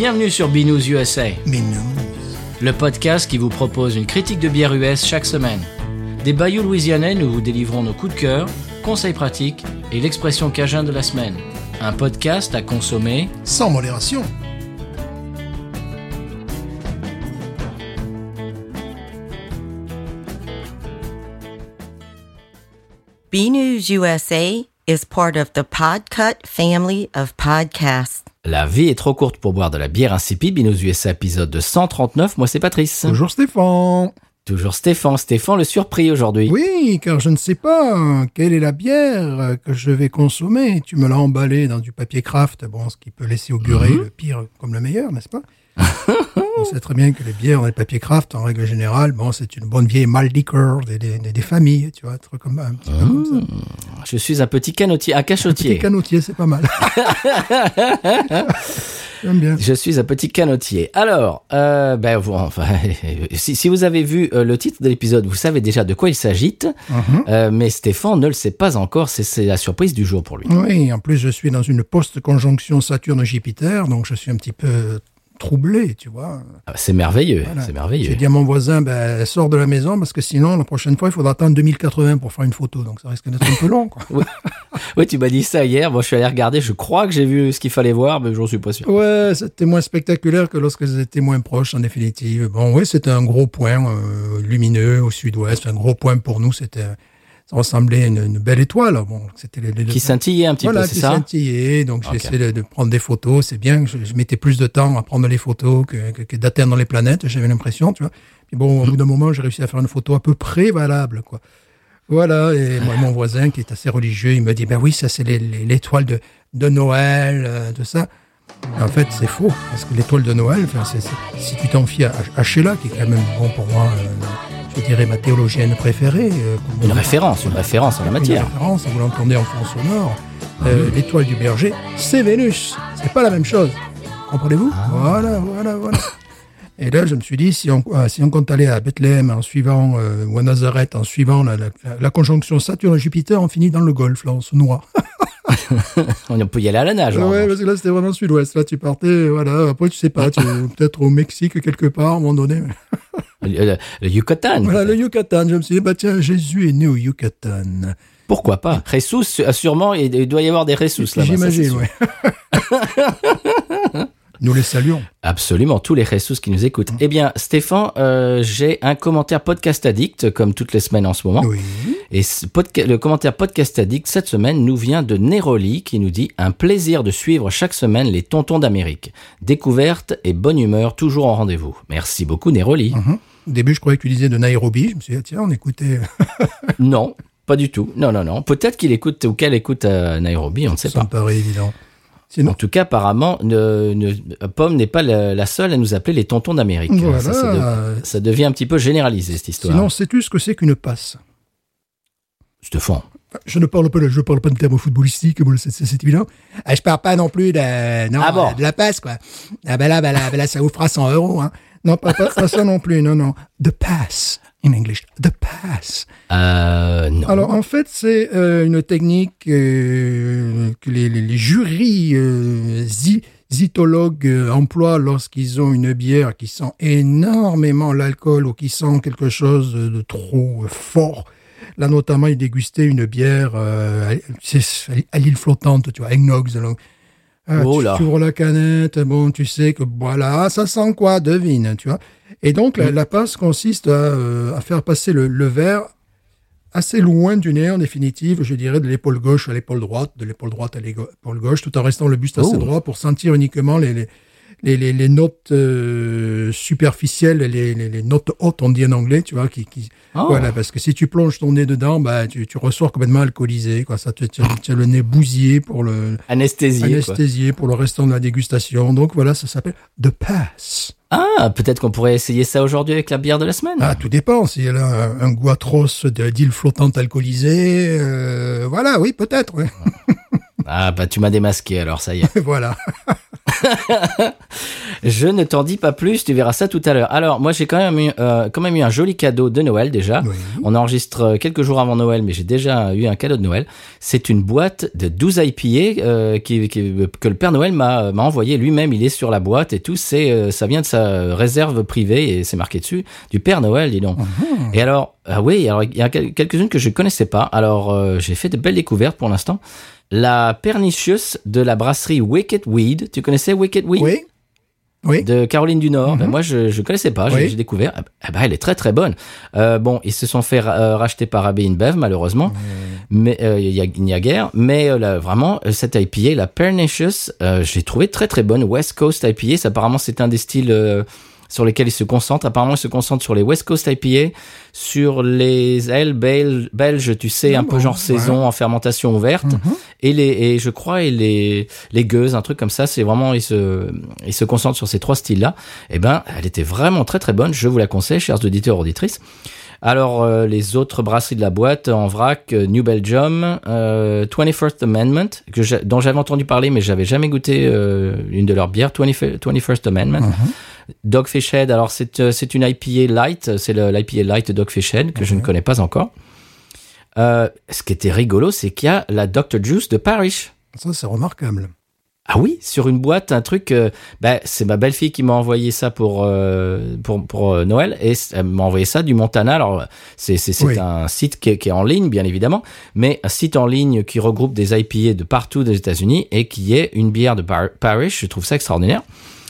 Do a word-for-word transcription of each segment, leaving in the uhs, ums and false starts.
Bienvenue sur Binous U S A, Binous, le podcast qui vous propose une critique de bière U S chaque semaine. Des bayous louisianais, nous vous délivrons nos coups de cœur, conseils pratiques et l'expression cajun de la semaine. Un podcast à consommer sans modération. Binous U S A is part of the Podcut family of podcasts. La vie est trop courte pour boire de la bière insipide. Binous U S A épisode cent trente-neuf. Moi, c'est Patrice. Bonjour Stéphane. Toujours Stéphane. Stéphane, le surpris aujourd'hui. Oui, car je ne sais pas quelle est la bière que je vais consommer. Tu me l'as emballée dans du papier craft, bon, ce qui peut laisser augurer mmh. le pire comme le meilleur, n'est-ce pas? On sait très bien que les bières dans les papiers craft, en règle générale, bon, c'est une bonne vieille malt liquor des, des, des familles, tu vois, un truc comme, un petit peu mmh. comme ça. Je suis un petit canotier, un cachotier. Un petit canotier, c'est pas mal. J'aime bien. Je suis un petit canotier. Alors, euh, ben, vous, enfin, si, si vous avez vu euh, le titre de l'épisode, vous savez déjà de quoi il s'agit. Mm-hmm. Euh, mais Stéphane ne le sait pas encore. C'est, c'est la surprise du jour pour lui. Oui, en plus, je suis dans une post-conjonction Saturne-Jupiter, donc je suis un petit peu troublé, tu vois. Ah, c'est merveilleux, voilà. c'est merveilleux. J'ai dit à mon voisin, ben, sors de la maison, parce que sinon, la prochaine fois, il faudra attendre deux mille quatre-vingts pour faire une photo, donc ça risque d'être un peu long, quoi. Oui. Oui, tu m'as dit ça hier, moi je suis allé regarder, je crois que j'ai vu ce qu'il fallait voir, mais j'en suis pas sûr. Ouais, c'était moins spectaculaire que lorsque j'étais moins proche, en définitive. Bon, oui, c'était un gros point euh, lumineux au sud-ouest, un gros point pour nous, c'était... Ça ressemblait à une, une belle étoile. Bon, c'était les, les, qui scintillait un petit voilà, peu, c'est qui ça? Voilà, qui scintillait. Donc, okay. j'ai essayé de, de prendre des photos. C'est bien que je, je mettais plus de temps à prendre les photos que, que, que d'atteindre les planètes. J'avais l'impression, tu vois. Puis bon, au mmh. bout d'un moment, j'ai réussi à faire une photo à peu près valable, quoi. Voilà. Et moi, mon voisin, qui est assez religieux, il me dit, ben oui, ça, c'est les, les, l'étoile de, de Noël, euh, de ça. Et en fait, c'est faux. Parce que l'étoile de Noël, enfin, c'est, c'est, si tu t'en fies à, à Sheila, qui est quand même bon pour moi, euh, je dirais ma théologienne préférée. Euh, une référence, une référence en la matière. Une référence, vous l'entendez en fond sonore. Euh, mmh. L'étoile du berger, c'est Vénus. C'est pas la même chose. Comprenez-vous? Ah. Voilà, voilà, voilà. Et là, je me suis dit, si on, euh, si on compte aller à Bethléem en suivant, euh, ou à Nazareth en suivant la, la, la conjonction Saturne-Jupiter, on finit dans le Golfe, là, on se noie. On peut y aller à la nage. Ouais, parce que là, c'était vraiment sud-ouest. Là, tu partais, voilà. Après, tu sais pas, tu peut-être au Mexique, quelque part, à un moment donné. Le, le, le Yucatan. Voilà, peut-être. Le Yucatan. Je me suis dit, bah tiens, Jésus est né au Yucatan. Pourquoi pas? Jesus, sûrement, il doit y avoir des Jesus là-bas. J'imagine, oui. Nous les saluons. Absolument, tous les Jesus qui nous écoutent. Mmh. Eh bien, Stéphane, euh, j'ai un commentaire Podcast Addict, comme toutes les semaines en ce moment. Oui. Et ce podca- le commentaire Podcast Addict, cette semaine, nous vient de Neroli, qui nous dit « Un plaisir de suivre chaque semaine les tontons d'Amérique. Découverte et bonne humeur, toujours en rendez-vous. » Merci beaucoup, Neroli. Mmh. Au début, je croyais que tu disais de Nairobi. Je me suis dit, tiens, on écoutait... Non, pas du tout. Non, non, non. Peut-être qu'il écoute, ou qu'elle écoute à Nairobi, on ne sait Ça pas. Ça me paraît évident. Sinon... En tout cas, apparemment, ne, ne, Pomme n'est pas la, la seule à nous appeler les tontons d'Amérique. Voilà. Ça, ça, de, ça devient un petit peu généralisé, cette histoire. Sinon, sais-tu ce que c'est qu'une passe? Stéphane. Je ne parle pas, je parle pas de termes footballistiques, c'est, c'est, c'est évident. Ah, je parle pas non plus de, non, ah bon? de la passe, quoi. Ah ben là, ben là, ben là, ça vous fera cent euros, hein. Non, pas, pas, pas ça non plus, non, non. The pass, in English. The pass. Euh, non. Alors, en fait, c'est euh, une technique euh, que les, les, les jurys euh, zi, zytologues euh, emploient lorsqu'ils ont une bière qui sent énormément l'alcool ou qui sent quelque chose de trop euh, fort. Là, notamment, ils dégustaient une bière euh, à, à l'île flottante, tu vois, eggnog. Ah, oh tu, tu ouvres la canette, bon, tu sais que voilà, ça sent quoi, devine, tu vois. Et donc, la, la passe consiste à, euh, à faire passer le, le verre assez loin du nez, en définitive, je dirais, de l'épaule gauche à l'épaule droite, de l'épaule droite à l'épaule gauche, tout en restant le buste assez oh. droit pour sentir uniquement les, les, les, les, les notes euh, superficielles, les, les, les notes hautes, on dit en anglais, tu vois, qui, qui oh. voilà, parce que si tu plonges ton nez dedans, bah, tu, tu ressors complètement alcoolisé, quoi. Ça, tu, tu, tu as le nez bousillé pour le anesthésié, anesthésié quoi. Pour le restant de la dégustation. Donc voilà, ça s'appelle The Pass. Ah, peut-être qu'on pourrait essayer ça aujourd'hui avec la bière de la semaine. Ah, tout dépend. Si elle a un, un goût atroce de, d'île flottante alcoolisée, euh, voilà, oui, peut-être. Ouais. Ah, bah tu m'as démasqué alors, ça y est. Voilà. Je ne t'en dis pas plus, tu verras ça tout à l'heure. Alors, moi, j'ai quand même eu, euh, quand même eu un joli cadeau de Noël déjà. Oui. On enregistre quelques jours avant Noël, mais j'ai déjà eu un cadeau de Noël. C'est une boîte de douze I P A euh, qui, qui, que le Père Noël m'a, m'a envoyé. Lui-même, il est sur la boîte et tout. C'est, euh, ça vient de sa réserve privée et c'est marqué dessus du Père Noël, dis donc. Mmh. Et alors, ah oui, alors il y a quelques-unes que je connaissais pas. Alors, euh, j'ai fait de belles découvertes pour l'instant. La Pernicious de la brasserie Wicked Weed. Tu connaissais Wicked Weed? Oui. Oui. De Caroline du Nord. Mm-hmm. Ben moi, je je connaissais pas. J'ai, oui. j'ai découvert. Ah ben, elle est très très bonne. Euh, bon, ils se sont fait ra- racheter par Abbey InBev malheureusement, mm. mais il euh, y a il n'y a guère. Mais euh, là, vraiment, cette I P A, la Pernicious, euh, je l'ai trouvée très très bonne. West Coast I P A. Ça, apparemment, c'est un des styles euh, sur lesquels ils se concentrent. Apparemment, ils se concentrent sur les West Coast I P A, sur les ailes belges, belges tu sais, ah un bon, peu genre ouais. saison en fermentation ouverte, mm-hmm. et les et je crois et les les gueuses, un truc comme ça. C'est vraiment ils se ils se concentrent sur ces trois styles-là. Et ben, elle était vraiment très très bonne. Je vous la conseille, chers auditeurs auditrices. Alors, euh, les autres brasseries de la boîte en vrac, euh, New Belgium, euh, twenty-first Amendment, que j'ai, dont j'avais entendu parler, mais j'avais jamais goûté euh, une de leurs bières, twenty-first Amendment. Mm-hmm. Dogfish Head, alors c'est, euh, c'est une I P A light, c'est le, l'I P A light Dogfish Head, que mm-hmm. je ne connais pas encore. Euh, ce qui était rigolo, c'est qu'il y a la doctor Juice de Parrish. Ça, c'est remarquable. Ah oui, sur une boîte, un truc. Euh, bah, c'est ma belle-fille qui m'a envoyé ça pour euh, pour pour euh, Noël et elle m'a envoyé ça du Montana. Alors c'est c'est c'est oui. un site qui est, qui est en ligne, bien évidemment, mais un site en ligne qui regroupe des I P A de partout des États-Unis et qui est une bière de Par- Parrish. Je trouve ça extraordinaire.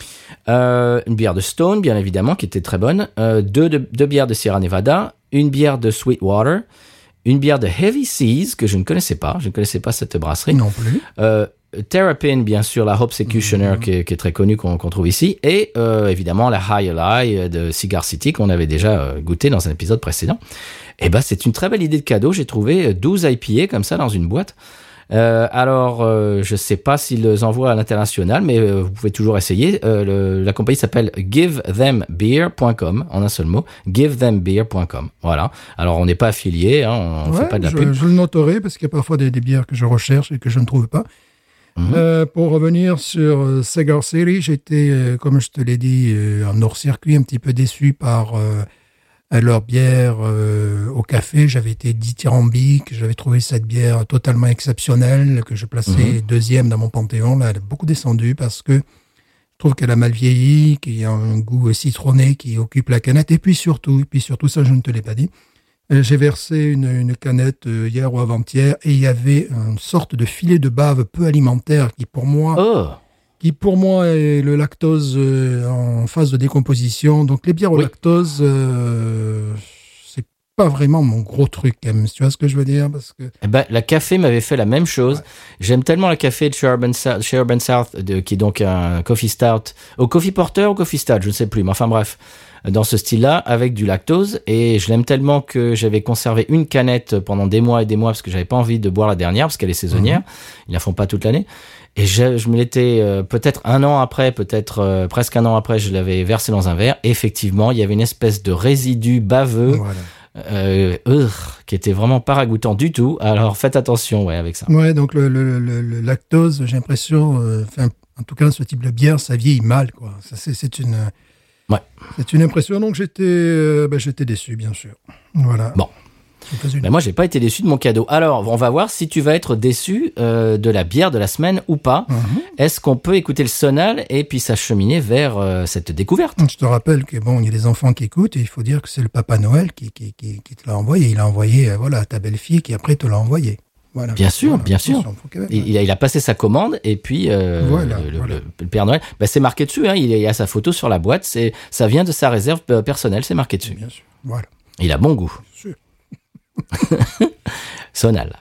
Euh, une bière de Stone, bien évidemment, qui était très bonne. Euh, deux de, deux bières de Sierra Nevada, une bière de Sweetwater, une bière de Heavy Seas que je ne connaissais pas. Je ne connaissais pas cette brasserie. Non plus. Euh, Terrapin, bien sûr, la Hope Secutioner, mm-hmm. qui, est, qui est très connue, qu'on, qu'on trouve ici, et euh, évidemment la High Ally de Cigar City, qu'on avait déjà euh, goûté dans un épisode précédent. Et ben, c'est une très belle idée de cadeau. J'ai trouvé douze I P A comme ça dans une boîte. Euh, alors, euh, je sais pas s'ils les envoient à l'international, mais euh, vous pouvez toujours essayer. Euh, le, la compagnie s'appelle give them beer point com, en un seul mot, give them beer point com. Voilà. Alors, on n'est pas affilié, hein, on ne ouais, fait pas de la je, pub. Je le noterai parce qu'il y a parfois des, des bières que je recherche et que je ne trouve pas. Mmh. Euh, pour revenir sur euh, Cigar City, j'étais, euh, comme je te l'ai dit, euh, en hors-circuit, un petit peu déçu par euh, leur bière euh, au café. J'avais été dithyrambique, j'avais trouvé cette bière totalement exceptionnelle, que je plaçais mmh. deuxième dans mon panthéon. Là, elle a beaucoup descendu parce que je trouve qu'elle a mal vieilli, qu'il y a un goût citronné qui occupe la canette. Et puis surtout, et puis surtout ça, je ne te l'ai pas dit, j'ai versé une, une canette hier ou avant-hier et il y avait une sorte de filet de bave peu alimentaire qui pour moi, oh. qui pour moi est le lactose en phase de décomposition. Donc les bières au oui. lactose, euh, c'est pas vraiment mon gros truc. Tu vois ce que je veux dire? Parce que eh ben, la café m'avait fait la même chose. Ouais. J'aime tellement la café de Chez Urban South, Chez Urban South de, qui est donc un coffee stout, au coffee porter ou coffee stout, je ne sais plus, mais enfin bref. Dans ce style-là, avec du lactose, et je l'aime tellement que j'avais conservé une canette pendant des mois et des mois parce que j'avais pas envie de boire la dernière parce qu'elle est saisonnière. Mmh. Ils la font pas toute l'année. Et je, je me l'étais euh, peut-être un an après, peut-être euh, presque un an après, je l'avais versé dans un verre. Et effectivement, il y avait une espèce de résidu baveux. Voilà. Euh, euh, qui était vraiment pas ragoûtant du tout. Alors faites attention, ouais, avec ça. Ouais, donc le, le, le, le lactose, j'ai l'impression, euh, en tout cas, ce type de bière, ça vieillit mal, quoi. Ça, c'est, c'est une Ouais. C'est une impression, donc j'étais, euh, ben, j'étais déçu, bien sûr. Voilà. Bon. Ben moi, j'ai pas été déçu de mon cadeau. Alors, on va voir si tu vas être déçu euh, de la bière de la semaine ou pas. Mm-hmm. Est-ce qu'on peut écouter le sonal et puis s'acheminer vers euh, cette découverte? Je te rappelle que bon, il y a des enfants qui écoutent et il faut dire que c'est le Papa Noël qui, qui, qui, qui te l'a envoyé. Il a envoyé, euh, voilà, à ta belle-fille qui après te l'a envoyé. Voilà. Bien sûr, voilà, bien sûr. Même, il, il, a, il a passé sa commande et puis euh, voilà, le, voilà. Le, le Père Noël, ben c'est marqué dessus. Hein, il y a sa photo sur la boîte. C'est, ça vient de sa réserve personnelle. C'est marqué dessus. Bien sûr. Voilà. Il a bon goût. Bien sûr. Sonal.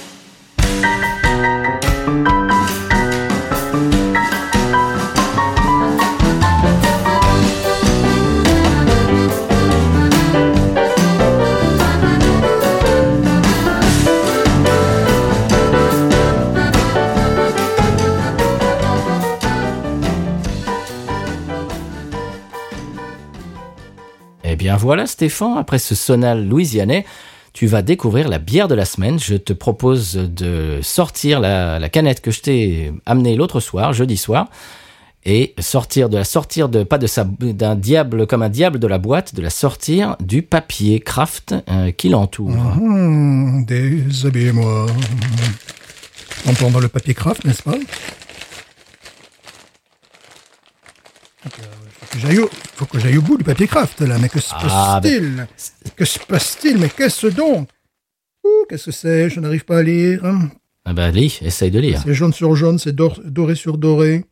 Eh bien voilà Stéphane, après ce sonal louisianais, tu vas découvrir la bière de la semaine. Je te propose de sortir la, la canette que je t'ai amenée l'autre soir, jeudi soir. et sortir de la sortir de pas de sa d'un diable comme un diable de la boîte, de la sortir du papier craft euh, qui l'entoure. Mmh, déshabillez-moi. Entendre le papier craft, n'est-ce pas? Il faut que j'aille au, faut que j'aille au bout du papier craft, là. Mais que se Ah, passe-t-il? ben... Que se passe-t-il? Mais qu'est-ce donc? Ouh, qu'est-ce que c'est? Je n'arrive pas à lire. Ah ben, lis, essaye de lire. C'est jaune sur jaune, c'est dor- doré sur doré.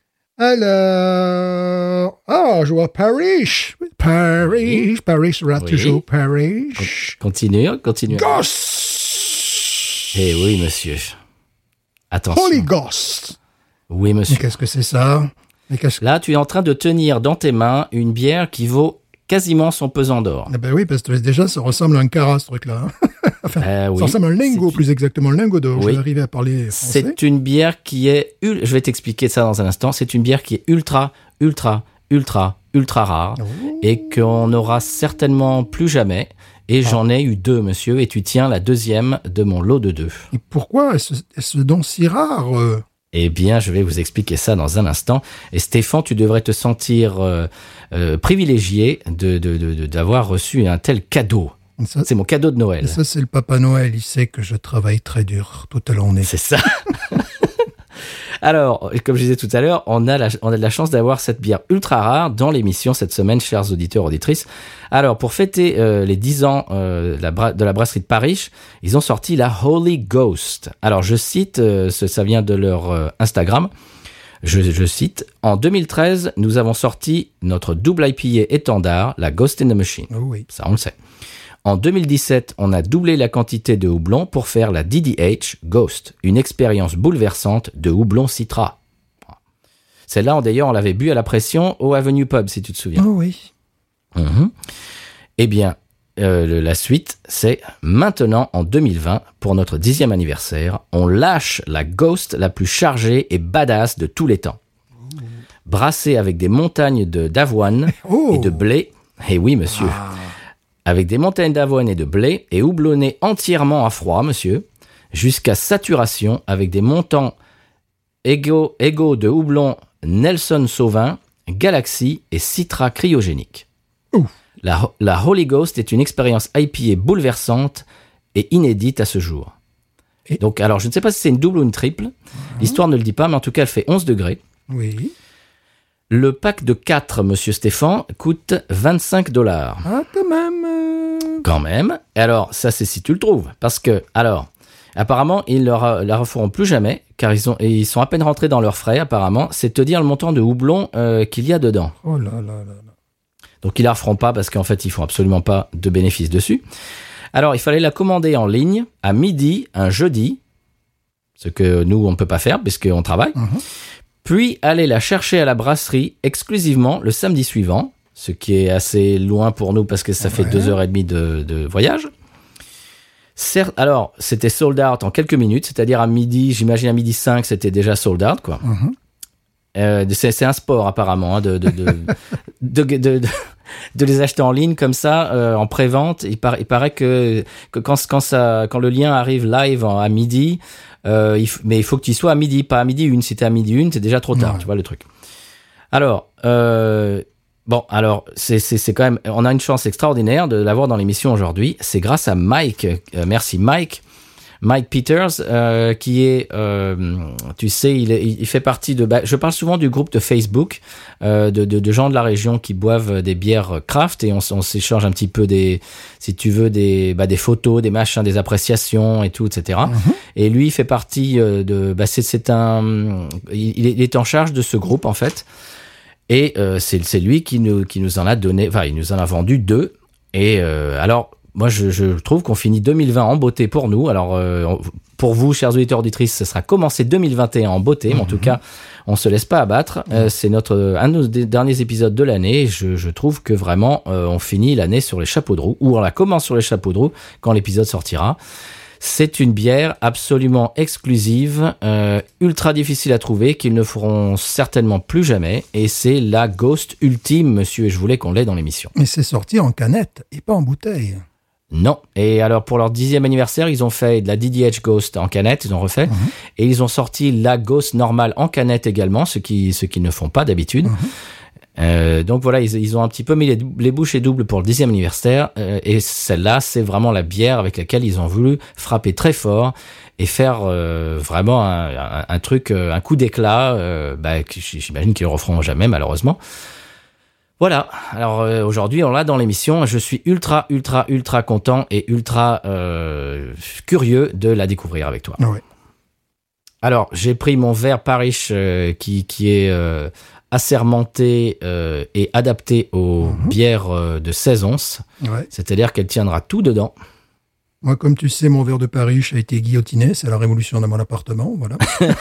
Alors... Ah, je vois Paris. Paris, Paris sera Oui. toujours Paris. Continue, continue. Ghost! Eh oui, monsieur. Attention. Holy Ghost! Oui, Mais monsieur. qu'est-ce que c'est ça? Mais qu'est-ce que... Là, tu es en train de tenir dans tes mains une bière qui vaut quasiment son pesant d'or. Eh ben oui, parce que déjà, ça ressemble à un cara, ce truc-là. Enfin, Euh, oui. ça ressemble à un lingot, C'est- plus exactement, un lingot d'or. Oui. Je vais arriver à parler français. C'est une bière qui est... ul- Je vais t'expliquer ça dans un instant. C'est une bière qui est ultra, ultra, ultra, ultra rare Oh. et qu'on n'aura certainement plus jamais. Et Ah. j'en ai eu deux, monsieur, et tu tiens la deuxième de mon lot de deux. Et pourquoi est-ce, est-ce donc si rare euh Eh bien, je vais vous expliquer ça dans un instant. Et Stéphane, tu devrais te sentir euh, euh, privilégié de, de, de, de- d'avoir reçu un tel cadeau. ça, C'est mon cadeau de Noël. ça, c'est le Papa Noël. Il sait que je travaille très dur toute la journée. C'est ça. Alors, comme je disais tout à l'heure, on a, la, on a de la chance d'avoir cette bière ultra rare dans l'émission cette semaine, chers auditeurs, auditrices. Alors, pour fêter euh, les dix ans euh, la bra- de la brasserie de Paris, ils ont sorti la Holy Ghost. Alors, je cite, euh, ce- ça vient de leur euh, Instagram, je, je cite, « En deux mille treize, nous avons sorti notre double I P A étendard, la Ghost in the Machine. » Oh oui. Ça, on le sait. En deux mille dix-sept, on a doublé la quantité de houblon pour faire la D D H Ghost, une expérience bouleversante de houblon citra. Celle-là, d'ailleurs, on l'avait bu à la pression au Avenue Pub, si tu te souviens. Oh oui. Mhm. Eh bien, euh, le- la suite, c'est maintenant, en deux mille vingt, pour notre dixième anniversaire, on lâche la Ghost la plus chargée et badass de tous les temps. Brassée avec des montagnes de, d'avoine Oh. et de blé. Eh oui, monsieur. Ah. Avec des montagnes d'avoine et de blé, et houblonné entièrement à froid, monsieur, jusqu'à saturation avec des montants égaux, égaux de houblon Nelson Sauvin, Galaxy et Citra cryogénique. Ouf. La, la Holy Ghost est une expérience I P A bouleversante et inédite à ce jour. Et- Donc, alors, je ne sais pas si c'est une double ou une triple. L'histoire ne le dit pas, mais en tout cas, elle fait onze degrés. Oui. Le pack de quatre, monsieur Stéphane, coûte vingt-cinq dollars. Ah, quand même. euh, Quand même. Et alors, ça, c'est si tu le trouves. Parce que, alors, apparemment, ils ne la, la referont plus jamais, car ils, ont, ils sont à peine rentrés dans leurs frais, apparemment. C'est te dire le montant de houblon euh, qu'il y a dedans. Oh là là là là. Donc, ils la referont pas parce qu'en fait, ils font absolument pas de bénéfices dessus. Alors, il fallait la commander en ligne à midi, un jeudi, ce que nous, on ne peut pas faire puisqu'on travaille. Mhm. Puis, aller la chercher à la brasserie exclusivement le samedi suivant, ce qui est assez loin pour nous parce que ça fait Ouais. deux heures et demie de, de voyage. Certes, alors, c'était sold out en quelques minutes, c'est-à-dire à midi, j'imagine à midi cinq, c'était déjà sold out, quoi. Mhm. Euh, c'est, c'est un sport, apparemment, hein, de, de, de, de, de, de, de les acheter en ligne comme ça, euh, en pré-vente. Il, par, il paraît que, que quand, quand, ça, quand le lien arrive live en- à midi, euh, il f- mais il faut que tu y sois à midi, pas à midi une. Si t'es à midi une, c'est déjà trop tard, Ouais. tu vois le truc. Alors, euh, bon, alors, c'est, c'est, c'est quand même, on a une chance extraordinaire de l'avoir dans l'émission aujourd'hui. C'est grâce à Mike, euh, merci Mike, Mike Peters, euh, qui est, euh, tu sais, il, est, il fait partie de, bah, je parle souvent du groupe de Facebook, euh, de, de, de gens de la région qui boivent des bières craft et on, s- on s'échange un petit peu des, si tu veux, des, bah, des photos, des machins, des appréciations et tout, et cetera. Mhm. Et lui, il fait partie euh, de, bah, c'est, c'est un, il, il est en charge de ce groupe, en fait. Et euh, c'est, c'est lui qui nous, qui nous en a donné, enfin, il nous en a vendu deux. Et euh, alors, moi, je, je trouve qu'on finit deux mille vingt en beauté pour nous. Alors, euh, pour vous, chers auditeurs auditrices, ce sera commencé deux mille vingt et un en beauté. Mais en tout cas, on se laisse pas abattre. Euh, c'est notre un de nos derniers épisodes de l'année. Je, je trouve que vraiment, euh, on finit l'année sur les chapeaux de roue, ou on la commence sur les chapeaux de roue quand l'épisode sortira. C'est une bière absolument exclusive, euh, ultra difficile à trouver, qu'ils ne feront certainement plus jamais. Et c'est la Ghost ultime, monsieur, et je voulais qu'on l'ait dans l'émission. Mais c'est sorti en canette et pas en bouteille. Non. Et alors, pour leur dixième anniversaire, ils ont fait de la D D H Ghost en canette, ils ont refait. Mm-hmm. Et ils ont sorti la Ghost normale en canette également, ce qui, ce qu'ils ne font pas d'habitude. Mm-hmm. Euh, donc voilà, ils, ils ont un petit peu mis les, les bouchées doubles pour le dixième anniversaire. Euh, et celle-là, c'est vraiment la bière avec laquelle ils ont voulu frapper très fort et faire euh, vraiment un, un, un truc, un coup d'éclat. Euh, bah, j'imagine qu'ils ne le referont jamais, malheureusement. Voilà, alors euh, aujourd'hui on l'a dans l'émission, je suis ultra ultra ultra content et ultra euh, curieux de la découvrir avec toi. Ouais. Alors j'ai pris mon verre Parish euh, qui, qui est euh, assermenté euh, et adapté aux mm-hmm. bières euh, de seize onces, ouais. C'est-à-dire qu'elle tiendra tout dedans. Moi, comme tu sais, mon verre de Parish a été guillotiné, c'est la révolution dans mon appartement, voilà.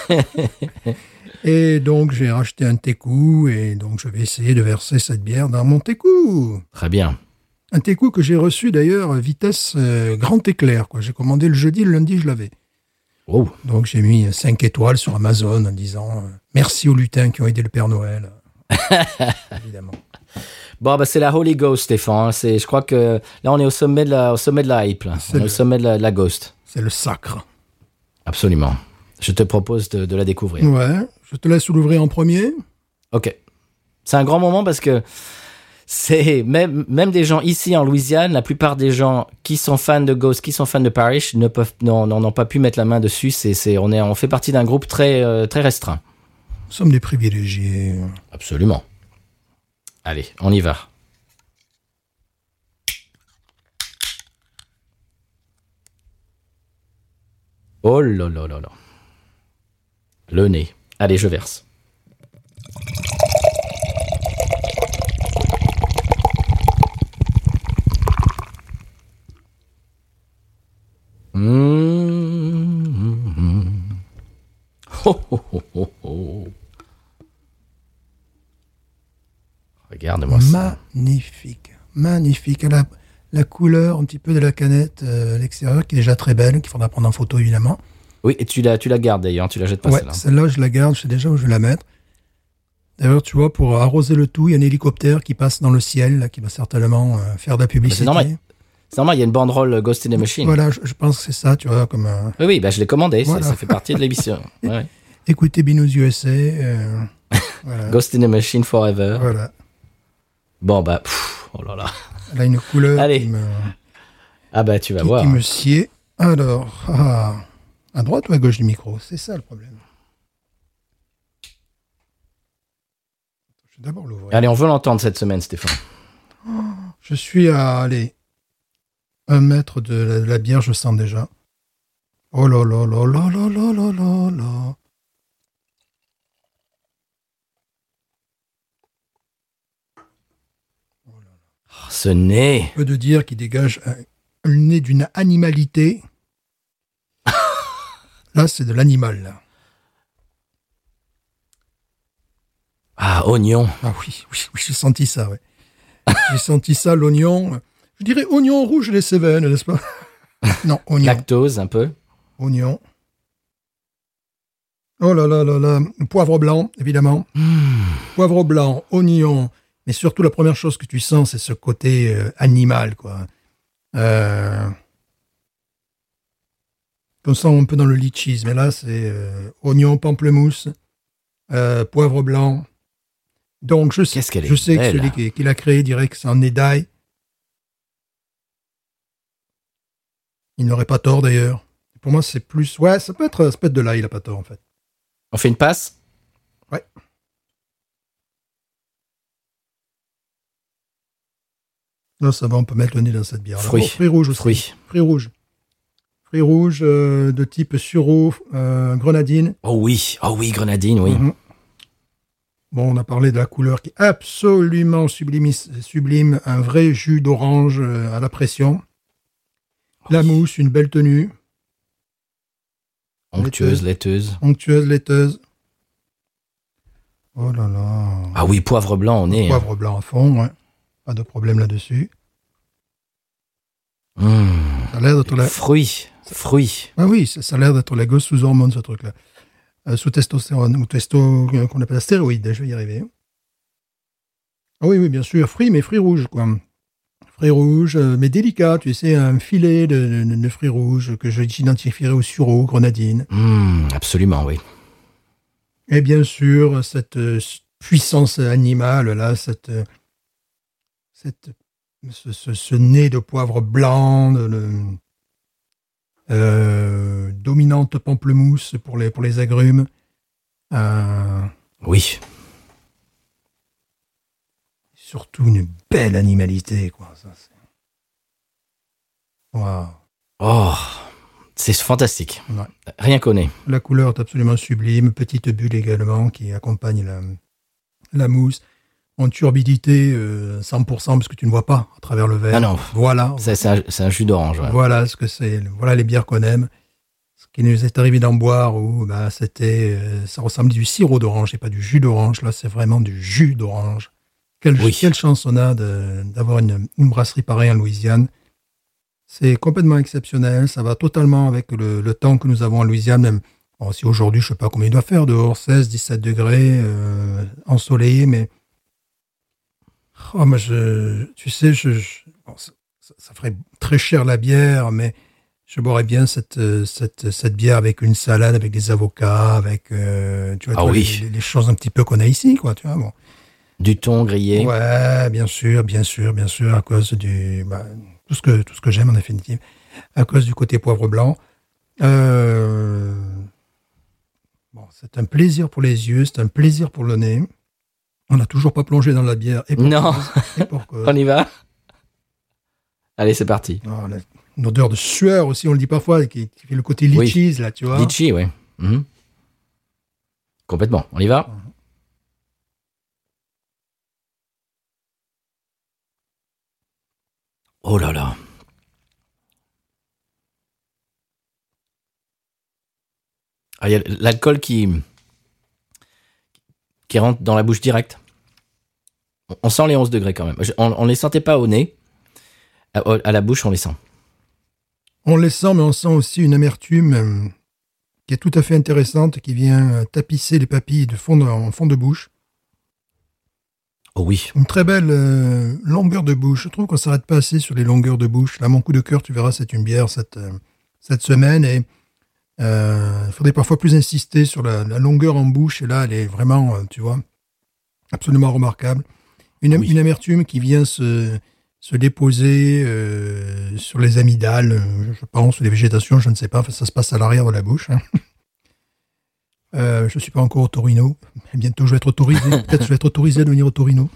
Et donc, j'ai racheté un Teku, et donc je vais essayer de verser cette bière dans mon Teku. Très bien. Un Teku que j'ai reçu d'ailleurs vitesse euh, grand éclair, quoi. J'ai commandé le jeudi, le lundi, je l'avais. Oh. Donc, j'ai mis cinq étoiles sur Amazon en disant euh, merci aux lutins qui ont aidé le Père Noël. Évidemment. Bon, bah, c'est la Holy Ghost, Stéphane. C'est, je crois que là, on est au sommet de la, au sommet de la hype. Là. On est le, au sommet de la, de la Ghost. C'est le sacre. Absolument. Je te propose de, de la découvrir. Ouais. Je te laisse l'ouvrir en premier. Ok. C'est un grand moment parce que c'est même, même des gens ici en Louisiane, la plupart des gens qui sont fans de Ghost, qui sont fans de Parish, ne peuvent, n'ont, n'ont pas pu mettre la main dessus. C'est, c'est, on est, on fait partie d'un groupe très, euh, très restreint. Nous sommes des privilégiés. Absolument. Allez, on y va. Oh là là là là. Le nez. Allez, je verse. Mmh. Oh, oh, oh, oh, oh. Regarde-moi ça. Magnifique. Magnifique. La, la couleur un petit peu de la canette euh, à l'extérieur qui est déjà très belle, qu'il faudra prendre en photo évidemment. Oui, et tu la, tu la gardes d'ailleurs, tu la jettes pas ouais, celle-là. Celle-là, je la garde, je sais déjà où je vais la mettre. D'ailleurs, tu vois, pour arroser le tout, il y a un hélicoptère qui passe dans le ciel, là, qui va certainement euh, faire de la publicité. C'est normal. C'est normal, il y a une banderole Ghost in the Machine. Voilà, je, je pense que c'est ça, tu vois, comme... Euh... Oui, oui, bah, je l'ai commandé, voilà. ça, ça fait partie de l'émission. Ouais. Écoutez Binous U S A. Euh, voilà. Ghost in the Machine Forever. Voilà. Bon, bah, pff, oh là là. Elle a une couleur Allez. qui me... Ah bah, tu vas qui, voir. Qui me sied. Alors, ah, à droite ou à gauche du micro? C'est ça le problème. Je vais d'abord l'ouvrir. Allez, on veut l'entendre cette semaine, Stéphane. Oh, je suis à, allez, un mètre de la, de la bière, je sens déjà. Oh là là là là là là là là là. Oh, ce nez. Peu de dire qu'il dégage un, un nez d'une animalité. Là, c'est de l'animal, là. Ah, oignon. Ah oui, oui, oui, j'ai senti ça, ouais. J'ai senti ça, l'oignon. Je dirais oignon rouge des Cévennes, n'est-ce pas? Non, oignon. Lactose, un peu. Oignon. Oh là là là là. Poivre blanc, évidemment. Mmh. Poivre blanc, oignon. Mais surtout, la première chose que tu sens, c'est ce côté euh, animal, quoi. Euh... On sent un peu dans le litchis, mais là, c'est euh, oignon, pamplemousse, euh, poivre blanc. Donc, je sais, je sais que celui qui, qui l'a créé dirait que c'est un édaille. Il n'aurait pas tort, d'ailleurs. Pour moi, c'est plus... Ouais, ça peut être, ça peut être de l'ail, il n'a pas tort, en fait. On fait une passe? Ouais. Là, ça va, on peut mettre le nez dans cette bière. Fruits. Oh, fruits rouges aussi. Fruits. Fruits rouges. Fruits rouges euh, de type sureau, euh, grenadine. Oh oui, oh oui, grenadine, oui. Mm-hmm. Bon, on a parlé de la couleur qui est absolument sublime, sublime, un vrai jus d'orange euh, à la pression. Oh, la mousse, une belle tenue. Onctueuse, laiteuse. Onctueuse, laiteuse. Oh là là. Ah oui, poivre blanc, on est. Poivre blanc à fond, ouais. Pas de problème là-dessus. Mmh. Ça a l'air d'être la... Fruits, fruits. Ah oui, ça, ça a l'air d'être la gosse sous hormones, ce truc-là. Euh, sous testostérone, ou testo, qu'on appelle la stéroïde, je vais y arriver. Ah oui, oui, bien sûr, fruits, mais fruits rouges, quoi. Fruits rouges, euh, mais délicats, tu sais, un filet de, de, de fruits rouges que je j'identifierais au sureau, grenadine. Mmh, absolument, oui. Et bien sûr, cette euh, puissance animale, là, cette, euh, cette, ce, ce, ce nez de poivre blanc, de, de, euh, dominante pamplemousse pour les, pour les agrumes. Euh, Oui. Surtout une belle animalité, quoi. Ça, c'est... Wow. Oh, c'est fantastique. Ouais. Rien qu'on est. La couleur est absolument sublime. Petite bulle également qui accompagne la, la mousse. En turbidité, euh, cent pour cent, parce que tu ne vois pas à travers le verre. Ah non. Voilà. C'est, c'est, un, c'est un jus d'orange. Ouais. Voilà ce que c'est. Voilà les bières qu'on aime. Ce qui nous est arrivé d'en boire, où bah, c'était, euh, ça ressemblait du sirop d'orange et pas du jus d'orange. Là, c'est vraiment du jus d'orange. Quelle, Oui. quelle chance on a de, d'avoir une, une brasserie pareille en Louisiane. C'est complètement exceptionnel. Ça va totalement avec le, le temps que nous avons en Louisiane. Même bon, si aujourd'hui, je ne sais pas combien il doit faire dehors, seize, dix-sept degrés, euh, ensoleillé, mais oh, moi, je, tu sais, je, je, bon, ça, ça ferait très cher la bière, mais je boirais bien cette, cette, cette bière avec une salade, avec des avocats, avec euh, tu vois, Ah tu vois, oui. les, les choses un petit peu qu'on a ici, quoi. Tu vois, bon. Du thon grillé. Ouais, bien sûr, bien sûr, bien sûr, à cause du bah, tout ce que tout ce que j'aime en définitive, à cause du côté poivre blanc. Euh, bon, c'est un plaisir pour les yeux, c'est un plaisir pour le nez. On n'a toujours pas plongé dans la bière. Et pour Non. cause, et pour cause. On y va? Allez, c'est parti. Oh, la- une odeur de sueur aussi, on le dit parfois, qui, qui fait le côté Oui. litchis, là, tu vois. Litchi, oui. Mhm. Complètement. On y va? Oh là là. Ah, il y a l'alcool qui, qui rentre dans la bouche direct. On- On sent les onze degrés quand même. Je- On ne les sentait pas au nez. À, à la bouche, on les sent. On les sent, mais on sent aussi une amertume euh, qui est tout à fait intéressante, qui vient euh, tapisser les papilles de fond de, en fond de bouche. Oh oui. Une très belle euh, longueur de bouche. Je trouve qu'on s'arrête pas assez sur les longueurs de bouche. Là, mon coup de cœur, tu verras, c'est une bière cette, euh, cette semaine. Et euh, il faudrait parfois plus insister sur la, la longueur en bouche. Et là, elle est vraiment, euh, tu vois, absolument remarquable. Une, Oui. une amertume qui vient se, se déposer euh, sur les amygdales, euh, je pense, ou les végétations, je ne sais pas. Enfin, ça se passe à l'arrière de la bouche. Hein. Euh, je ne suis pas encore au Torino. Bientôt, je vais être autorisé. Peut-être je vais être autorisé à devenir au Torino.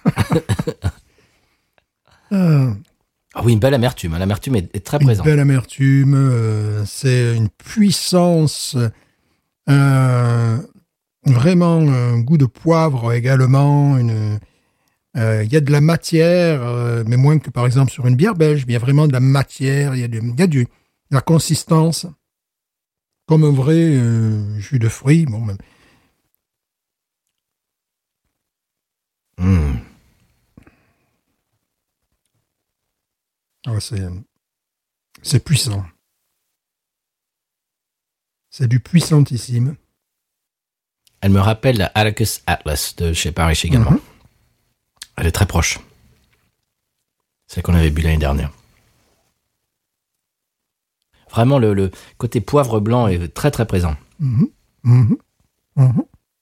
euh, Ah oui, une belle amertume. L'amertume est, est très une présente. belle amertume. Euh, c'est une puissance. Euh, vraiment un goût de poivre également. Une, euh, il y a de la matière, euh, mais moins que par exemple sur une bière belge. Il y a vraiment de la matière. Il y a, du, il y a du, de la consistance. Comme un vrai euh, jus de fruits. Bon, même. Mmh. Ah, c'est, c'est puissant. C'est du puissantissime. Elle me rappelle la Atticus Atlas de chez Parrish également. Mhm. Elle est très proche. Celle qu'on avait bu l'année dernière. Vraiment, le, le côté poivre blanc est très très présent. Mhm. Mhm. Mhm.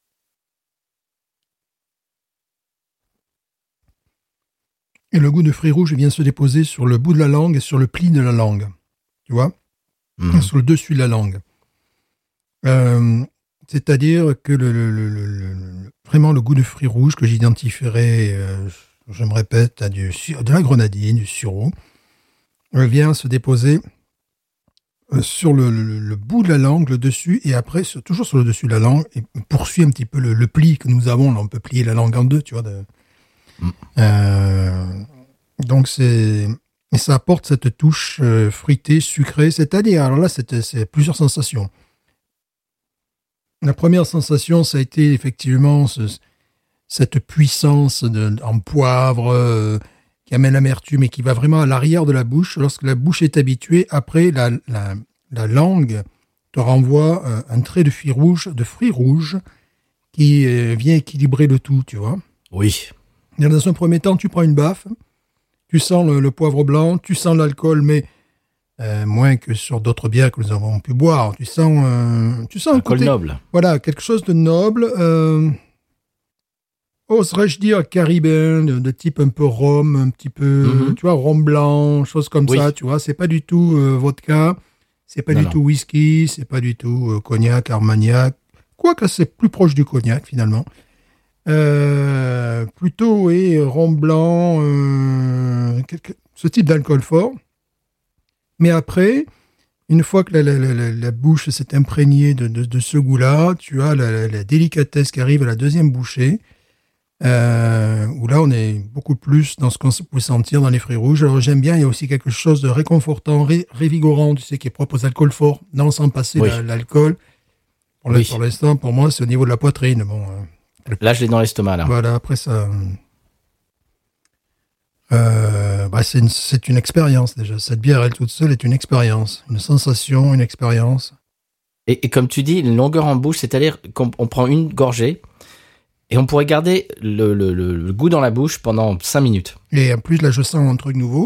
Et le goût de fruits rouges vient se déposer sur le bout de la langue et sur le pli de la langue. Tu vois, Mhm. sur le dessus de la langue. Euh, c'est-à-dire que le, le- le- le- le- vraiment le goût de fruits rouges que j'identifierais, euh, je me répète, à du, su- de la grenadine, du sureau, euh, vient se déposer euh, sur le, le- le bout de la langue, le dessus, et après, sur- toujours sur le dessus de la langue, et poursuit un petit peu le, le pli que nous avons. Là, on peut plier la langue en deux, tu vois. de- Mm. Euh, donc, c'est... Et ça apporte cette touche euh, fruitée, sucrée, c'est-à-dire, alors là, c'est, c'est plusieurs sensations. La première sensation, ça a été effectivement ce- cette puissance de, en poivre euh, qui amène l'amertume et qui va vraiment à l'arrière de la bouche. Lorsque la bouche est habituée, après, la, la, la langue te renvoie euh, un trait de fruits rouges, de fruits rouges qui euh, vient équilibrer le tout, tu vois. Oui. Et dans un premier temps, tu prends une baffe, Tu sens le, le poivre blanc, tu sens l'alcool, mais euh, moins que sur d'autres bières que nous avons pu boire. Tu sens, euh, tu sens un Alcool côté, noble. voilà, quelque chose de noble. Euh, oserais-je dire caribéen, de, de type un peu rhum, un petit peu, Mm-hmm. tu vois, rhum blanc, choses comme Oui. ça, tu vois. C'est pas du tout euh, vodka, c'est pas Non, du non. tout whisky, c'est pas du tout euh, cognac, armagnac. Quoique c'est plus proche du cognac, finalement. Euh, plutôt, oui, rhum blanc, euh, quelque- ce type d'alcool fort. Mais après, une fois que la, la, la, la bouche s'est imprégnée de, de, de ce goût-là, tu as la, la, la délicatesse qui arrive à la deuxième bouchée, euh, où là, on est beaucoup plus dans ce qu'on peut sentir dans les fruits rouges. Alors, j'aime bien, il y a aussi quelque chose de réconfortant, ré, révigorant, tu sais, qui est propre aux alcools forts, non sans passer Oui. la- l'alcool. Pour Oui. pour l'instant, pour moi, c'est au niveau de la poitrine. Bon, euh, Là, je l'ai dans l'estomac, là. voilà, après ça... Euh, bah c'est une, c'est une expérience déjà. Cette bière, elle toute seule, est une expérience. Une sensation, une expérience. Et, et comme tu dis, une longueur en bouche, c'est-à-dire qu'on on prend une gorgée et on pourrait garder le, le, le, le goût dans la bouche pendant cinq minutes. Et en plus, là, je sens un truc nouveau.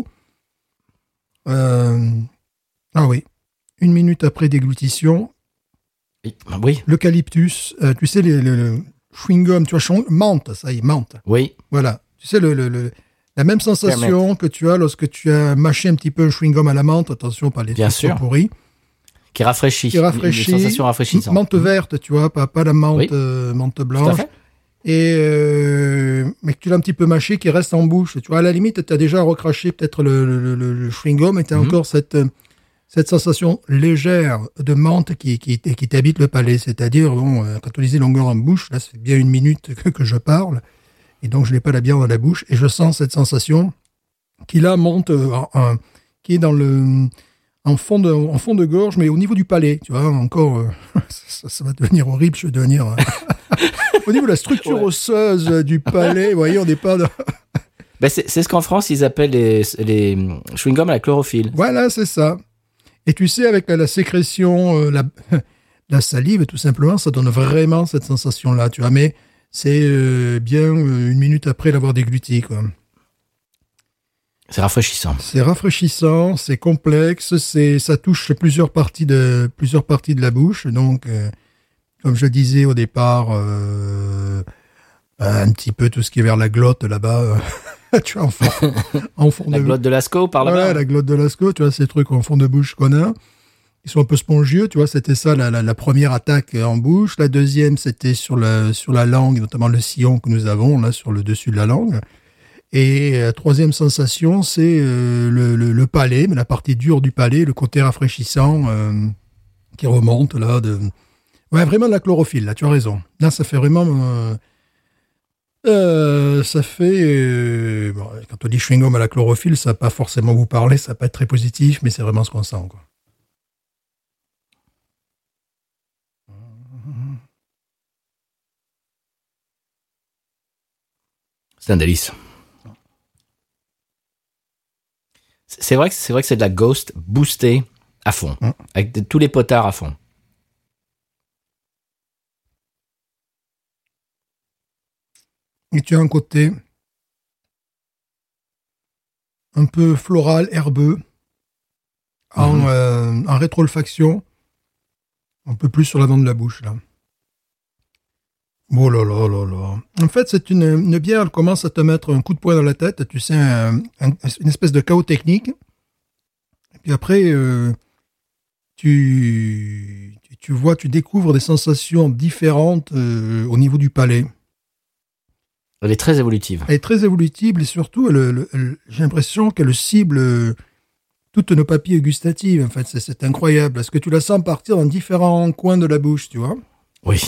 Euh, ah oui. Une minute après déglutition, Et- oui, l'eucalyptus, euh, tu sais, le, le, le chewing-gum, tu vois, chon- menthe, ça y est, menthe. oui, Voilà. Tu sais, le, le, le- la même sensation que tu as lorsque tu as mâché un petit peu un chewing-gum à la menthe. Attention, pas les Bien trucs trop sûr. pourris. qui rafraîchit. Qui rafraîchit. Une sensation rafraîchissante. Menthe verte, tu vois, pas, pas la menthe, Oui. euh, menthe Tout à blanche. fait. Et euh, mais que tu l'as un petit peu mâché, qui reste en bouche. Tu vois, à la limite, tu as déjà recraché peut-être le, le, le, le chewing-gum et tu as Mhm. encore cette, euh, cette sensation légère de menthe qui, qui, qui t'habite le palais. C'est-à-dire, bon, euh, quand on disait longueur en bouche, là, c'est bien une minute que, que je parle. Et donc, je n'ai pas la bière dans la bouche. Et je sens cette sensation qui, là, monte, euh, en- en- qui est dans le... En fond, de, en fond de gorge, mais au niveau du palais, tu vois, encore, euh, ça, ça va devenir horrible, je vais devenir... euh, au niveau de la structure Ouais. osseuse euh, du palais, vous voyez, on n'est pas... Dans... Ben, c'est, c'est ce qu'en France, ils appellent les, les chewing-gums à la chlorophylle. Voilà, c'est ça. Et tu sais, avec la, la sécrétion, euh, la, la salive, tout simplement, ça donne vraiment cette sensation-là, tu vois, mais c'est euh, bien euh, une minute après l'avoir dégluti, quoi. C'est rafraîchissant. C'est rafraîchissant, c'est complexe, c'est ça touche plusieurs parties de plusieurs parties de la bouche. Donc, euh, comme je disais au départ, euh, un petit peu tout ce qui est vers la glotte là-bas, euh, tu vois, en fond, en fond La de glotte de Lascaux, par là-bas. voilà, la glotte de Lascaux, tu vois, ces trucs en fond de bouche qu'on a. Ils sont un peu spongieux, tu vois, c'était ça la, la, la première attaque en bouche. La deuxième, c'était sur la sur la langue, notamment le sillon que nous avons là sur le dessus de la langue. Et la troisième sensation, c'est euh, le, le, le palais, mais la partie dure du palais, le côté rafraîchissant euh, qui remonte là. De... Ouais, vraiment de la chlorophylle, là, tu as raison. Là, ça fait vraiment... Euh, euh, ça fait... Euh, bon, quand on dit chewing-gum à la chlorophylle, ça va pas forcément vous parler, ça va pas être très positif, mais c'est vraiment ce qu'on sent, quoi. C'est un délice. C'est vrai que c'est vrai que c'est de la Ghost boostée à fond, Mm. avec de- tous les potards à fond. Et tu as un côté un peu floral, herbeux, en, Mhm. euh, en rétro-olfaction, un peu plus sur l'avant de la bouche, là. Oh là là là là. En fait, c'est une, une bière, elle commence à te mettre un coup de poing dans la tête, tu sais, un- un- une espèce de chaos technique. Et puis après, euh, tu, tu, tu vois, tu découvres des sensations différentes euh, au niveau du palais. Elle est très évolutive. Elle est très évolutive et surtout, elle- elle- elle- j'ai l'impression qu'elle cible euh, toutes nos papilles gustatives. En fait, c'est, c'est incroyable parce que tu la sens partir dans différents coins de la bouche, tu vois. Oui.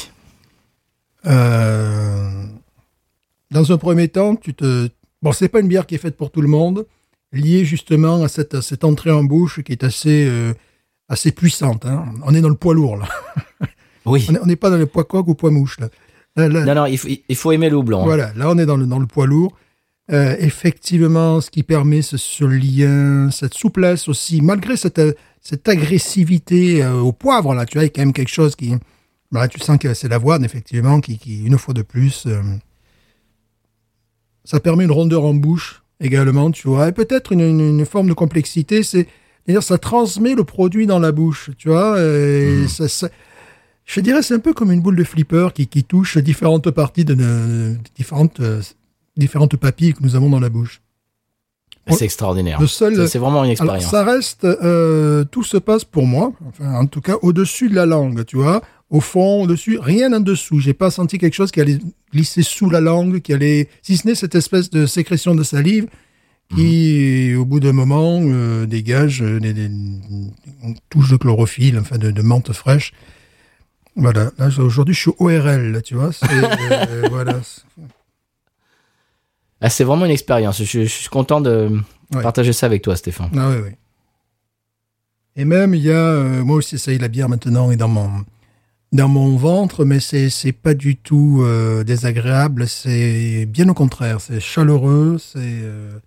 Euh, dans un premier temps, tu te... Bon, c'est pas une bière qui est faite pour tout le monde, liée justement à cette, à cette entrée en bouche qui est assez, euh, assez puissante. Hein. On est dans le poids lourd, là. Oui. On est- on n'est pas dans le poids coq ou poids mouche, là. Là, là- Non, non, il faut, il faut aimer le houblon. hein. Voilà, là, on est dans le, dans le poids lourd. Euh, effectivement, ce qui permet ce, ce lien, cette souplesse aussi, malgré cette, euh, cette agressivité euh, au poivre, là, tu vois, il y a quand même quelque chose qui... Bah, tu sens que c'est l'avoine, effectivement, qui, qui, une fois de plus, euh, ça permet une rondeur en bouche également, tu vois. Et peut-être une, une, une forme de complexité, c'est, c'est-à-dire ça transmet le produit dans la bouche, tu vois. Et mmh. ça, ça, je dirais c'est un peu comme une boule de flipper qui, qui touche différentes parties de, de, de différentes, euh, différentes papilles que nous avons dans la bouche. C'est extraordinaire. Le seul, c'est, c'est vraiment une expérience. Alors, ça reste, euh, tout se passe pour moi, enfin, en tout cas au-dessus de la langue, tu vois, au fond, au-dessus, rien en dessous. J'ai pas senti quelque chose qui allait glisser sous la langue, qui allait, si ce n'est cette espèce de sécrétion de salive qui, mmh. au bout d'un moment, euh, dégage des, des, une touche de chlorophylle, enfin de, de menthe fraîche. Voilà. Là, aujourd'hui, je suis O R L, là, tu vois. C'est, euh, voilà. C'est... Ah, c'est vraiment une expérience. Je, je suis content de ouais. partager ça avec toi, Stéphane. Ah oui, oui. Et même, il y a... Euh, moi aussi, ça y est, la bière, maintenant, est dans mon, dans mon ventre, mais c'est, c'est pas du tout euh, désagréable. C'est bien au contraire. C'est chaleureux. C'est... Euh,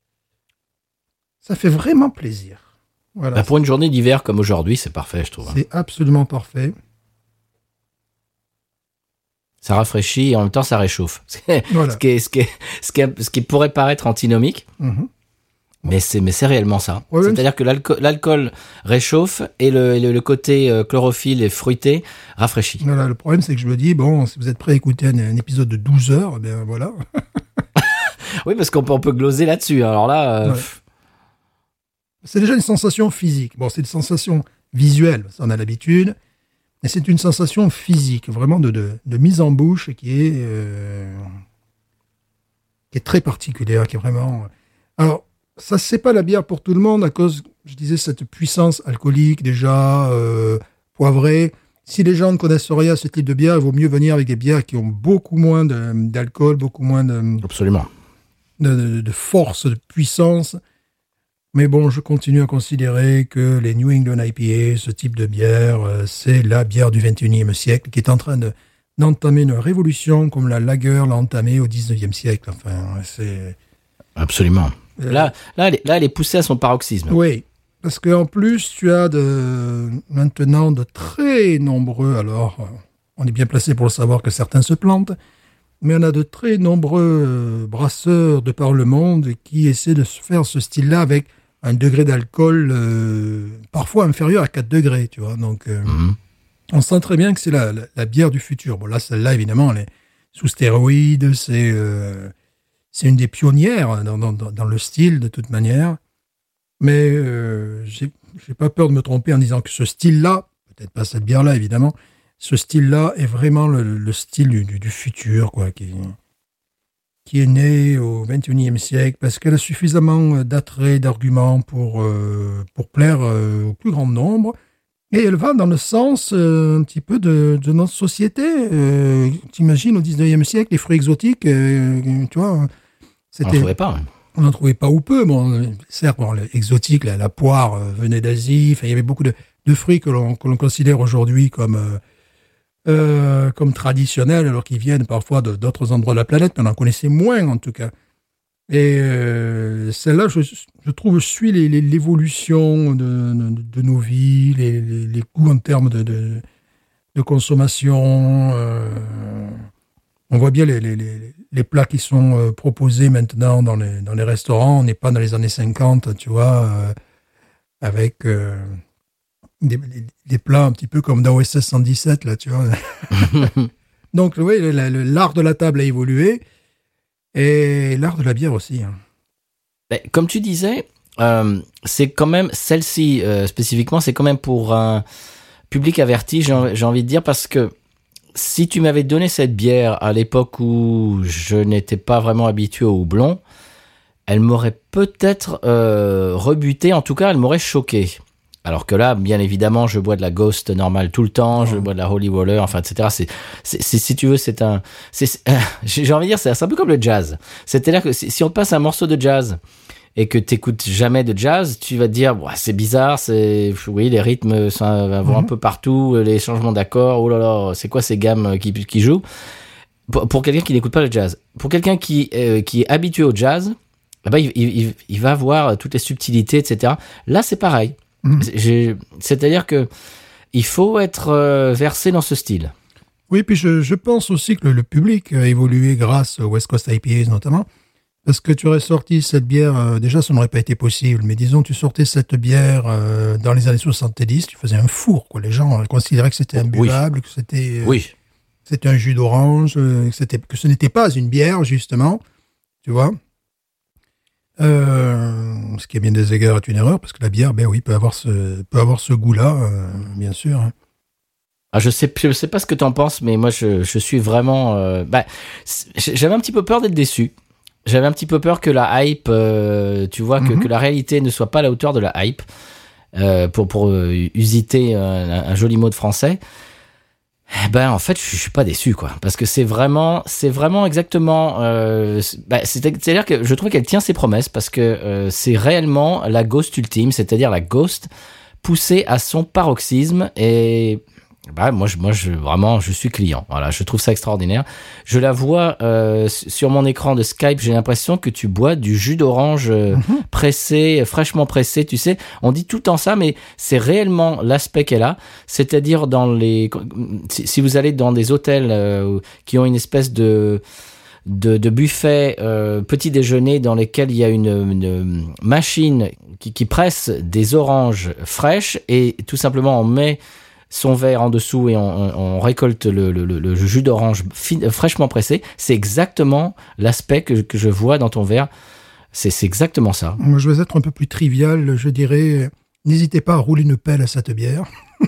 ça fait vraiment plaisir. Voilà. Bah, pour une journée d'hiver comme aujourd'hui, c'est parfait, je trouve. C'est absolument parfait. Ça rafraîchit et en même temps ça réchauffe. Voilà. ce, qui est, ce, qui est, ce, qui est, ce qui pourrait paraître antinomique, mm-hmm. mais, c'est, mais c'est réellement ça. Ouais, C'est-à-dire que l'alcool, l'alcool réchauffe et le, le, le côté euh, chlorophylle et fruité rafraîchit. Voilà, le problème c'est que je me dis, bon, si vous êtes prêt à écouter un, un épisode de douze heures, eh bien voilà. Oui, parce qu'on peut, on peut gloser là-dessus. Alors là... Euh, ouais. C'est déjà une sensation physique. Bon, c'est une sensation visuelle, ça on a l'habitude. Et c'est une sensation physique, vraiment de, de, de mise en bouche qui est, euh, qui est très particulière, qui est vraiment... Alors, ça, c'est pas la bière pour tout le monde à cause, je disais, cette puissance alcoolique déjà, euh, poivrée. Si les gens ne connaissent rien à ce type de bière, il vaut mieux venir avec des bières qui ont beaucoup moins de, d'alcool, beaucoup moins de... Absolument. De, de, de force, de puissance. Mais bon, je continue à considérer que les New England I P A, ce type de bière, euh, c'est la bière du vingt et unième siècle qui est en train de, d'entamer une révolution comme la lager l'a entamée au dix-neuvième siècle. Enfin, c'est... Absolument. Euh... Là, là, elle est, là, elle est poussée à son paroxysme. Oui, parce qu'en plus, tu as de, maintenant de très nombreux... Alors, on est bien placé pour le savoir que certains se plantent, mais on a de très nombreux brasseurs de par le monde qui essaient de faire ce style-là avec un degré d'alcool euh, parfois inférieur à quatre degrés, tu vois. Donc, euh, mm-hmm. on sent très bien que c'est la, la, la bière du futur. Bon, là, celle-là, évidemment, elle est sous stéroïdes. C'est, euh, c'est une des pionnières dans, dans, dans le style, de toute manière. Mais euh, j'ai, j'ai pas peur de me tromper en disant que ce style-là, peut-être pas cette bière-là, évidemment, ce style-là est vraiment le, le style du, du, du futur, quoi, qui... qui est née au vingt et unième siècle, parce qu'elle a suffisamment d'attraits, d'arguments pour, euh, pour plaire euh, au plus grand nombre. Et elle va dans le sens euh, un petit peu de, de notre société. Euh, t'imagines, au dix-neuvième siècle, les fruits exotiques, euh, tu vois... C'était, on n'en trouvait pas. Hein. On n'en trouvait pas ou peu. Bon, certes, bon, l'exotique, la, la poire euh, venait d'Asie. Enfin, il y avait beaucoup de, de fruits que l'on, que l'on considère aujourd'hui comme... Euh, Euh, comme traditionnels, alors qu'ils viennent parfois de, d'autres endroits de la planète, mais on en connaissait moins en tout cas. Et euh, celle-là, je, je trouve, suit les, les, l'évolution de, de, de nos vies, les, les, les coûts en termes de, de, de consommation. Euh, on voit bien les, les, les, les plats qui sont proposés maintenant dans les, dans les restaurants. On n'est pas dans les années cinquante, tu vois, euh, avec... Euh, Des, des plats un petit peu comme dans O S S cent dix-sept, là, tu vois. Donc, oui, le, le, l'art de la table a évolué et l'art de la bière aussi. Hein. Comme tu disais, euh, c'est quand même, celle-ci euh, spécifiquement, c'est quand même pour un public averti, j'ai, j'ai envie de dire, parce que si tu m'avais donné cette bière à l'époque où je n'étais pas vraiment habitué au houblon, elle m'aurait peut-être euh, rebuté, en tout cas, elle m'aurait choqué. Alors que là, bien évidemment, je bois de la Ghost normale tout le temps, je bois de la Holy Waller, enfin, et cetera. C'est, c'est, c'est si tu veux, c'est un, c'est, c'est, j'ai envie de dire, c'est un peu comme le jazz. C'est-à-dire que si, si on te passe un morceau de jazz et que t'écoutes jamais de jazz, tu vas te dire, ouais, c'est bizarre, c'est, oui, les rythmes sont, vont mm-hmm. un peu partout, les changements d'accords, oh là là, c'est quoi ces gammes qui, qui jouent? Pour, pour quelqu'un qui n'écoute pas le jazz. Pour quelqu'un qui, euh, qui est habitué au jazz, eh ben, il, il, il va voir toutes les subtilités, et cetera. Là, c'est pareil. Mmh. J'ai, c'est-à-dire que il faut être euh, versé dans ce style. Oui, puis je, je pense aussi que le, le public a évolué grâce aux West Coast I P As notamment, Parce que tu aurais sorti cette bière, euh, déjà ça n'aurait pas été possible, mais disons tu sortais cette bière euh, dans les années soixante-dix, tu faisais un four, quoi. Les gens euh, considéraient que c'était imbuvable, oui. que c'était, euh, oui. c'était un jus d'orange, euh, que, c'était, que ce n'était pas une bière, justement, tu vois. Euh, ce qui à bien des égards est une erreur, parce que la bière, ben oui, peut avoir ce, peut avoir ce goût-là, euh, bien sûr. Hein. Ah, je sais, je sais pas ce que t'en penses, mais moi je, je suis vraiment. Euh, bah, j'avais un petit peu peur d'être déçu. J'avais un petit peu peur que la hype, euh, tu vois, que, mm-hmm. que la réalité ne soit pas à la hauteur de la hype, euh, pour pour euh, usiter un, un joli mot de français. Eh ben en fait, je, je suis pas déçu, quoi, parce que c'est vraiment, c'est vraiment exactement. Euh, bah, c'est, c'est-à-dire que je trouve qu'elle tient ses promesses parce que euh, c'est réellement la Ghost ultime, c'est-à-dire la Ghost poussée à son paroxysme et. Bah, moi, je, moi, je, vraiment, je suis client. Voilà, je trouve ça extraordinaire. Je la vois euh, sur mon écran de Skype. J'ai l'impression que tu bois du jus d'orange euh, mm-hmm. pressé, fraîchement pressé. Tu sais, on dit tout le temps ça, mais c'est réellement l'aspect qu'elle a. C'est-à-dire dans les, si, si vous allez dans des hôtels euh, qui ont une espèce de de, de buffet euh, petit déjeuner dans lesquels il y a une, une machine qui, qui presse des oranges fraîches et tout simplement on met son verre en dessous et on, on récolte le, le, le jus d'orange fin, fraîchement pressé. C'est exactement l'aspect que, que je vois dans ton verre. C'est, c'est exactement ça. Moi, je vais être un peu plus trivial. Je dirais, n'hésitez pas à rouler une pelle à cette bière.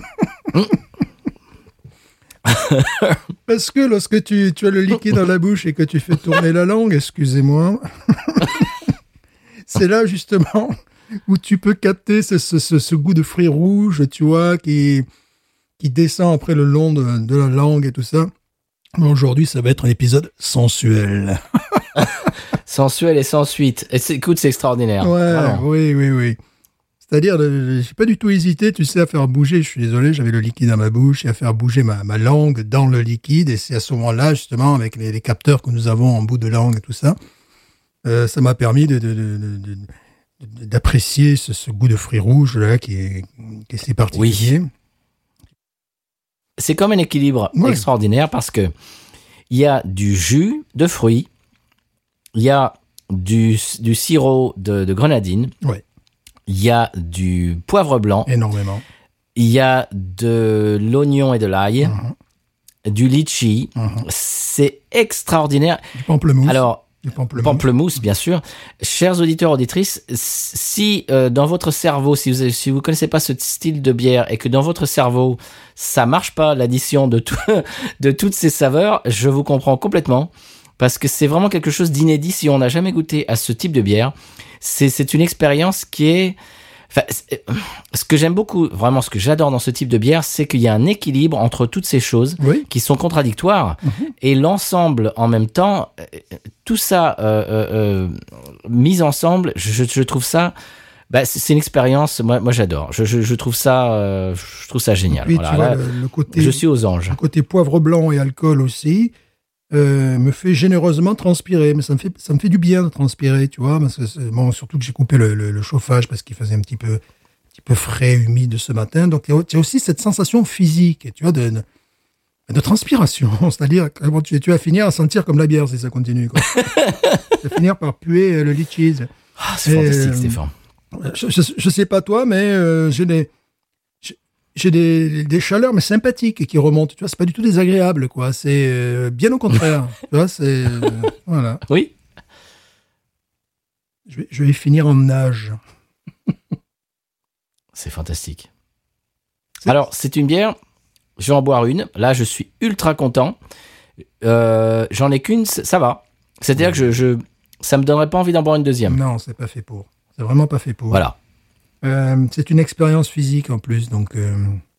Parce que lorsque tu, tu as le liquide dans la bouche et que tu fais tourner la langue, excusez-moi, c'est là justement où tu peux capter ce, ce, ce, ce goût de fruits rouges, tu vois, qui... qui descend après le long de, de la langue et tout ça. Mais aujourd'hui, ça va être un épisode sensuel. Sensuel et sans suite. Et c'est, écoute, c'est extraordinaire. Ouais, vraiment. oui, oui, oui. C'est-à-dire, je n'ai pas du tout hésité, tu sais, à faire bouger, je suis désolé, j'avais le liquide dans ma bouche, et à faire bouger ma, ma langue dans le liquide. Et c'est à ce moment-là, justement, avec les, les capteurs que nous avons en bout de langue et tout ça, euh, ça m'a permis de, de, de, de, de, d'apprécier ce, ce goût de fruits rouges là, qui est, qui est si particulier. Oui. C'est comme un équilibre ouais. extraordinaire parce que il y a du jus de fruits, il y a du, du sirop de, de grenadine, ouais. il y a du poivre blanc, énormément, il y a de l'oignon et de l'ail, uh-huh. du litchi, uh-huh. c'est extraordinaire. Du pamplemousse. Alors, Du pamplemousse. pamplemousse, bien sûr. Chers auditeurs, auditrices, si euh, dans votre cerveau, si vous si vous connaissez pas ce style de bière et que dans votre cerveau ça marche pas l'addition de tout, de toutes ces saveurs, je vous comprends complètement parce que c'est vraiment quelque chose d'inédit si on n'a jamais goûté à ce type de bière. C'est c'est une expérience qui est Enfin, ce que j'aime beaucoup, vraiment ce que j'adore dans ce type de bière, c'est qu'il y a un équilibre entre toutes ces choses oui. qui sont contradictoires mm-hmm. et l'ensemble en même temps, tout ça euh, euh, mis ensemble, je, je trouve ça, bah, c'est, c'est une expérience. Moi, moi j'adore. Je, je, je trouve ça, euh, je trouve ça génial. Puis, voilà, tu vois, là, le, le côté, je suis aux anges. Le côté poivre blanc et alcool aussi. Euh, me fait généreusement transpirer, mais ça me fait ça me fait du bien de transpirer, tu vois, parce que c'est, bon, surtout que j'ai coupé le, le, le chauffage parce qu'il faisait un petit peu un petit peu frais, humide ce matin, donc il y a aussi cette sensation physique, tu vois, de de, de transpiration, c'est-à-dire que bon, tu, tu vas finir à sentir comme la bière si ça continue, quoi. Tu vas finir par puer le litchi. Ah, c'est et, fantastique, euh, Stéphane. Je, je, je sais pas toi, mais euh, j'ai des J'ai des, des chaleurs, mais sympathiques, qui remontent. Tu vois, c'est pas du tout désagréable, quoi. C'est euh, bien au contraire. Tu vois, c'est... Euh, voilà. Oui. Je vais, je vais finir en nage. C'est fantastique. C'est... Alors, c'est une bière. Je vais en boire une. Là, je suis ultra content. Euh, j'en ai qu'une, ça va. C'est-à-dire ouais. que je, je, ça me donnerait pas envie d'en boire une deuxième. Non, c'est pas fait pour. C'est vraiment pas fait pour. Voilà. Euh, c'est une expérience physique en plus, donc euh,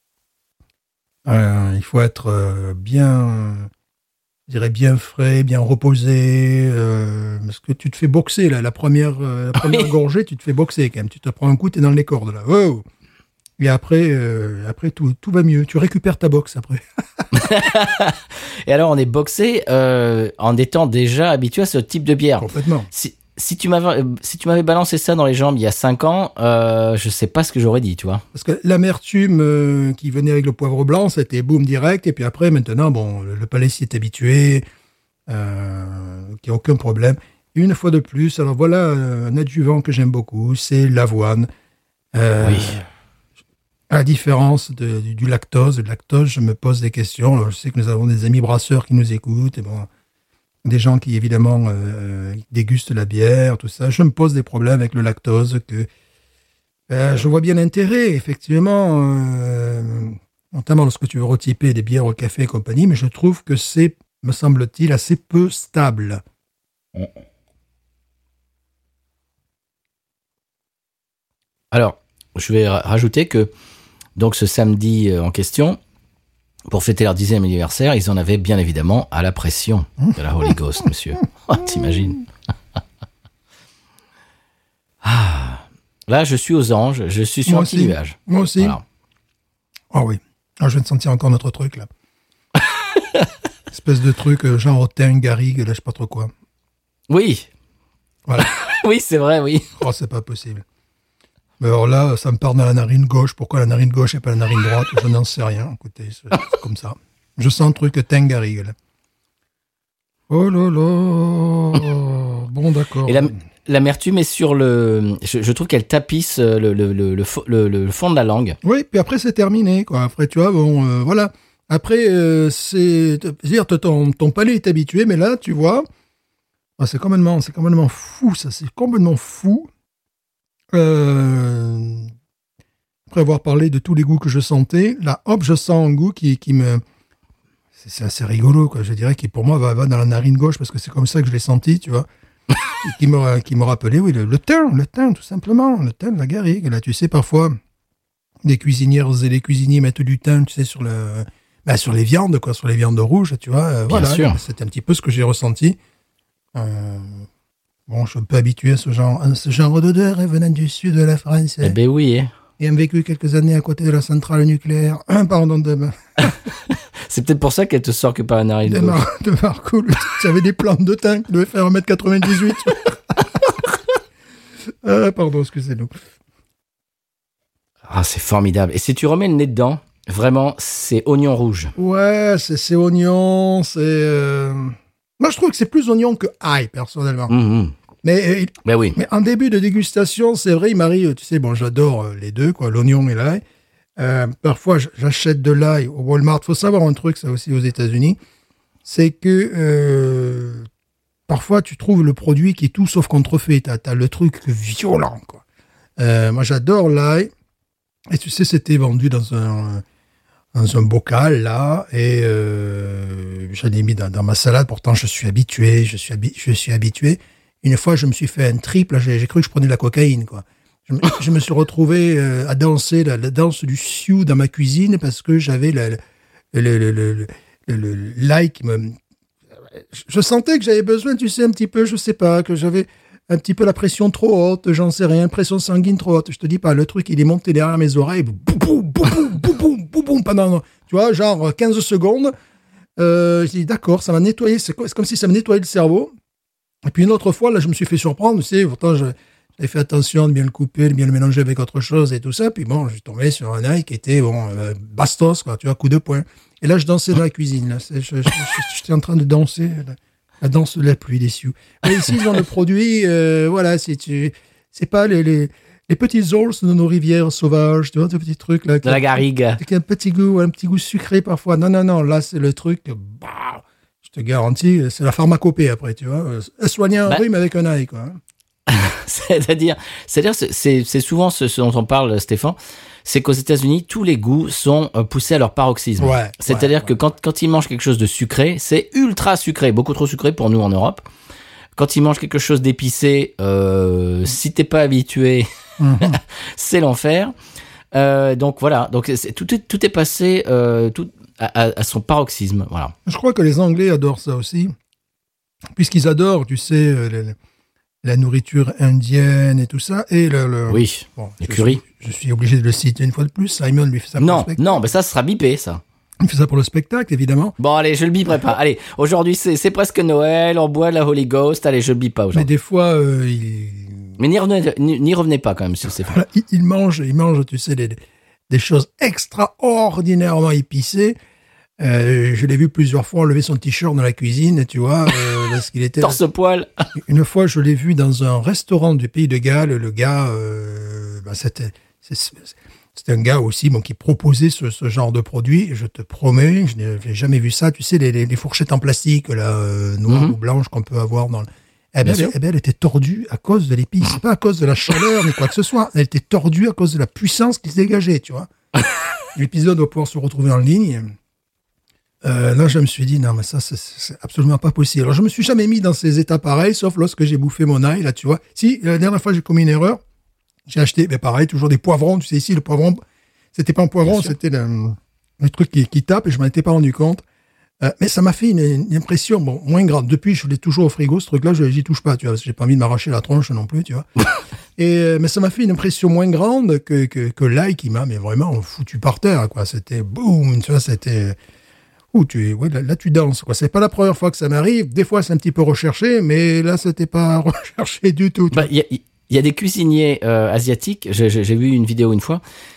euh, il faut être euh, bien, je dirais bien frais, bien reposé, euh, parce que tu te fais boxer là, la première, euh, la première gorgée, tu te fais boxer quand même, tu te prends un coup, t'es dans les cordes là, wow. Et après, euh, après tout, tout va mieux, tu récupères ta boxe après. Et alors on est boxé euh, en étant déjà habitué à ce type de bière. Complètement. Si, Si tu m'avais, si tu m'avais balancé ça dans les jambes il y a cinq ans, euh, je sais pas ce que j'aurais dit, tu vois. Parce que l'amertume euh, qui venait avec le poivre blanc, c'était boum direct. Et puis après, maintenant, bon, le, le palais s'y est habitué, euh, qu'il n'y a aucun problème. une fois de plus, alors voilà un adjuvant que j'aime beaucoup, c'est l'avoine. Euh, Oui. À la différence de, du, du lactose, le lactose, je me pose des questions. Alors, je sais que nous avons des amis brasseurs qui nous écoutent, et bon, des gens qui évidemment euh, dégustent la bière, tout ça. Je me pose des problèmes avec le lactose que euh, je vois bien l'intérêt, effectivement, euh, notamment lorsque tu veux retyper des bières au café et compagnie, mais je trouve que c'est, me semble-t-il, assez peu stable. Alors, je vais ra- rajouter que donc ce samedi euh, en question, pour fêter leur dixième anniversaire, ils en avaient bien évidemment à la pression de la Holy Ghost, monsieur. Oh, t'imagines? Ah, là, je suis aux anges, je suis sur Moi un petit aussi. nuage. Moi aussi. Voilà. Ah oui. Ah, je viens de sentir encore notre truc, là. Espèce de truc, euh, genre au thym, garrigue, là, je sais pas trop quoi. Oui, Voilà. oui, c'est vrai, oui. Oh, c'est pas possible. Mais alors là, ça me part dans la narine gauche. Pourquoi la narine gauche et pas la narine droite? Je n'en sais rien. Écoutez, c'est c'est comme ça. Je sens un truc thym, garrigue, là. Oh là là. Bon, d'accord. Et la- l'amertume est sur le... Je, je trouve qu'elle tapisse le, le, le, le, fo- le- le fond de la langue. Oui, puis après, c'est terminé, quoi. Après, tu vois, bon, euh, voilà. Après, euh, c'est... C'est-à-dire, ton, ton palais est habitué, mais là, tu vois... Ah, c'est complètement, c'est complètement fou, ça. C'est complètement fou. Euh, après avoir parlé de tous les goûts que je sentais, là, hop, je sens un goût qui, qui me... C'est, c'est assez rigolo, quoi. Je dirais qu'il, pour moi, va, va dans la narine gauche, parce que c'est comme ça que je l'ai senti, tu vois. Et qui me, qui me rappelait, oui, le, le thym, le thym, tout simplement. Le thym, la garrigue. Là, tu sais, parfois, des cuisinières et des cuisiniers mettent du thym, tu sais, sur le... Bah, sur les viandes, quoi, sur les viandes rouges, tu vois. Euh, Bien voilà, sûr. c'était un petit peu ce que j'ai ressenti. Euh, bon, je suis un peu habitué à ce genre, à ce genre d'odeur hein, venant du sud de la France. Eh ben oui, hein. Ayant vécu quelques années à côté de la centrale nucléaire, pardon, de, C'est peut-être pour ça qu'elle te sort que par la narine de, gauche. Mar- de Marcoule. Tu avais des plantes de thym qui devaient faire un mètre quatre-vingt-dix-huit. ah, pardon, excusez-nous. Ah, c'est formidable. Et si tu remets le nez dedans, vraiment, c'est oignon rouge. Ouais, c'est, c'est oignon, c'est... euh, Moi, je trouve que c'est plus oignon que ail, personnellement. Mhm. Mais, euh, Ben oui. mais en début de dégustation, c'est vrai, il m'arrive, tu sais, bon, j'adore euh, les deux, quoi, l'oignon et l'ail. Euh, parfois, j- j'achète de l'ail au Walmart. Il faut savoir un truc, ça aussi aux États-Unis, c'est que euh, parfois, tu trouves le produit qui est tout sauf contrefait. T'as, t'as le truc violent, quoi. Euh, moi, j'adore l'ail. Et tu sais, c'était vendu dans un, dans un bocal, là, et euh, j'en ai mis dans, dans ma salade. Pourtant, je suis habitué, je suis, habi- je suis habitué. Une fois, je me suis fait un triple, j'ai, j'ai cru que je prenais de la cocaïne, quoi. Je me, je me suis retrouvé euh, à danser la, la danse du sioux dans ma cuisine parce que j'avais le, le, le, le, le, le, le- le- l'ail qui me... Je sentais que j'avais besoin, tu sais, un petit peu, je sais pas, que j'avais un petit peu la pression trop haute, j'en sais rien, pression sanguine trop haute. Je te dis pas, le truc, il est monté derrière mes oreilles, boum, boum, boum, boum, boum, boum, boum, boum, pendant, tu vois, genre quinze secondes. Euh, j'ai dit, d'accord, ça m'a nettoyé, c'est, co- c'est comme si ça me nettoyait le cerveau. Et puis une autre fois, là, je me suis fait surprendre, tu sais, pourtant, je, j'avais fait attention de bien le couper, de bien le mélanger avec autre chose et tout ça. Puis bon, je suis tombé sur un ail qui était, bon, euh, bastos, quoi, tu vois, coup de poing. Et là, je dansais dans la cuisine, là. C'est, je, je, je- j'étais en train de danser la, la danse de la pluie des sioux. Mais ici, ils ont le produit, euh, voilà, c'est, tu, c'est pas les, les, les petits ours de nos rivières sauvages, tu vois, ces petits trucs, là. De la garrigue. Avec un petit goût, un petit goût sucré parfois. Non, non, non, là, c'est le truc, bah, je te garantis, c'est la pharmacopée après, tu vois. Euh, Soigner un Bah. rhume avec un ail, quoi. C'est-à-dire, c'est-à-dire, c'est- c'est c'est souvent ce, ce dont on parle, Stéphane, c'est qu'aux États-Unis, tous les goûts sont euh, poussés à leur paroxysme. Ouais, C'est-à-dire ouais, que ouais. quand, quand ils mangent quelque chose de sucré, c'est ultra sucré, beaucoup trop sucré pour nous en Europe. Quand ils mangent quelque chose d'épicé, euh, si t'es pas habitué, c'est l'enfer. Euh, donc voilà, donc c'est, tout, est, tout est passé euh, tout, à, à- à son paroxysme. Voilà. Je crois que les Anglais adorent ça aussi, puisqu'ils adorent, tu sais, euh, la, la nourriture indienne et tout ça. Et le, le- Oui, bon, le je curry. suis- Je suis obligé de le citer une fois de plus. Simon lui fait ça pour le Non, spectacle. non, mais ça, ce sera bipé, ça. Il fait ça pour le spectacle, évidemment. Bon, allez, je le biperai pas. Allez, aujourd'hui, c'est, c'est presque Noël, on boit de la Holy Ghost. Allez, je le bipe pas Mais aujourd'hui. des fois, euh, il, Mais n'y revenez, n'y, n'y revenez pas quand même sur ces voilà, il, il mange, il mange, tu sais, des, des choses extraordinairement épicées. Euh, je l'ai vu plusieurs fois enlever son t-shirt dans la cuisine, tu vois. Euh, parce qu'il était... Torse-poil. Une fois, je l'ai vu dans un restaurant du Pays de Galles. Le gars, euh, bah, c'était, c'est, c'était un gars aussi bon, qui proposait ce, ce genre de produit. Et je te promets, je n'ai jamais vu ça. Tu sais, les, les, les fourchettes en plastique, là, euh, noires mm-hmm. ou blanches qu'on peut avoir dans le... Eh ben, elle, eh ben, elle était tordue à cause de l'épice. C'est pas à cause de la chaleur ni quoi que ce soit. Elle était tordue à cause de la puissance qui se dégageait, tu vois. L'épisode va pouvoir se retrouver en ligne. Euh, là, je me suis dit, non, mais ça, c'est, c'est absolument pas possible. Alors, je me suis jamais mis dans ces états pareils, sauf lorsque j'ai bouffé mon ail, là, tu vois. Si, la dernière fois, j'ai commis une erreur. J'ai acheté, ben, pareil, toujours des poivrons. Tu sais, ici, le poivron, c'était pas un poivron, c'était le, le truc qui, qui tape et je m'en étais pas rendu compte. Euh, mais ça m'a fait une, une impression, bon, moins grande. Depuis, je l'ai toujours au frigo, ce truc-là, je j'y touche pas, tu vois, parce que j'ai pas envie de m'arracher la tronche non plus, tu vois. Et, euh, mais ça m'a fait une impression moins grande que, que, que l'ail qui m'a, mais vraiment foutu par terre, quoi. C'était boum, tu vois, c'était, ouh, tu, ouais, là, là, tu danses, quoi. C'est pas la première fois que ça m'arrive. Des fois, c'est un petit peu recherché, mais là, c'était pas recherché du tout. Bah, il y a, y a des cuisiniers, euh, asiatiques, j'ai, j'ai, j'ai vu une vidéo une fois,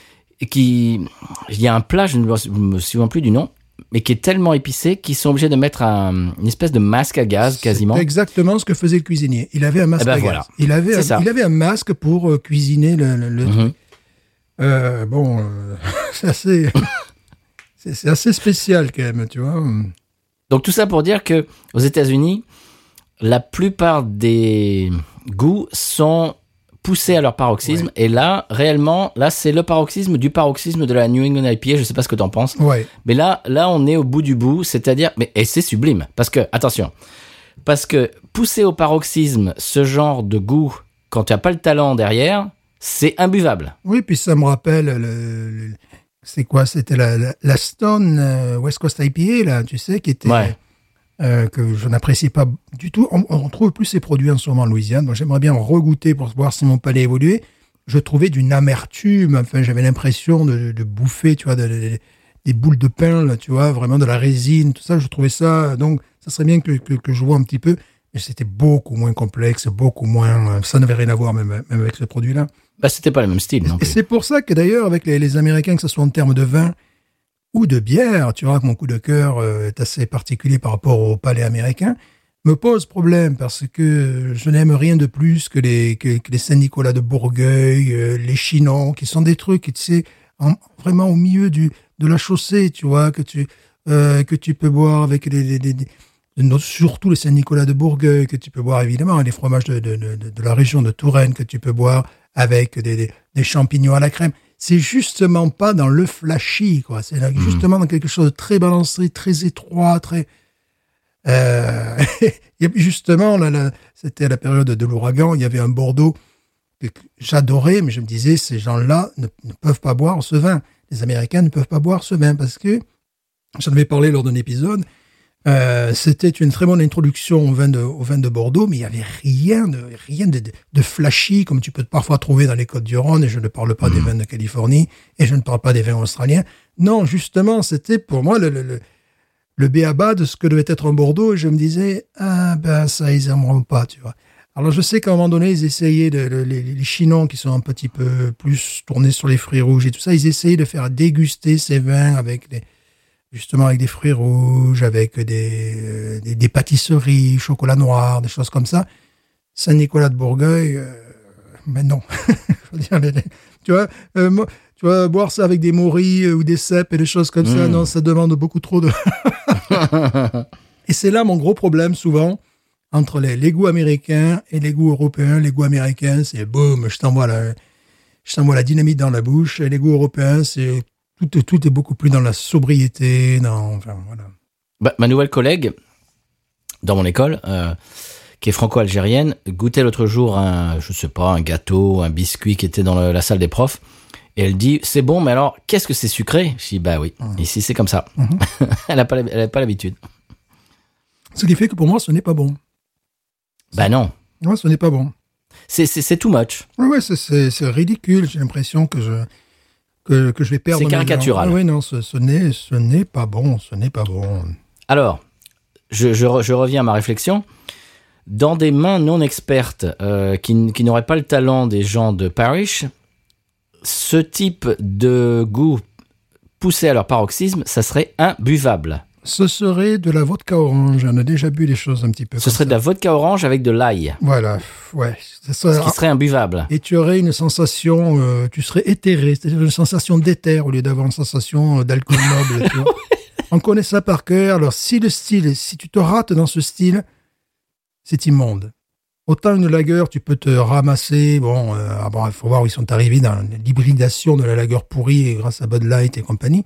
qui, il y a un plat, je ne me souviens plus du nom, mais qui est tellement épicé qu'ils sont obligés de mettre un, une espèce de masque à gaz quasiment. C'est exactement ce que faisait le cuisinier. Il avait un masque eh ben à voilà. gaz. Il avait, un, il avait un masque pour euh, cuisiner le, le, le mm-hmm. truc. Euh, bon, euh, c'est assez, c'est, c'est assez spécial quand même, tu vois. Donc tout ça pour dire que aux États-Unis, la plupart des goûts sont poussés à leur paroxysme. Ouais. Et là, réellement, là, c'est le paroxysme du paroxysme de la New England I P A. Je sais pas ce que t'en penses. Ouais. Mais là, là, on est au bout du bout. C'est-à-dire, mais, et c'est sublime. Parce que, attention. Parce que pousser au paroxysme ce genre de goût, quand tu n'as pas le talent derrière, c'est imbuvable. Oui, puis ça me rappelle le, le c'est quoi? C'était la, la, la Stone euh, West Coast I P A, là, tu sais, qui était, ouais. euh, que je n'apprécie pas du tout. On, on trouve plus ces produits en ce moment en Louisiane. Moi, j'aimerais bien en regoûter pour voir si mon palais évoluait. Je trouvais d'une amertume. Enfin, j'avais l'impression de, de bouffer, tu vois, de, de, des boules de pain, là, tu vois, vraiment de la résine, tout ça. Je trouvais ça. Donc, ça serait bien que, que, que je vois un petit peu. Mais c'était beaucoup moins complexe, beaucoup moins. Ça n'avait rien à voir même, même avec ce produit-là. Bah, c'était pas le même style, non Et c'est pour ça que d'ailleurs, avec les, les Américains, que ce soit en termes de vin ou de bière, tu vois que mon coup de cœur euh, est assez particulier par rapport au palais américain, me pose problème parce que je n'aime rien de plus que les, que, que les Saint-Nicolas de Bourgueil, euh, les Chinons, qui sont des trucs, tu sais, en, vraiment au milieu du, de la chaussée, tu vois, que tu, euh, que tu peux boire avec les, les, les, les surtout les Saint-Nicolas de Bourgueil, que tu peux boire évidemment, les fromages de, de, de, de la région de Touraine, que tu peux boire avec des, des, des champignons à la crème. C'est justement pas dans le flashy, quoi. C'est là, mmh. justement dans quelque chose de très balancé, très étroit, très... Euh... et justement, là, là, c'était à la période de l'ouragan, il y avait un Bordeaux que j'adorais, mais je me disais, ces gens-là ne, ne peuvent pas boire ce vin. Les Américains ne peuvent pas boire ce vin parce que, j'en avais parlé lors d'un épisode, Euh, c'était une très bonne introduction au vin de, au vin de Bordeaux, mais il n'y avait rien de, rien de, de flashy comme tu peux parfois trouver dans les Côtes-du-Rhône, et je ne parle pas mmh. des vins de Californie, et je ne parle pas des vins australiens. Non, justement, c'était pour moi le, le, le, le b.a.-ba de ce que devait être un Bordeaux, et je me disais, ah ben ça, ils n'aimeront pas, tu vois. Alors je sais qu'à un moment donné, ils essayaient, de, de, les, les Chinons qui sont un petit peu plus tournés sur les fruits rouges et tout ça, ils essayaient de faire déguster ces vins avec des... justement avec des fruits rouges, avec des, euh, des, des pâtisseries, chocolat noir, des choses comme ça. Saint-Nicolas de Bourgueil, euh, mais non. Je veux dire, les, les, tu vois, euh, moi, tu vois, boire ça avec des morilles euh, ou des cèpes et des choses comme mmh. ça, non, ça demande beaucoup trop de... Et c'est là mon gros problème, souvent, entre les, les goûts américains et les goûts européens. Les goûts américains, c'est boum, je t'envoie la, je t'envoie la dynamite dans la bouche. Et les goûts européens, c'est... Tout, tout est beaucoup plus dans la sobriété, dans, enfin, voilà. Bah, ma nouvelle collègue, dans mon école, euh, qui est franco-algérienne, goûtait l'autre jour un, je sais pas, un gâteau, un biscuit qui était dans le, la salle des profs. Et elle dit, c'est bon, mais alors, qu'est-ce que c'est sucré? Je dis, bah oui, mmh. ici c'est comme ça. Mmh. elle n'a pas, elle a pas l'habitude. Ce qui fait que pour moi, ce n'est pas bon. Bah non. Moi, ce n'est pas bon. C'est, c'est, c'est too much. Oui, ouais, c'est, c'est, c'est ridicule. J'ai l'impression que je... Que, que je vais perdre. C'est caricatural. Ah oui, non, ce, ce, n'est, ce n'est pas bon, ce n'est pas bon. Alors, je, je, je reviens à ma réflexion. Dans des mains non expertes, euh, qui, qui n'auraient pas le talent des gens de Parrish, ce type de goût poussé à leur paroxysme, ça serait imbuvable. Ce serait de la vodka orange. On a déjà bu des choses un petit peu. Ce serait ça. de la vodka orange avec de l'ail. Voilà, ouais. Ça serait... Ce qui serait imbuvable. Et tu aurais une sensation, euh, tu serais éthéré, c'est-à-dire une sensation d'éther au lieu d'avoir une sensation d'alcool noble. Tu vois. On connaît ça par cœur. Alors, si le style, si tu te rates dans ce style, c'est immonde. Autant une lager, tu peux te ramasser. Bon, il euh, bon, faut voir où ils sont arrivés dans l'hybridation de la lager pourrie grâce à Bud Light et compagnie.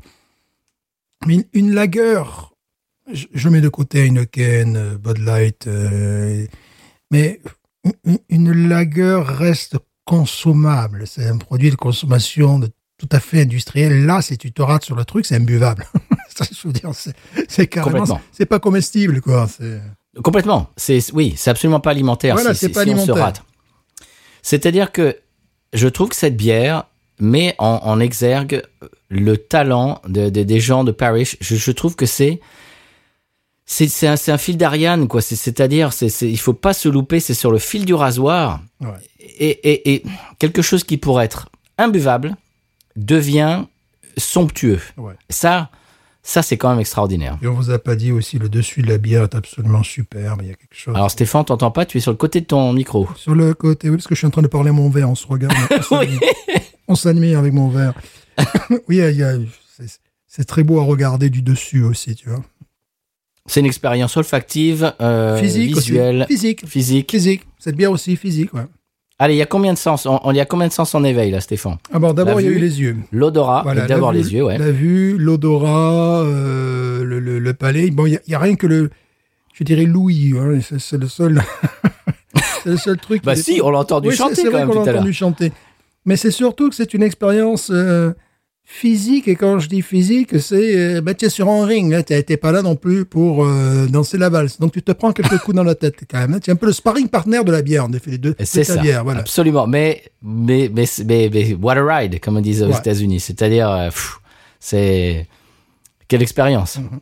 Mais une, une lager, je, je mets de côté Heineken, Bud Light, euh, mais une, une lager reste consommable. C'est un produit de consommation de, tout à fait industriel. Là, si tu te rates sur le truc, c'est imbuvable. Ça, je veux dire, c'est, c'est carrément, c'est, c'est pas comestible, quoi. C'est... Complètement. C'est, oui, c'est absolument pas alimentaire. Voilà, si, c'est pas si alimentaire. On se rate. C'est-à-dire que je trouve que cette bière met en, en exergue le talent de, de, des gens de Parrish. Je, je trouve que c'est c'est, c'est, un, c'est un fil d'Ariane, quoi. C'est, c'est-à-dire, c'est, c'est, il faut pas se louper. C'est sur le fil du rasoir. Ouais. Et, et, et quelque chose qui pourrait être imbuvable devient somptueux. Ouais. Ça. Ça, c'est quand même extraordinaire. Et on vous a pas dit aussi, le dessus de la bière est absolument superbe. Il y a quelque chose. Alors, Stéphane, t'entends pas? Tu es sur le côté de ton micro. Sur le côté, oui, parce que je suis en train de parler à mon verre. On se regarde. On oui. On s'admire avec mon verre. Oui, il y a, c'est, c'est très beau à regarder du dessus aussi, tu vois. C'est une expérience olfactive, euh, physique visuelle. Aussi. Physique. Physique. Physique. Cette bière aussi, physique, ouais. Allez, il y a combien de sens? On, on, il y a combien de sens en éveil, là, Stéphane? Ah bon, d'abord, la il y a vue, eu les yeux. L'odorat, voilà, d'abord vue, les yeux, ouais. La vue, l'odorat, euh, le, le, le palais. Bon, il n'y a, a rien que le, je dirais l'ouïe. Hein, c'est, c'est le seul... c'est le seul truc. Bah si, est... on l'a entendu oui, chanter c'est, c'est quand vrai même qu'on tout l'a à l'heure. entendu chanter. Mais c'est surtout que c'est une expérience euh, physique. Et quand je dis physique, c'est... Euh, bah, tu es sur un ring. Tu n'es pas là non plus pour euh, danser la valse. Donc, tu te prends quelques coups dans la tête quand même. Tu es un peu le sparring partner de la bière, en effet, les deux. C'est ça, bière, voilà. Absolument. Mais, mais, mais, mais, mais what a ride, comme on disait aux ouais. États-Unis. C'est-à-dire, euh, pff, c'est... Quelle expérience. Mm-hmm.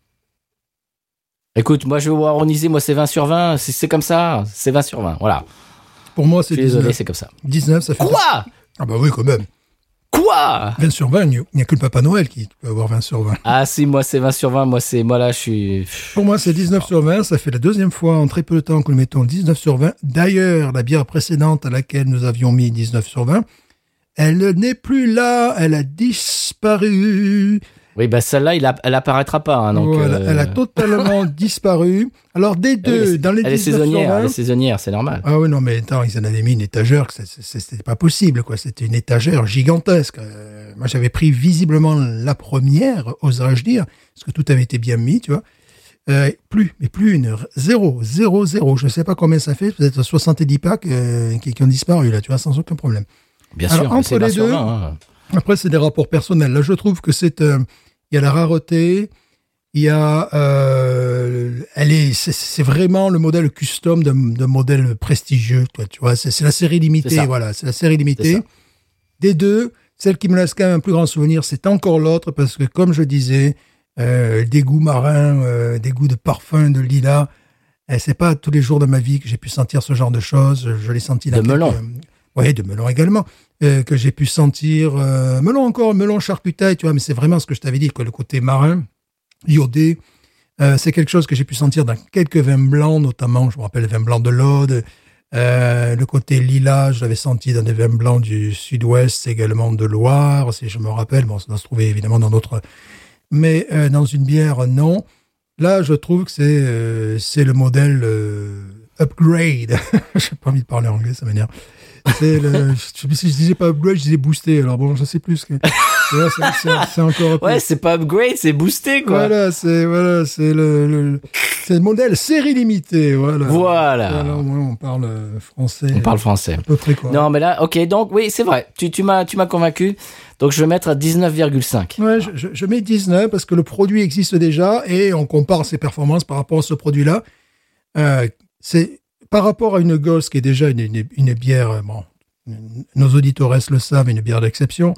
Écoute, moi, je vais vous harmoniser. Moi, c'est vingt sur vingt. C'est, c'est comme ça. C'est vingt sur vingt. Voilà. Pour moi, c'est dix-neuf. Désolé, c'est comme ça. dix-neuf, ça fait... Quoi? Ah bah oui, quand même. Quoi? vingt sur vingt, il n'y a que le Papa Noël qui peut avoir vingt sur vingt. Ah si, moi c'est vingt sur vingt, moi c'est moi là je suis... Pour moi c'est dix-neuf sur vingt, ça fait la deuxième fois en très peu de temps que nous mettons dix-neuf sur vingt. D'ailleurs, la bière précédente à laquelle nous avions mis dix-neuf sur vingt, elle n'est plus là, elle a disparu. Oui, bah celle-là, il a, elle apparaîtra pas. Hein, donc, voilà, euh... elle a totalement disparu. Alors des deux, oui, dans les elle est saisonnière, elle est saisonnière, c'est normal. Ah oui, non, mais attends, ils en avaient mis une étagère, c'est, c'est, c'était pas possible, quoi. C'était une étagère gigantesque. Euh, moi, j'avais pris visiblement la première, oserais-je dire, parce que tout avait été bien mis, tu vois. Euh, plus, mais plus une, zéro, zéro, zéro. Je sais pas combien ça fait, peut-être soixante-dix packs euh, qui, qui ont disparu, là, tu vois, sans aucun problème. Bien Alors, sûr, entre les deux, vingt, hein. Après, c'est des rapports personnels. Là, je trouve que c'est, euh, il y a la rareté, il y a, euh, elle est, c'est, c'est vraiment le modèle custom d'un, d'un modèle prestigieux, toi, tu vois. C'est, c'est la série limitée, c'est voilà, c'est la série limitée. Des deux, celle qui me laisse quand même un plus grand souvenir, c'est encore l'autre, parce que comme je disais, euh, des goûts marins, euh, des goûts de parfum, de lilas, et c'est pas tous les jours de ma vie que j'ai pu sentir ce genre de choses. Je l'ai senti là. De melon. Euh, oui, de melon également. Euh, que j'ai pu sentir, euh, melon encore, melon charcutaille, tu vois, mais c'est vraiment ce que je t'avais dit, quoi, le côté marin, iodé, euh, c'est quelque chose que j'ai pu sentir dans quelques vins blancs, notamment, je me rappelle les vins blancs de l'Aude, euh, le côté lilas, je l'avais senti dans des vins blancs du sud-ouest, également de Loire, si je me rappelle, bon, ça doit se trouver évidemment dans d'autres, mais euh, dans une bière, non. Là, je trouve que c'est, euh, c'est le modèle euh, upgrade, j'ai pas envie de parler anglais, ça m'énerve. C'est le, je, si je disais pas upgrade, je disais boosté. Alors bon, je sais plus ce que. Là, c'est, c'est, c'est encore. Ouais, c'est pas upgrade, c'est boosté, quoi. Voilà, c'est voilà, c'est le, le c'est le modèle série limitée, voilà. Voilà. Voilà, au moins on parle français. On parle français. À peu près quoi. Non, mais là, ok, donc oui, c'est vrai. Tu, tu m'as, tu m'as convaincu. Donc je vais mettre à dix-neuf virgule cinq. Ouais, je, je, je mets dix-neuf parce que le produit existe déjà et on compare ses performances par rapport à ce produit-là. Euh, c'est par rapport à une Ghost qui est déjà une, une, une bière, bon, nos auditeurs le savent, une bière d'exception,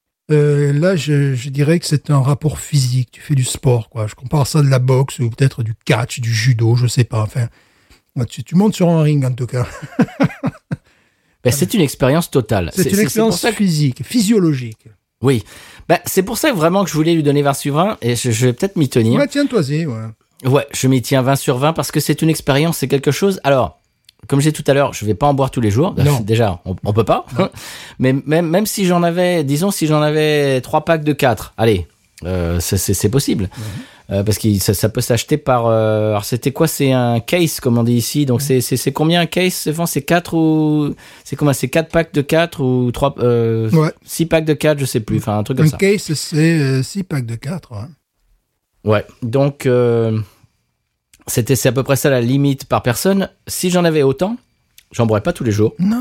euh, là, je, je dirais que c'est un rapport physique. Tu fais du sport, quoi. Je compare ça de la boxe ou peut-être du catch, du judo, je sais pas. Enfin, tu, tu montes sur un ring, en tout cas. Ben, c'est une expérience totale. C'est, c'est une expérience c'est que... physique, physiologique. Oui. Bah, c'est pour ça vraiment que je voulais lui donner vingt sur vingt et je, je vais peut-être m'y tenir. Ouais, tiens, toi-y, ouais. Ouais, je m'y tiens vingt sur vingt parce que c'est une expérience, c'est quelque chose. Alors, comme j'ai dit tout à l'heure, je vais pas en boire tous les jours. Non. Déjà, on, on peut pas. Mais même, même si j'en avais, disons, si j'en avais trois packs de quatre, allez, euh, c'est, c'est, c'est possible. Mm-hmm. Euh, parce que ça, ça peut s'acheter par. Euh, alors, c'était quoi? C'est un case, comme on dit ici. Donc, mm-hmm. c'est, c'est, c'est combien un case? C'est, c'est quatre ou. C'est combien? C'est quatre packs de quatre ou trois. Euh, ouais. six packs de quatre, je sais plus. Enfin, un truc comme un ça. Un case, c'est euh, six packs de quatre. Ouais. Ouais. Donc. Euh, C'était, c'est à peu près ça la limite par personne. Si j'en avais autant, j'en boirais pas tous les jours. Non.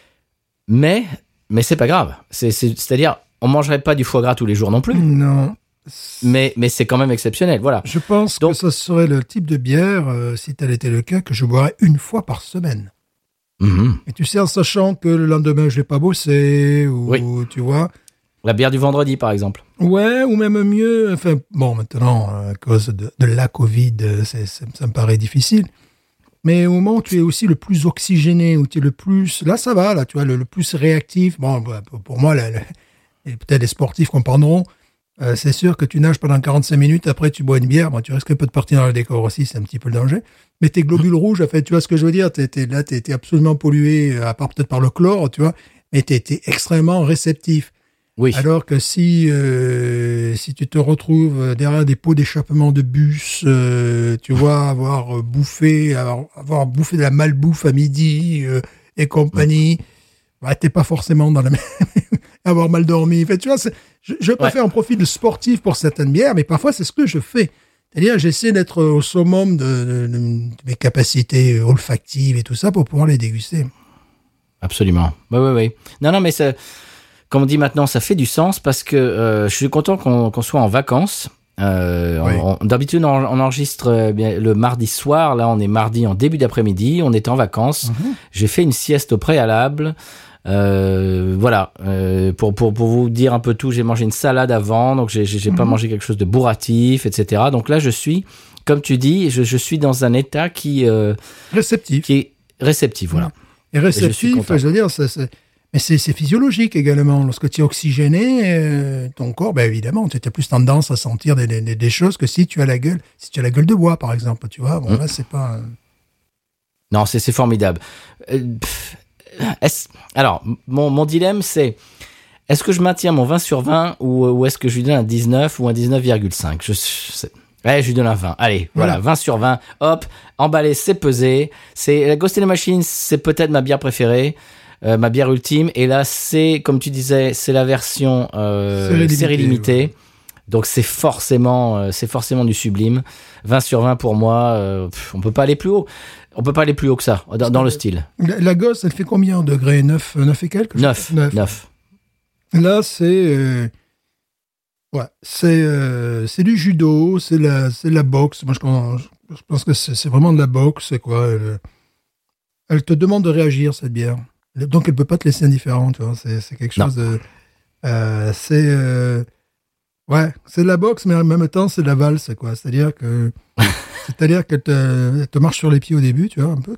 Mais, mais c'est pas grave. C'est, c'est, c'est-à-dire, on mangerait pas du foie gras tous les jours non plus. Non. Mais, mais c'est quand même exceptionnel, voilà. Je pense Donc, que ce serait le type de bière, euh, si tel était le cas, que je boirais une fois par semaine. Mm-hmm. Et tu sais, en sachant que le lendemain, je vais pas bosser, ou oui. tu vois... La bière du vendredi, par exemple. Ouais, ou même mieux. Enfin, bon, maintenant, à cause de, de la Covid, c'est, c'est, ça me paraît difficile. Mais au moment où tu es aussi le plus oxygéné, où tu es le plus... Là, ça va, là, tu vois, le, le plus réactif. Bon, pour moi, là, là, et peut-être les sportifs comprendront, euh, c'est sûr que tu nages pendant quarante-cinq minutes, après tu bois une bière, bon, tu risques un peu de partir dans le décor aussi, c'est un petit peu le danger. Mais tes globules rouges, en fait, tu vois ce que je veux dire, t'es, t'es, là, tu es absolument pollué, à part peut-être par le chlore, tu vois, mais tu es extrêmement réceptif. Oui. Alors que si euh, si tu te retrouves derrière des pots d'échappement de bus, euh, tu vois, avoir bouffé, avoir, avoir bouffé de la malbouffe à midi euh, et compagnie, bah, t'es pas forcément dans la même... avoir mal dormi. En fait, tu vois, c'est, je ne vais pas ouais. faire un profil sportif pour certaines bières, mais parfois c'est ce que je fais. C'est-à-dire, j'essaie d'être au summum de, de, de, de mes capacités olfactives et tout ça pour pouvoir les déguster. Absolument. Oui, oui, oui. Non, non, mais ça... Comme on dit maintenant, ça fait du sens parce que euh, je suis content qu'on, qu'on soit en vacances. Euh, oui. on, on, d'habitude, on, on enregistre euh, bien, le mardi soir. Là, on est mardi en début d'après-midi. On est en vacances. Mm-hmm. J'ai fait une sieste au préalable. Euh, voilà. Euh, pour, pour, pour vous dire un peu tout, j'ai mangé une salade avant. Donc, j'ai, j'ai, j'ai mm-hmm. pas mangé quelque chose de bourratif, et cetera. Donc là, je suis, comme tu dis, je, je suis dans un état qui... Euh, réceptif. Qui est réceptif, voilà. Et réceptif, Et je, je veux dire, ça, c'est... Mais c'est, c'est physiologique également. Lorsque tu es oxygéné, euh, ton corps, ben évidemment, tu as plus tendance à sentir des, des, des choses que si tu as la gueule, si tu as la gueule de bois, par exemple. Tu vois, bon, mmh. là, c'est pas. Euh... Non, c'est, c'est formidable. Euh, est-ce... Alors, mon, mon dilemme, c'est est-ce que je maintiens mon vingt sur vingt ou, ou est-ce que je lui donne un dix-neuf ou un dix-neuf virgule cinq? Je sais. Ouais, je lui donne un vingt. Allez, voilà, voilà vingt sur vingt. Hop, emballé, c'est pesé. C'est, la Ghost in the Machine, c'est peut-être ma bière préférée. Euh, ma bière ultime, et là c'est comme tu disais, c'est la version euh, série limitée, série limitée. Ouais. Donc c'est forcément euh, c'est forcément du sublime. Vingt sur vingt pour moi, euh, pff, on peut pas aller plus haut, on peut pas aller plus haut que ça dans, dans le style. La, la Ghost, elle fait combien en degrés? neuf, neuf et quelques? neuf, neuf. Là c'est euh, ouais, c'est euh, c'est du judo, c'est la c'est la boxe. Moi je, je pense que c'est, c'est vraiment de la boxe, c'est quoi, elle, elle te demande de réagir, cette bière. Donc, elle ne peut pas te laisser indifférent, tu vois. C'est, c'est quelque chose non. de... Euh, c'est... Euh, ouais, c'est de la boxe, mais en même temps, c'est de la valse, quoi. C'est-à-dire que... c'est-à-dire qu'elle te, elle te marche sur les pieds au début, tu vois, un peu.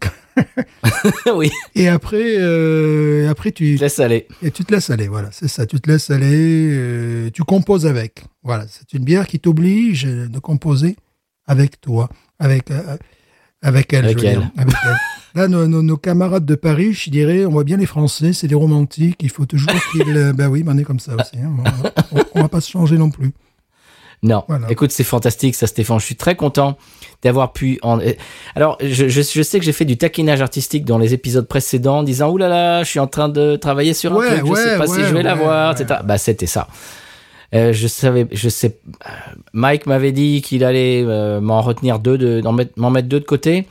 Oui. Et après, euh, après tu... Tu te laisses aller. Et tu te laisses aller, voilà. C'est ça, tu te laisses aller, euh, tu composes avec. Voilà, c'est une bière qui t'oblige de composer avec toi, avec... Euh, avec elle, avec je veux elle. Dire, avec elle. Là, nos, nos, nos camarades de Paris, je dirais, on voit bien les Français, c'est des romantiques, il faut toujours qu'ils... ben oui, ben on est comme ça aussi. Hein. On, on va pas se changer non plus. Non, voilà. Écoute, c'est fantastique ça, Stéphane. Je suis très content d'avoir pu... En... Alors, je, je, je sais que j'ai fait du taquinage artistique dans les épisodes précédents en disant « Ouh là là, je suis en train de travailler sur un ouais, truc, ouais, je sais pas ouais, si je vais ouais, l'avoir, ouais. et cetera » Bah, c'était ça. Euh, je savais, je sais... Mike m'avait dit qu'il allait euh, m'en retenir deux, de, d'en mettre, m'en mettre deux de côté.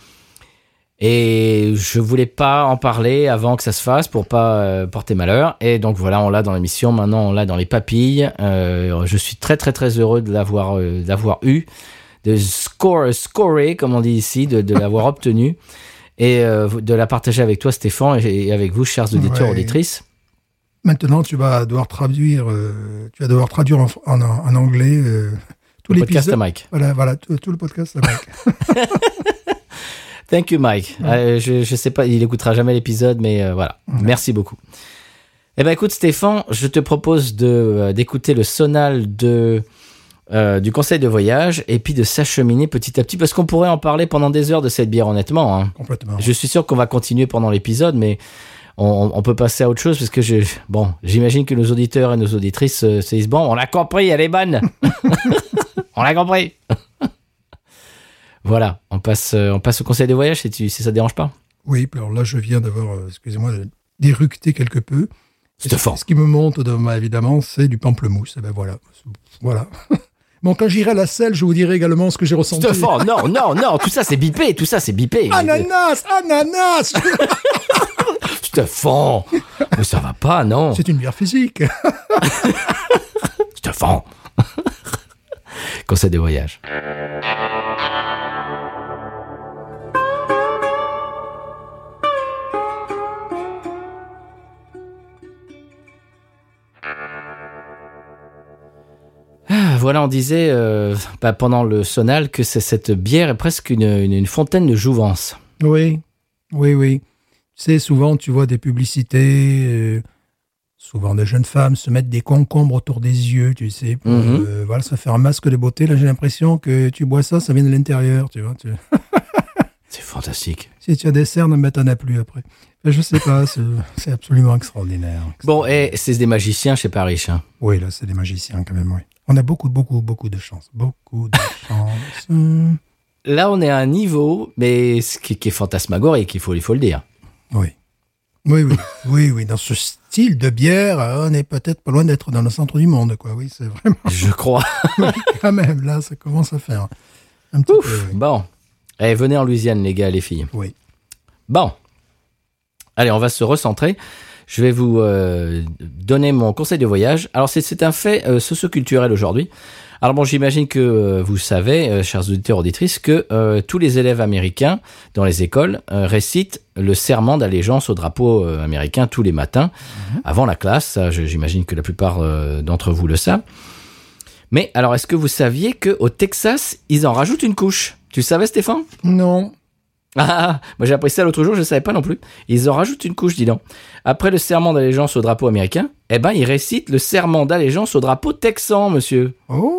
Et je voulais pas en parler avant que ça se fasse pour pas euh, porter malheur. Et donc voilà, on l'a dans l'émission. Maintenant, on l'a dans les papilles. Euh, je suis très très très heureux de l'avoir euh, d'avoir eu, de score scorer comme on dit ici, de, de l'avoir obtenu et euh, de la partager avec toi, Stéphane, et, et avec vous, chers auditeurs ouais. auditrices. Maintenant, tu vas devoir traduire, euh, tu vas devoir traduire en, en, en anglais euh, tout le l'épisode. podcast à Mike. Voilà, voilà, tout, tout le podcast à Mike. Thank you, Mike. Ouais. Euh, je, je sais pas, il écoutera jamais l'épisode, mais euh, voilà. Ouais. Merci beaucoup. Eh ben écoute Stéphane, je te propose de, euh, d'écouter le sonal de, euh, du conseil de voyage et puis de s'acheminer petit à petit parce qu'on pourrait en parler pendant des heures de cette bière honnêtement. Hein. Complètement. Je suis sûr qu'on va continuer pendant l'épisode, mais on, on peut passer à autre chose parce que je, bon, j'imagine que nos auditeurs et nos auditrices euh, se disent bon, on a compris, elle est bonne, on l'a compris. Voilà, on passe, euh, on passe au conseil de voyage si, tu, si ça te dérange pas. Oui, alors là, je viens d'avoir, euh, excusez-moi, d'éructer quelque peu. C'est fort. Ce qui me monte, dans, évidemment, c'est du pamplemousse. Et ben voilà. Voilà. Bon, quand j'irai à la selle, je vous dirai également ce que j'ai ressenti. Stéphane, non, non, non, tout ça c'est bipé, tout ça c'est bipé. Ananas, ananas. Stéphane, mais ça va pas, non. C'est une bière physique. Stéphane. Conseil de voyage. Voilà, on disait euh, bah, pendant le sonal que c'est, cette bière est presque une, une, une fontaine de jouvence. Oui, oui, oui. Tu sais, souvent, tu vois des publicités, euh, souvent des jeunes femmes se mettent des concombres autour des yeux, tu sais, pour Mm-hmm. euh, voilà, ça fait un masque de beauté. Là, j'ai l'impression que tu bois ça, ça vient de l'intérieur, tu vois. Tu... C'est fantastique. Si tu as des cernes, mais t'en as plus après. Mais je sais pas, c'est, c'est absolument extraordinaire. Bon, et c'est des magiciens chez Paris. Hein. Oui, là, c'est des magiciens quand même, oui. On a beaucoup, beaucoup, beaucoup de chance. Beaucoup de chance. Là, on est à un niveau, mais ce qui, qui est fantasmagorique, il faut, il faut le dire. Oui. Oui, oui. Oui, oui. Dans ce style de bière, on est peut-être pas loin d'être dans le centre du monde, quoi. Oui, c'est vraiment. Je crois. Oui, quand même, là, ça commence à faire un petit Ouf, peu. Oui. bon. Eh, venez en Louisiane, les gars, les filles. Oui. Bon. Allez, on va se recentrer. Je vais vous euh, donner mon conseil de voyage. Alors, c'est, c'est un fait euh, socio-culturel aujourd'hui. Alors bon, j'imagine que euh, vous savez, euh, chers auditeurs auditrices, que euh, tous les élèves américains dans les écoles euh, récitent le serment d'allégeance au drapeau euh, américain tous les matins, mmh. avant la classe. Ça, je, j'imagine que la plupart euh, d'entre vous le savent. Mais alors, est-ce que vous saviez qu'au Texas, ils en rajoutent une couche ? Tu le savais, Stéphane ? Non. Ah, moi j'ai appris ça l'autre jour, je ne savais pas non plus. Ils en rajoutent une couche, dis donc. Après le serment d'allégeance au drapeau américain, eh ben ils récitent le serment d'allégeance au drapeau texan, monsieur.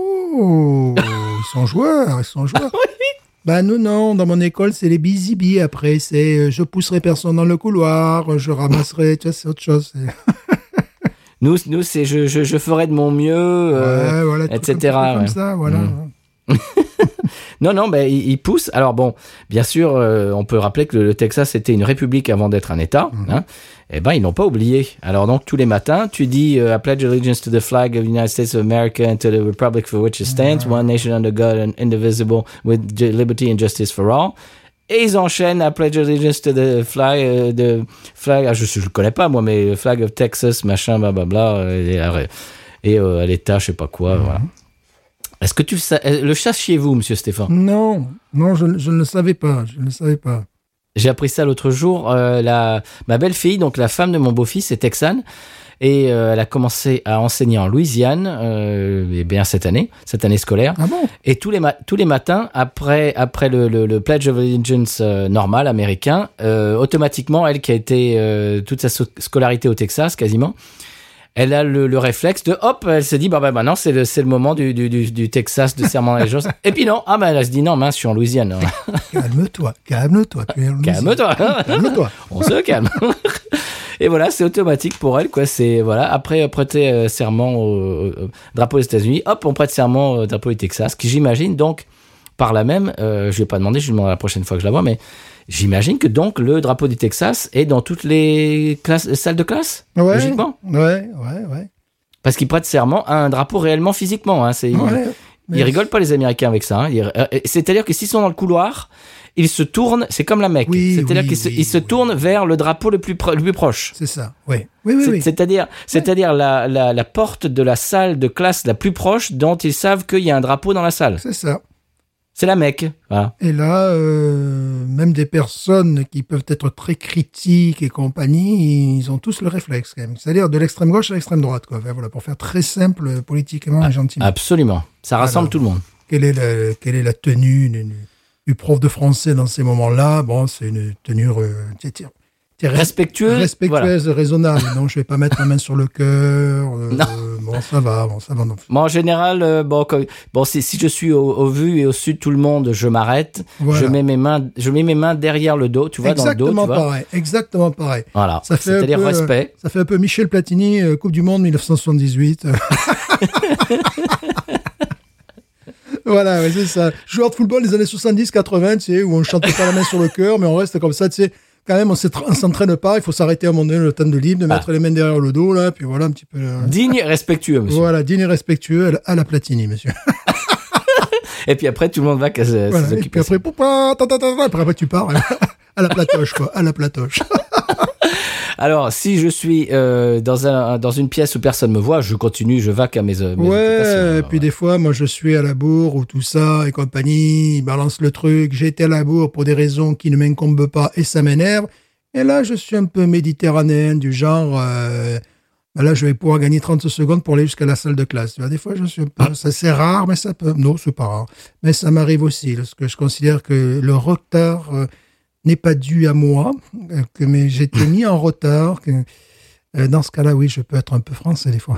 Oh, ils sont joueurs, ils sont joueurs. Oui. Ben nous, non, dans mon école, c'est les bisibis après. C'est euh, je pousserai personne dans le couloir, je ramasserai, tu vois, c'est autre chose. C'est... Nous, nous c'est je, je, je ferai de mon mieux, euh, ouais, voilà, et cetera. Comme Ouais. ça, voilà. Mmh. Non, non, ben, ils, ils poussent. Alors bon, bien sûr, euh, on peut rappeler que le, le Texas était une république avant d'être un État. Mm-hmm. Hein. Eh ben, ils n'ont pas oublié. Alors donc, tous les matins, tu dis euh, « I pledge allegiance to the flag of the United States of America and to the republic for which it stands, mm-hmm. one nation under God and indivisible with liberty and justice for all ». Et ils enchaînent « I pledge allegiance to the flag, euh, the flag ah, je ne le connais pas moi, mais « flag of Texas », machin, blablabla, et, et euh, à l'État, je sais pas quoi, mm-hmm. voilà. Est-ce que tu le, sa- le sachiez-vous, monsieur Stéphane ? Non, non, je, je ne le savais pas, je ne le savais pas. J'ai appris ça l'autre jour. Euh, la, ma belle-fille, donc la femme de mon beau-fils, est texane. Et euh, elle a commencé à enseigner en Louisiane, euh, et bien cette année, cette année scolaire. Ah bon ? Et tous les, ma- tous les matins, après, après le, le, le Pledge of Allegiance euh, normal américain, euh, automatiquement, elle qui a été euh, toute sa so- scolarité au Texas quasiment, elle a le, le réflexe de hop, elle se dit bah bah maintenant c'est le c'est le moment du du du, du Texas de serment d'allégeance. Et puis non, ah ben elle se dit non mince, je suis en Louisiane. Calme-toi, calme-toi, tu es en Louisiane. Calme-toi. Calme-toi. On se calme. Et voilà, c'est automatique pour elle quoi. C'est voilà après prêter euh, serment au, au, au drapeau des États-Unis, hop, on prête serment au drapeau du Texas, qui j'imagine donc par là même, euh, je vais pas demander, je lui demanderai la prochaine fois que je la vois, mais j'imagine que donc le drapeau du Texas est dans toutes les classes, salles de classe, ouais, logiquement. Ouais, ouais, ouais. Parce qu'ils prêtent serment à un drapeau réellement physiquement. Hein. C'est, ouais ils, ils rigolent pas les Américains avec ça. Hein. Ils, euh, c'est-à-dire que s'ils sont dans le couloir, ils se tournent, c'est comme la Mecque. Oui, c'est-à-dire oui, qu'ils se, oui, ils se oui. tournent vers le drapeau le plus, pro- le plus proche. C'est ça, oui. Oui, oui, c'est, oui. C'est-à-dire, c'est-à-dire la, la, la porte de la salle de classe la plus proche dont ils savent qu'il y a un drapeau dans la salle. C'est ça. C'est la Mecque. Voilà. Et là, euh, même des personnes qui peuvent être très critiques et compagnie, ils ont tous le réflexe quand même. C'est-à-dire de l'extrême gauche à l'extrême droite, quoi. Enfin, voilà, pour faire très simple politiquement Ah, et gentiment. Absolument. Ça rassemble Alors, tout le monde. Quelle est la, quelle est la tenue du, du prof de français dans ces moments-là ? Bon, c'est une tenue... Euh, T'es res- respectueux, respectueuse, voilà. raisonnable. Donc, je vais pas mettre la main sur le cœur. Euh, Non. Bon, ça va, bon, ça va. Non. Moi, en général, euh, bon, quand- bon, si, si je suis au, au vu et au sud de tout le monde, je m'arrête. Voilà. Je mets mes mains, je mets mes mains derrière le dos, tu vois, Exactement dans le dos, tu vois. pareil. Exactement pareil. Voilà. Ça fait un C'est-à-dire peu, respect. Ça fait un peu Michel Platini, euh, Coupe du Monde dix-neuf cent soixante-dix-huit. Voilà, ouais, c'est ça. Joueur de football des années soixante-dix quatre-vingts, tu sais, où on chante pas la main sur le cœur, mais on reste comme ça, tu sais. Quand même, on s'entra- on s'entraîne pas, il faut s'arrêter à un moment donné, le temps de libre, de mettre Ah. les mains derrière le dos, là, puis voilà, un petit peu. euh, Digne et respectueux, monsieur. Voilà, digne et respectueux à la, à la Platini, monsieur. Et puis après, tout le monde va qu'à se- Voilà, et s'occuper. puis après, poupa, ta, ta, ta, ta, après, après, tu pars à la platoche, quoi, à la platoche. Alors, si je suis euh, dans, un, dans une pièce où personne me voit, je continue, je vaque à mes, mes Ouais, occupations. et puis des fois, moi, je suis à la bourre ou tout ça et compagnie, ils balancent le truc, j'ai été à la bourre pour des raisons qui ne m'incombent pas et ça m'énerve. Et là, je suis un peu méditerranéen, du genre, euh, ben là, je vais pouvoir gagner trente secondes pour aller jusqu'à la salle de classe. Tu vois, des fois, je suis un peu, ça c'est rare, mais ça peut, non, c'est pas rare. Mais ça m'arrive aussi, parce que je considère que le retard euh, n'est pas dû à moi, euh, que mais j'ai été mis en retard, que, euh, dans ce cas-là, oui, je peux être un peu français des fois.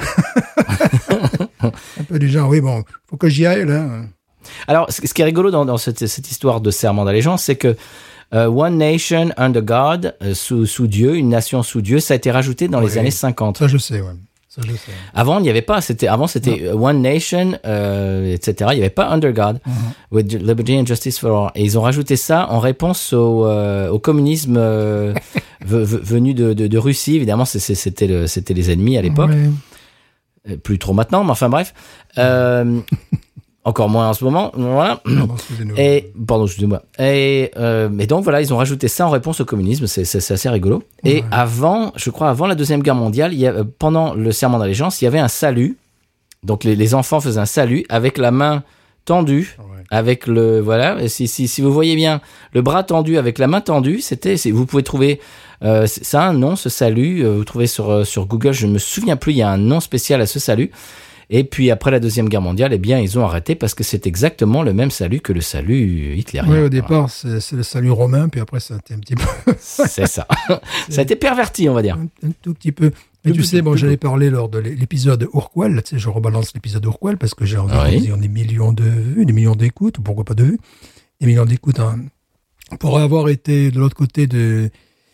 Un peu du genre, oui, bon, faut que j'y aille, là. Alors, ce ce qui est rigolo dans, dans cette, cette histoire de serment d'allégeance, c'est que euh, One Nation Under God, euh, sous, sous Dieu, une nation sous Dieu, ça a été rajouté dans Oui. les années cinquante. Ça, je sais, ouais. Ça, je sais. Avant, il n'y avait pas. C'était avant, c'était One Nation, euh, et cetera. Il n'y avait pas Under God, Mm-hmm. with liberty and justice for all. Et ils ont rajouté ça en réponse au, euh, au communisme euh, ve- ve- venu de, de, de Russie. Évidemment, c'est- c'est- c'était le, c'était les ennemis à l'époque. Ouais. Euh, Plus trop maintenant, mais enfin bref. Euh, encore moins en ce moment. Voilà. Pardon, excusez-nous. Et pardon, excusez-moi. Et euh, mais donc voilà, ils ont rajouté ça en réponse au communisme. C'est, c'est, c'est assez rigolo. Et Ouais. avant, je crois, avant la deuxième guerre mondiale, il y a, euh, pendant le serment d'allégeance, il y avait un salut. Donc les, les enfants faisaient un salut avec la main tendue, Ouais. avec le voilà. Et si, si si vous voyez bien, le bras tendu avec la main tendue, c'était. C'est, vous pouvez trouver. Euh, c'est- ça a un nom, ce salut. euh, Vous trouvez sur euh, sur Google. Je ne me souviens plus. Il y a un nom spécial à ce salut. Et puis après la deuxième guerre mondiale, eh bien ils ont arrêté parce que c'est exactement le même salut que le salut hitlérien. Oui, au Voilà. départ, c'est, c'est le salut romain, puis après, ça a été un petit peu, C'est ça. Ça a été perverti, on va dire. un, un tout petit peu. Mais Tout tu petit sais, bon, peu. j'avais parlé lors de l'é- l'épisode Urquell, tu sais, je rebalance l'épisode Urquell parce que j'ai envie Oui. des millions de vues, des millions d'écoutes, pourquoi pas de vues, des millions d'écoutes, hein. Pour avoir été de l'autre côté de,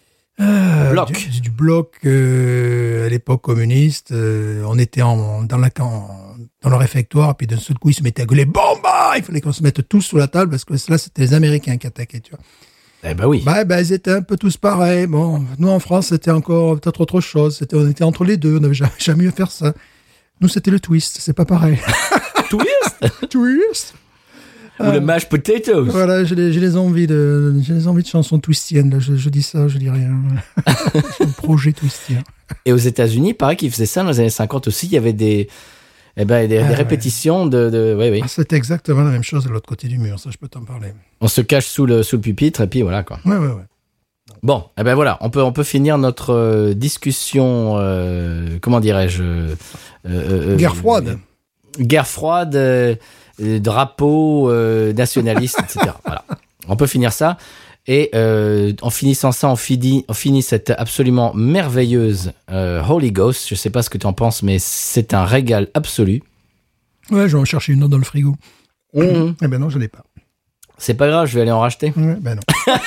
euh, Bloc. Du, du bloc euh, à l'époque communiste, euh, on était en, dans, la, en, dans le réfectoire, puis d'un seul coup, ils se mettaient à gueuler « Bomba !» Il fallait qu'on se mette tous sous la table, parce que là, c'était les Américains qui attaquaient, tu vois. Eh ben oui. Bah, bah, ils étaient un peu tous pareils. Bon, nous, en France, c'était encore peut-être autre chose. C'était, on était entre les deux, on n'avait jamais, jamais eu à faire ça. Nous, c'était le twist, c'est pas pareil. Twist Twist ou le mashed potatoes. Voilà, j'ai les, j'ai les envies de, j'ai les envies de chansons twistiennes, là. Je, je dis ça, je dis rien. C'est un projet twistien. Et aux États-Unis, pareil qu'ils faisaient ça dans les années cinquante aussi. Il y avait des, eh ben, des, Ah des ouais. répétitions de, de, oui, oui. Ah, c'était exactement la même chose de l'autre côté du mur, ça, je peux t'en parler. On se cache sous le, sous le pupitre et puis voilà, quoi. Ouais, ouais, ouais. Bon, eh ben voilà, on peut, on peut finir notre euh, discussion, euh, comment dirais-je euh, euh, Guerre euh, froide. Guerre froide, euh, euh, drapeau euh, nationaliste, et cetera. Voilà. On peut finir ça. Et euh, en finissant ça, on finit, on finit cette absolument merveilleuse euh, Holy Ghost. Je sais pas ce que tu en penses, mais c'est un régal absolu. Ouais, je vais en chercher une autre dans le frigo. Mhm. Eh ben non, je l'ai pas. C'est pas grave, je vais aller en racheter. Ouais, ben non.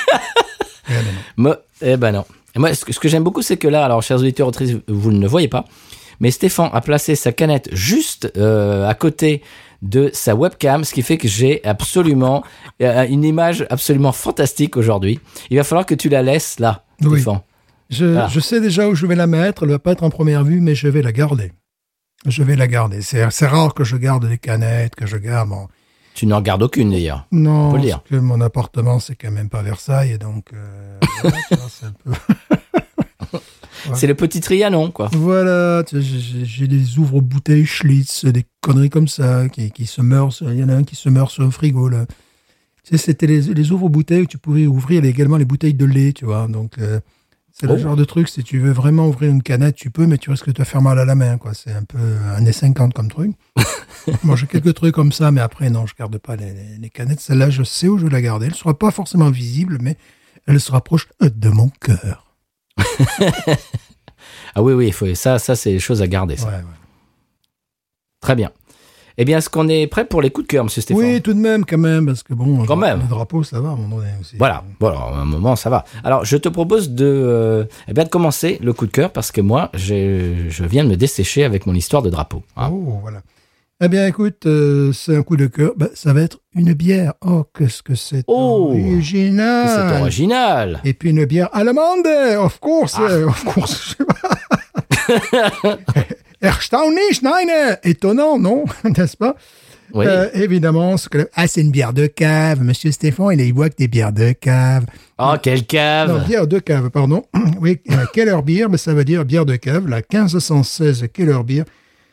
Eh ben non. Moi, eh ben non. Et moi, ce que, ce que j'aime beaucoup, c'est que là, alors, chers auditeurs, auditrices, vous ne le voyez pas, mais Stéphane a placé sa canette juste euh, à côté de sa webcam, ce qui fait que j'ai absolument euh, une image absolument fantastique aujourd'hui. Il va falloir que tu la laisses là, Oui. Stéphane. Je, Ah. je sais déjà où je vais la mettre. Elle va pas être en première vue, mais je vais la garder. Je vais la garder. C'est, c'est rare que je garde des canettes, que je garde. Bon. Tu n'en gardes aucune d'ailleurs. Non, On peut le parce dire. que mon appartement, c'est quand même pas Versailles, et donc euh, voilà, tu vois, c'est un peu. Ouais. C'est le petit Trianon, quoi. Voilà, tu sais, j'ai, j'ai- j'ai des ouvre-bouteilles Schlitz, des conneries comme ça, qui, qui se meurent. sur- Il y en a un qui se meurt sur un frigo, là. Tu sais, c'était les, les ouvre-bouteilles où tu pouvais ouvrir également les bouteilles de lait, tu vois. Donc, euh, c'est Oh. le genre de truc, si tu veux vraiment ouvrir une canette, tu peux, mais tu risques de te faire mal à la main, quoi. C'est un peu années cinquante comme truc. Moi, j'ai quelques trucs comme ça, mais après, non, je garde pas les, les- les canettes. Celle-là, je sais où je vais la garder. Elle sera pas forcément visible, mais elle se rapproche de mon cœur. Ah oui, oui, il faut, ça, ça c'est des choses à garder. Ça. Ouais, ouais. Très bien. Eh bien, est-ce qu'on est prêt pour les coups de cœur, monsieur Stéphane? Oui, tout de même, quand même, parce que bon, quand même. Le drapeau, ça va à un moment donné aussi. Voilà, voilà, à un moment, ça va. Alors, je te propose de, euh, eh bien, de commencer le coup de cœur parce que moi, j'ai, je viens de me dessécher avec mon histoire de drapeau. Hein. Oh, voilà. Eh bien, écoute, euh, c'est un coup de cœur. Ben, ça va être une bière. Oh, qu'est-ce que c'est oh, original. C'est original. Et puis une bière allemande, of course, ah. euh, of course. Erstaunlich, nein, étonnant, non, n'est-ce pas? Oui. Euh, évidemment, ce que... ah, c'est une bière de cave. Monsieur Stéphane, il boit que des bières de cave. Oh, quelle cave! Non, bière de cave, pardon. Oui, euh, Keller Beer, mais ça veut dire bière de cave. La quinze cent seize Keller Beer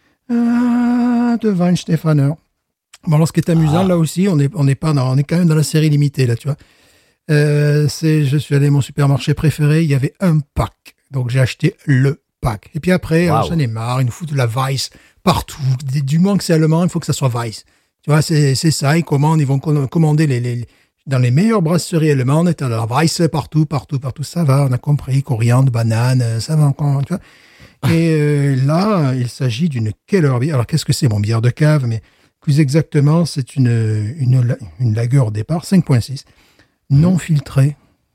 euh, de Weinstefaner. Bon, alors, ce qui est amusant, ah. là aussi, on n'est on est pas dans, on est quand même dans la série limitée, là, tu vois. Euh, c'est, je suis allé à mon supermarché préféré, il y avait un pack. Donc, j'ai acheté le pack. Et puis après, wow. j'en ai marre, ils nous foutent de la Weiss partout. Du moins que c'est allemand, il faut que ça soit Weiss. Tu vois, c'est, c'est ça, ils commandent, ils vont commander les, les, dans les meilleures brasseries allemandes, t'as de la Weiss partout, partout, partout. Ça va, on a compris, coriandre, banane, ça va encore, tu vois. Et euh, là, il s'agit d'une Keller Beer. Alors, qu'est-ce que c'est, mon bière de cave? Mais plus exactement, c'est une, une, une lager au départ, cinq virgule six, non filtrée,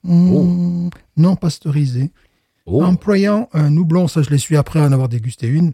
oh. non pasteurisée, oh. employant un houblon, ça je l'ai su après en avoir dégusté une,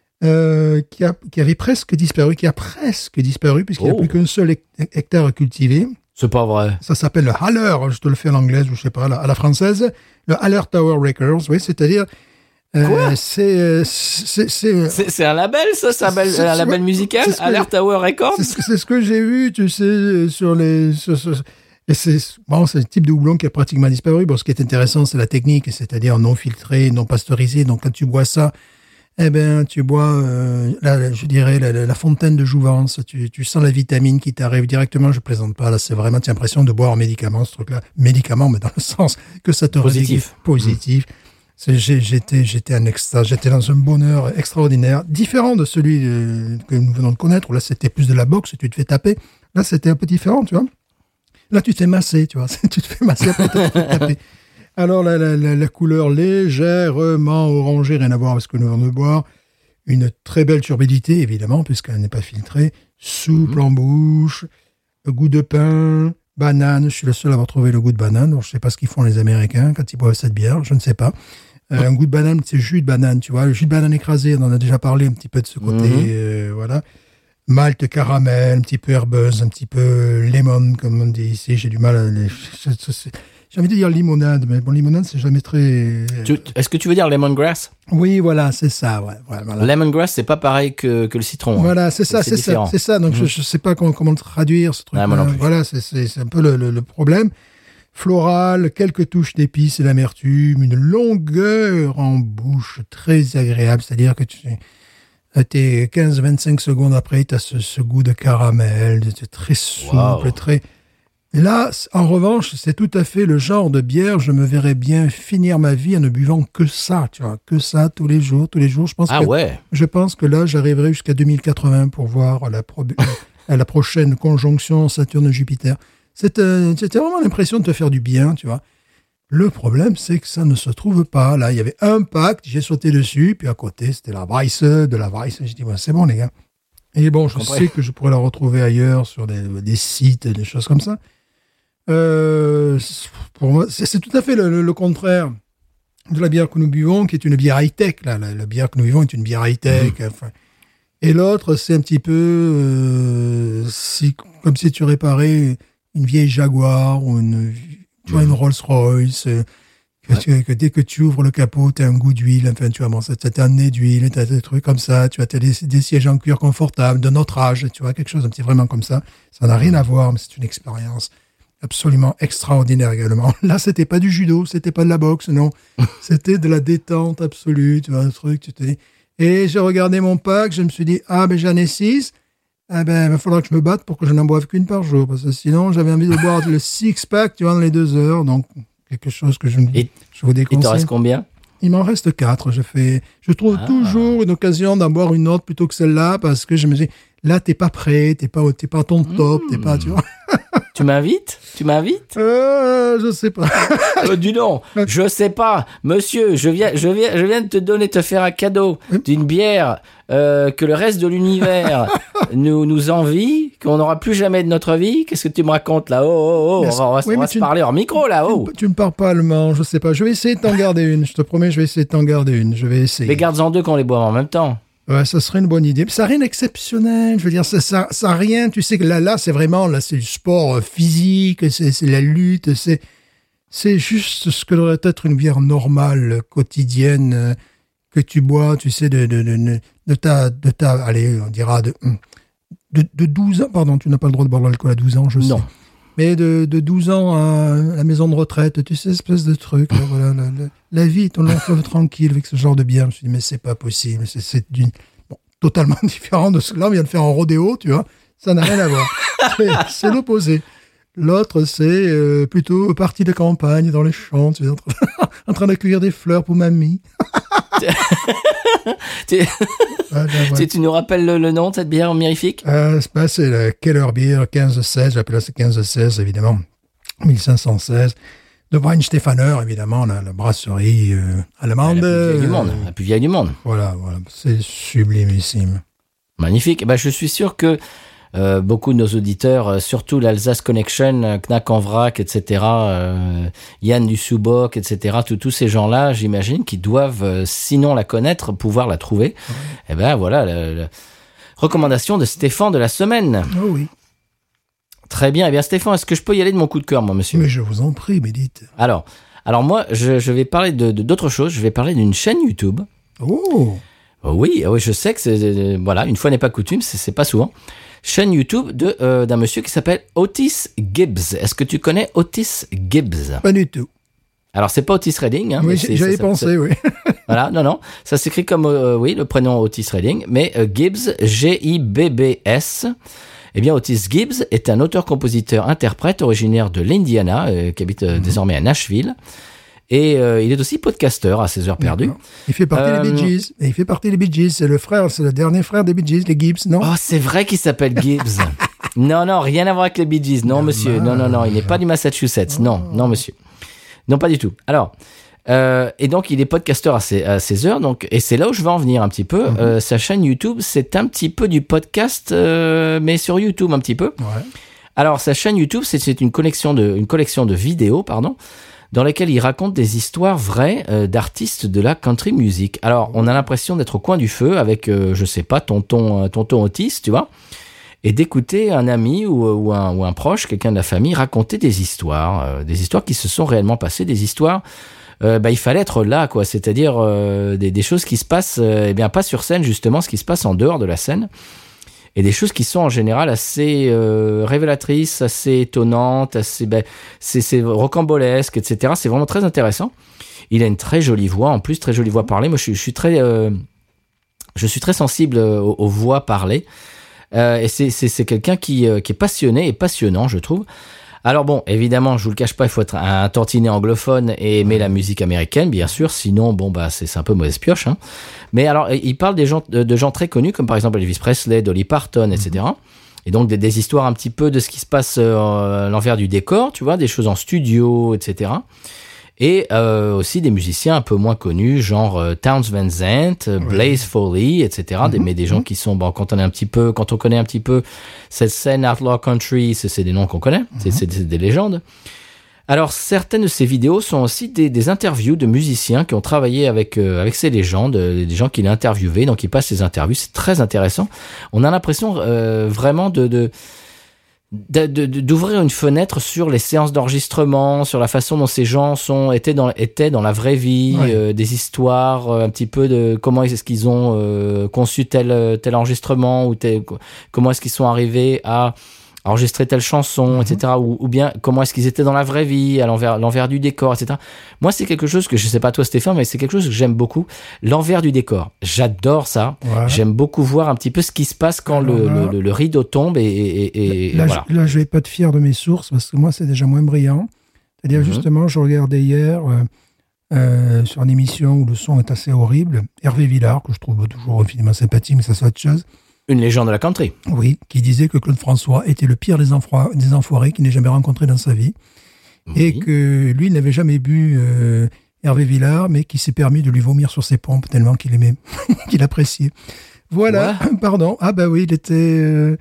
euh, qui, a, qui avait presque disparu, qui a presque disparu, puisqu'il n'y a oh. plus qu'un seul hectare cultivé. C'est pas vrai. Ça s'appelle le Haller, je te le fais en anglais, ou je sais pas, à la française, le Haller Tower Records, oui, c'est-à-dire... Quoi euh, c'est, c'est, c'est, c'est, c'est un label, ça, c'est un, bel, c'est, un label musical, Haller Tower Records. C'est, c'est ce que j'ai vu, tu sais, sur les... Sur, sur, et c'est, bon, c'est le type de houblon qui a pratiquement disparu. Bon, ce qui est intéressant, c'est la technique, c'est-à-dire non filtré, non pasteurisé. Donc, quand tu bois ça, eh ben, tu bois, euh, la, je dirais, la, la, la fontaine de jouvence. Tu, tu sens la vitamine qui t'arrive directement. Je plaisante pas. Là, c'est vraiment, tu as l'impression de boire un médicament, ce truc-là. Médicament, mais dans le sens que ça te positif. Positif. Mmh. C'est, j'ai, j'étais, j'étais en extase. J'étais dans un bonheur extraordinaire, différent de celui euh, que nous venons de connaître. Où là, c'était plus de la boxe, tu te fais taper. Là, c'était un peu différent, tu vois. Là, tu te fais masser, tu vois. Tu te fais masser après te taper. Alors, la, la, la, la couleur légèrement orangée, rien à voir avec ce que nous venons de boire. Une très belle turbidité, évidemment, puisqu'elle n'est pas filtrée. Souple mmh. en bouche. Goût de pain, banane. Je suis le seul à avoir trouvé le goût de banane. Donc, je ne sais pas ce qu'ils font les Américains quand ils boivent cette bière. Je ne sais pas. Euh, un goût de banane, c'est jus de banane, tu vois. Le jus de banane écrasé, on en a déjà parlé un petit peu de ce côté. Mmh. Euh, voilà. Malte caramel, un petit peu herbeuse, un petit peu lemon, comme on dit ici. J'ai du mal à les... J'ai envie de dire limonade, mais bon, limonade, c'est jamais très... Tu, est-ce que tu veux dire lemongrass? Oui, voilà, c'est ça, ouais. ouais voilà. Lemongrass, c'est pas pareil que, que le citron. Voilà, hein. c'est ça, c'est, c'est ça, c'est ça. Donc, mmh. je, je sais pas comment, comment le traduire, ce truc. Ah, moi non plus. Voilà, c'est, c'est, c'est un peu le, le, le problème. Floral, quelques touches d'épices et d'amertume, une longueur en bouche très agréable, c'est-à-dire que tu... T'es quinze à vingt-cinq secondes après, tu as ce, ce goût de caramel, c'est très souple, wow. très... Et là, en revanche, c'est tout à fait le genre de bière, je me verrais bien finir ma vie en ne buvant que ça, tu vois, que ça tous les jours, tous les jours. Je pense ah que, ouais. Je pense que là, j'arriverai jusqu'à deux mille quatre-vingts pour voir la, pro- la prochaine conjonction Saturne-Jupiter. C'était, c'était vraiment l'impression de te faire du bien, tu vois. Le problème, c'est que ça ne se trouve pas. Là, il y avait un pack, j'ai sauté dessus, puis à côté, c'était la Weiss, de la Weiss. J'ai dit, ouais, c'est bon, les gars. Et bon, je Comprends. sais que je pourrais la retrouver ailleurs, sur des, des sites, des choses comme ça. Euh, pour moi, c'est, c'est tout à fait le, le, le contraire de la bière que nous buvons, qui est une bière high-tech. Là. La, la bière que nous buvons est une bière high-tech. Mmh. Enfin. Et l'autre, c'est un petit peu euh, si, comme si tu réparais une vieille Jaguar ou une... Tu vois, une Rolls-Royce, euh, que, ouais. tu, que dès que tu ouvres le capot, tu as un goût d'huile, enfin, tu vois, bon, t'as un nez d'huile, tu as des trucs comme ça, tu as des, des sièges en cuir confortables, de notre âge, tu vois, quelque chose un petit vraiment comme ça. Ça n'a rien à voir, mais c'est une expérience absolument extraordinaire également. Là, c'était pas du judo, c'était pas de la boxe, non. C'était de la détente absolue, tu vois, un truc, tu te dis. Et j'ai regardé mon pack, je me suis dit, ah, ben, j'en ai six. Ah ben, il va falloir que je me batte pour que je n'en boive qu'une par jour, parce que sinon, j'avais envie de boire le six-pack, tu vois, dans les deux heures, donc quelque chose que je, et, je vous déconseille. Il t'en reste combien? Il m'en reste quatre. Je fais, je trouve ah. toujours une occasion d'en boire une autre plutôt que celle-là, parce que je me dis, là, t'es pas prêt, t'es pas, t'es pas à ton top, mmh. t'es pas, tu vois. Tu m'invites Tu m'invites euh, Je sais pas. euh, Dis donc, je sais pas. Monsieur, je viens, je viens, je viens de te donner, te faire un cadeau d'une bière euh, que le reste de l'univers nous, nous envie, qu'on n'aura plus jamais de notre vie. Qu'est-ce que tu me racontes là? Oh, oh, oh, Mais on va, on va, oui, on va mais se tu parler ne- hors micro là, oh. Tu, tu ne parles pas allemand, je sais pas. Je vais essayer de t'en garder une. Je te promets, je vais essayer de t'en garder une. Je vais essayer. Mais garde-en deux qu'on les boit en même temps. Ouais, ça serait une bonne idée. Mais ça n'a rien d'exceptionnel. Je veux dire, ça, ça, ça a rien. Tu sais que là, là, c'est vraiment, là, c'est du sport euh, physique, c'est, c'est la lutte, c'est, c'est juste ce que devrait être une bière normale, quotidienne, euh, que tu bois, tu sais, de, de, de, de, de ta, de ta, allez, on dira de, de, de douze ans, pardon, tu n'as pas le droit de boire de l'alcool à douze ans, je sais. Non. Mais de, de douze ans à la maison de retraite, tu sais, espèce de truc, là, voilà, la, la, la vie est ton long fleuve tranquille avec ce genre de bière. Je me suis dit, mais c'est pas possible, c'est, c'est d'une, bon, totalement différent de ce que là, on vient de faire en rodéo, tu vois, ça n'a rien à voir. C'est, c'est l'opposé. L'autre, c'est euh, plutôt partie de campagne, dans les champs, tu sais, en train, en train d'accueillir des fleurs pour mamie. tu, Ouais, ben, ouais. tu, tu nous rappelles le, le nom de cette bière mirifique? Euh, c'est, pas- c'est la Keller Beer quinze seize, j'appelle ça quinze seize, évidemment, mille cinq cent seize. De Weinstefaner, évidemment, la, la brasserie euh, allemande. La plus vieille du euh, monde. La plus vieille du monde. Voilà, voilà, c'est sublimissime. Magnifique. Eh ben, je suis sûr que euh, beaucoup de nos auditeurs, euh, surtout l'Alsace Connection, euh, Knack en vrac, et cetera, euh, Yann du Souboc, et cetera, tous tous ces gens-là, j'imagine, qui doivent, euh, sinon la connaître, pouvoir la trouver. Ouais. Eh ben voilà, la, la recommandation de Stéphane de la semaine. Oh oui. Très bien. Eh bien, Stéphane, est-ce que je peux y aller de mon coup de cœur, moi, monsieur? Mais je vous en prie, Bédite. Alors, alors moi, je, je vais parler de, de d'autres choses. Je vais parler d'une chaîne YouTube. Oh. Oh oui, oui, je sais que c'est, euh, voilà, une fois n'est pas coutume, c'est, c'est pas souvent. Chaîne YouTube de euh, d'un monsieur qui s'appelle Otis Gibbs. Est-ce que tu connais Otis Gibbs? Pas du tout. Alors c'est pas Otis Redding. Hein, oui, mais c'est, j'avais ça, pensé, ça, oui. Voilà, non, non, ça s'écrit comme euh, oui le prénom Otis Redding, mais euh, Gibbs, G I B B S. Eh bien, Otis Gibbs est un auteur-compositeur-interprète originaire de l'Indiana, euh, qui habite euh, mmh. désormais à Nashville. Et euh, il est aussi podcasteur à ses heures perdues. D'accord. Il fait partie euh, des Bee Gees. Et il fait partie des Bee Gees. C'est le frère, c'est le dernier frère des Bee Gees, les Gibbs, non? Oh, c'est vrai qu'il s'appelle Gibbs. Non, non, rien à voir avec les Bee Gees. Non, monsieur. Non, non, non. Il n'est pas du Massachusetts. Oh. Non, non, monsieur. Non, pas du tout. Alors, euh, et donc, il est podcasteur à ses, à ses heures. Donc, et c'est là où je veux en venir un petit peu. Mm-hmm. Euh, sa chaîne YouTube, c'est un petit peu du podcast, euh, mais sur YouTube un petit peu. Ouais. Alors, sa chaîne YouTube, c'est, c'est une collection de, une collection de vidéos, pardon, dans lesquelles il raconte des histoires vraies euh, d'artistes de la country music. Alors, on a l'impression d'être au coin du feu avec, euh, je sais pas, tonton, euh, tonton Otis, tu vois, et d'écouter un ami ou, ou, un, ou un proche, quelqu'un de la famille, raconter des histoires, euh, des histoires qui se sont réellement passées, des histoires, euh, bah, il fallait être là, quoi, c'est-à-dire euh, des, des choses qui se passent, euh, eh bien, pas sur scène, justement, ce qui se passe en dehors de la scène. Et des choses qui sont en général assez euh, révélatrices, assez étonnantes, assez, ben, c'est, c'est rocambolesque, et cetera. C'est vraiment très intéressant. Il a une très jolie voix, en plus, très jolie voix parlée. Moi, je suis, je suis très, euh, je suis très sensible aux, aux voix parlées. Euh, et c'est, c'est, c'est quelqu'un qui, euh, qui est passionné et passionnant, je trouve. Alors bon, évidemment, je vous le cache pas, il faut être un tantinet anglophone et aimer la musique américaine, bien sûr. Sinon, bon, bah, c'est, c'est un peu mauvaise pioche, hein. Mais alors, il parle des gens, de, de gens très connus, comme par exemple Elvis Presley, Dolly Parton, et cetera. Et donc, des, des histoires un petit peu de ce qui se passe euh, à l'envers du décor, tu vois, des choses en studio, et cetera. Et euh, aussi des musiciens un peu moins connus, genre euh, Townes Van Zandt, euh, Blaze Foley, et cetera. Mm-hmm. Des, mais des gens qui sont, bon, quand on est un petit peu, quand on connaît un petit peu cette scène outlaw country, c'est, c'est des noms qu'on connaît, mm-hmm. c'est, c'est, c'est des légendes. Alors, certaines de ces vidéos sont aussi des, des interviews de musiciens qui ont travaillé avec, euh, avec ces légendes, euh, des gens qu'il a interviewés, donc ils passent ces interviews, c'est très intéressant. On a l'impression euh, vraiment de... de De, de, d'ouvrir une fenêtre sur les séances d'enregistrement, sur la façon dont ces gens sont étaient dans étaient dans la vraie vie, ouais. euh, des histoires, euh, un petit peu de comment est-ce qu'ils ont euh, conçu tel tel enregistrement ou tel, comment est-ce qu'ils sont arrivés à enregistrer telle chanson, mm-hmm. et cetera. Ou, ou bien comment est-ce qu'ils étaient dans la vraie vie, à l'envers, l'envers du décor, et cetera. Moi, c'est quelque chose que je sais pas toi, Stéphane, mais c'est quelque chose que j'aime beaucoup. L'envers du décor, j'adore ça. Ouais. J'aime beaucoup voir un petit peu ce qui se passe quand le, là, le, le rideau tombe et, et, et là, voilà. Je, là, je vais pas être fier de mes sources parce que moi, c'est déjà moins brillant. C'est-à-dire, mm-hmm. justement, je regardais hier euh, euh, sur une émission où le son est assez horrible. Hervé Villard, que je trouve toujours infiniment sympathique, mais ça c'est autre chose. Une légende de la country. Oui, qui disait que Claude François était le pire des, enfro- des enfoirés qu'il n'ait jamais rencontré dans sa vie. Oui. Et que lui n'avait jamais bu euh, Hervé Villard, mais qui s'est permis de lui vomir sur ses pompes tellement qu'il aimait, qu'il appréciait. Voilà, ouais. Pardon. Ah bah oui, il était euh,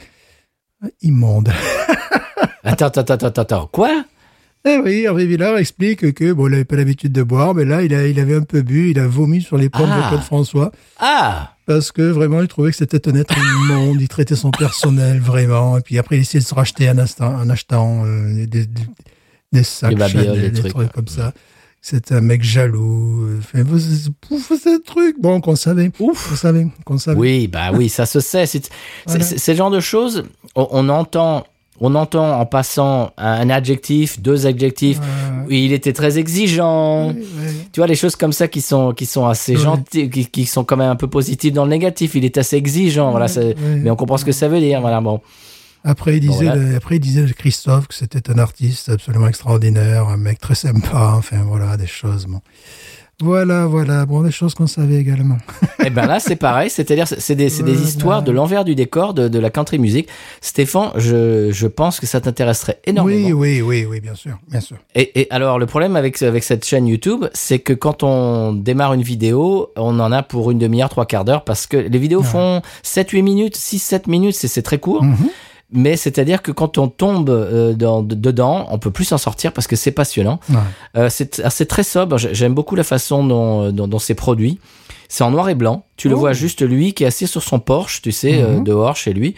immonde. attends, attends, attends, attends, quoi? Eh oui, Hervé Villard explique que, bon, il n'avait pas l'habitude de boire, mais là, il, a, il avait un peu bu, il a vomi sur les pompes ah. de Claude François. Ah! Parce que vraiment, il trouvait que c'était un être immonde, il traitait son personnel, vraiment. Et puis après, il essayait de se racheter en achetant, en achetant euh, des, des, des sacs, des, Chanel, des, des trucs, trucs comme ça. C'était un mec jaloux. Enfin, c'est, c'est un truc, bon, qu'on savait. Ouf! Qu'on savait, qu'on savait. Oui, bah oui, ça se sait. C'est, voilà. c'est, c'est le genre de choses, on, on entend... On entend en passant un adjectif, deux adjectifs. Euh... Il était très exigeant. Oui, oui. Tu vois, les choses comme ça qui sont, qui sont assez oui. gentilles, qui, qui sont quand même un peu positives dans le négatif. Il est assez exigeant. Oui, voilà, oui. Mais on comprend ce que ça veut dire. Voilà, bon. Après, il disait, bon, voilà. le, après, il disait Christophe que c'était un artiste absolument extraordinaire, un mec très sympa. Enfin, voilà, des choses. Bon. Voilà, voilà. Bon, des choses qu'on savait également. Eh ben là, c'est pareil. C'est-à-dire, c'est des, c'est des voilà. histoires de l'envers du décor de, de la country music. Stéphane, je, je pense que ça t'intéresserait énormément. Oui, oui, oui, oui, bien sûr, bien sûr. Et, et alors, le problème avec, avec cette chaîne YouTube, c'est que quand on démarre une vidéo, on en a pour une demi-heure, trois quarts d'heure, parce que les vidéos ouais. font sept huit minutes, six sept minutes, c'est, c'est très court. Mm-hmm. Mais c'est-à-dire que quand on tombe euh, dans, dedans, on peut plus s'en sortir parce que c'est passionnant. Ouais. Euh, c'est, c'est très sobre. J'aime beaucoup la façon dont, dont, dont c'est produit. C'est en noir et blanc. Tu oh. le vois juste lui qui est assis sur son Porsche, tu sais, mm-hmm. euh, dehors chez lui,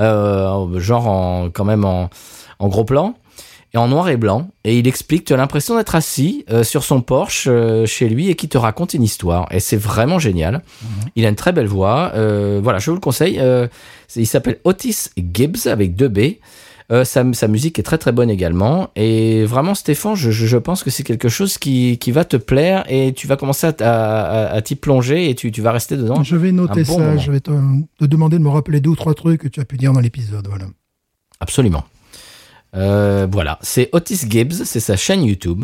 euh, genre en, quand même en, en gros plan. Et en noir et blanc, et il explique, tu as l'impression d'être assis euh, sur son Porsche euh, chez lui et qui te raconte une histoire. Et c'est vraiment génial. Mmh. Il a une très belle voix. Euh, voilà, je vous le conseille. Euh, il s'appelle Otis Gibbs avec deux B. Euh, sa, sa musique est très très bonne également. Et vraiment, Stéphane, je, je, je pense que c'est quelque chose qui, qui va te plaire et tu vas commencer à, à, à t'y plonger et tu, tu vas rester dedans. Je vais noter bon ça. Moment. Je vais te, te demander de me rappeler deux ou trois trucs que tu as pu dire dans l'épisode. Voilà. Absolument. Euh, voilà, c'est Otis Gibbs, c'est sa chaîne YouTube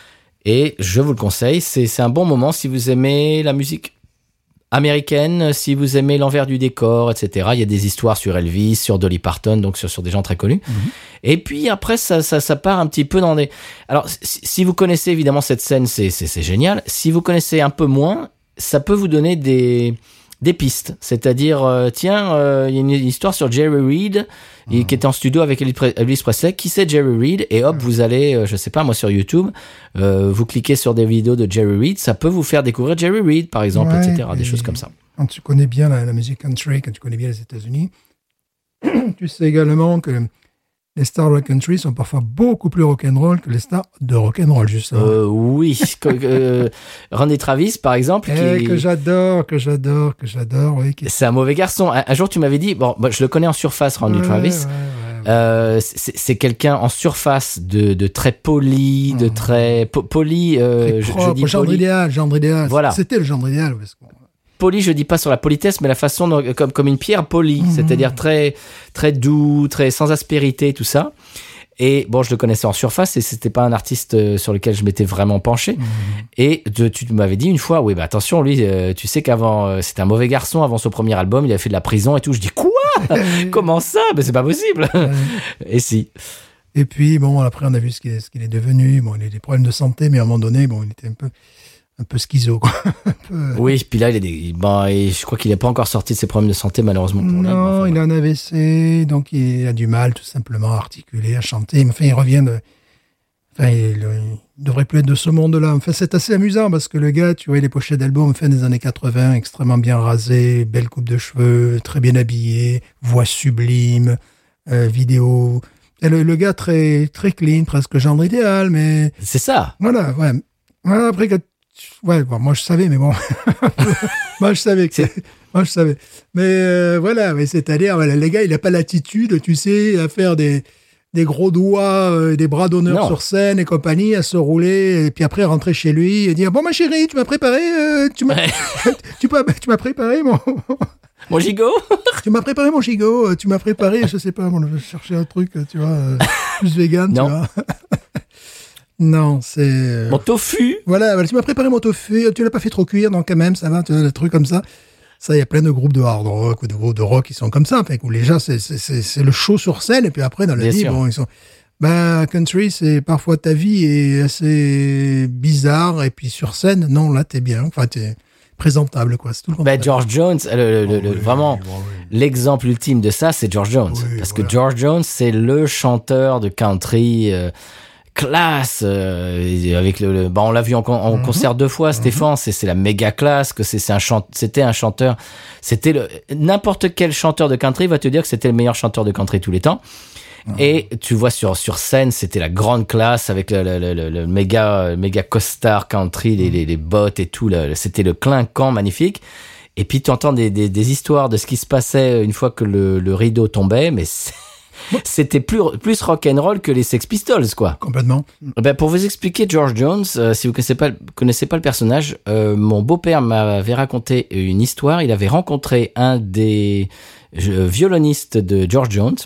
et je vous le conseille, c'est, c'est un bon moment si vous aimez la musique américaine, si vous aimez l'envers du décor, et cetera. Il y a des histoires sur Elvis, sur Dolly Parton, donc sur, sur des gens très connus. Mm-hmm. Et puis après, ça, ça, ça part un petit peu dans des... Alors, si, si vous connaissez évidemment cette scène, c'est, c'est, c'est génial. Si vous connaissez un peu moins, ça peut vous donner des... des pistes, c'est-à-dire euh, tiens, il euh, y a une histoire sur Jerry Reed mmh. qui était en studio avec Elvis Presley. Qui c'est Jerry Reed? Et hop, mmh. vous allez, euh, je sais pas moi, sur YouTube, euh, vous cliquez sur des vidéos de Jerry Reed, ça peut vous faire découvrir Jerry Reed, par exemple, ouais, et cetera. Des choses comme ça. Quand tu connais bien la, la musique country, quand tu connais bien les États-Unis, tu sais également que les stars de la country sont parfois beaucoup plus rock'n'roll que les stars de rock'n'roll, justement. Euh, oui. euh, Randy Travis, par exemple. Eh, qui... Que j'adore, que j'adore, que j'adore. Oui, qui... C'est un mauvais garçon. Un, un jour, tu m'avais dit, bon, moi, je le connais en surface, Randy ouais, Travis. Ouais, ouais, ouais. Euh, c'est, c'est quelqu'un en surface de, de très poli, mmh. de très po- poli. Euh, très propre, je, je dis genre poli. idéal, genre idéal. Voilà. C'était le genre idéal. Parce que... Poli, je dis pas sur la politesse, mais la façon dont, comme comme une pierre polie, mmh. c'est-à-dire très très doux, très sans aspérité, tout ça. Et bon, je le connaissais en surface et c'était pas un artiste sur lequel je m'étais vraiment penché. Mmh. Et de, tu m'avais dit une fois, oui, bah attention, lui, euh, tu sais qu'avant, euh, c'était un mauvais garçon avant son premier album, il avait fait de la prison et tout. Je dis quoi? Comment ça? Ben c'est pas possible. Et si. Et puis bon, après on a vu ce qu'il est, ce qu'il est devenu. Bon, il a des problèmes de santé, mais à un moment donné, bon, il était un peu. Un peu schizo, quoi. peu... Oui, puis là, il a des... bon, et je crois qu'il n'est pas encore sorti de ses problèmes de santé, malheureusement pour lui. Non, enfin, il a un A V C, donc il a du mal, tout simplement, à articuler, à chanter. Enfin, il revient de... Enfin, il, il devrait plus être de ce monde-là. Enfin, c'est assez amusant, parce que le gars, tu vois, les pochettes d'albums fin des années quatre-vingts, extrêmement bien rasé, belle coupe de cheveux, très bien habillé, voix sublime, euh, vidéo... Et le, le gars très, très clean, presque genre idéal, mais... C'est ça. Voilà, ouais. Voilà, après, quand ouais, bon, moi je savais, mais bon, moi je savais que, moi je savais, mais euh, voilà, mais c'est-à-dire, voilà, le gars, il n'a pas l'attitude, tu sais, à faire des des gros doigts, euh, des bras d'honneur non. sur scène et compagnie, à se rouler, et puis après rentrer chez lui et dire bon ma chérie, tu m'as préparé, euh, tu m'as, tu m'as, tu m'as préparé mon mon gigot, tu m'as préparé mon gigot, tu m'as préparé, je sais pas, bon, je cherchais un truc, tu vois, euh, plus vegan, tu vois. Non, c'est... Mon tofu. Voilà, tu m'as préparé mon tofu, tu l'as pas fait trop cuire, donc quand même, ça va, tu vois, des trucs comme ça. Ça, il y a plein de groupes de hard rock ou de groupes de rock qui sont comme ça, fait, où les gens, c'est, c'est, c'est, c'est le show sur scène, et puis après, dans la Bien vie, sûr. bon, ils sont... Ben, country, c'est parfois ta vie est assez bizarre, et puis sur scène, non, là, t'es bien. Enfin, t'es présentable, quoi. C'est tout le Bah, contraire. George Jones, le, le, le- Oh, oui, vraiment, oh, oui. l'exemple ultime de ça, c'est George Jones. Oui, Parce voilà. que George Jones, c'est le chanteur de country euh, classe. euh, et avec le, le- bah, on l'a vu en, con- en Mhm. concert deux fois, Stéphane. C'est, c'est la méga classe. Que c'est, c'est un chant, c'était un chanteur. C'était le, n'importe quel chanteur de country va te dire que c'était le meilleur chanteur de country tous les temps. Et tu vois sur sur scène, c'était la grande classe avec le, le, le, le, le méga le méga costard country, les, les, les bottes et tout. Le, c'était le clinquant magnifique. Et puis tu entends des, des, des histoires de ce qui se passait une fois que le, le rideau tombait, mais c'est- c'était plus plus rock'n'roll que les Sex Pistols, quoi. Complètement. Ben, pour vous expliquer George Jones, euh, si vous connaissez pas connaissez pas le personnage, euh, mon beau-père m'avait raconté une histoire. Il avait rencontré un des euh, violonistes de George Jones.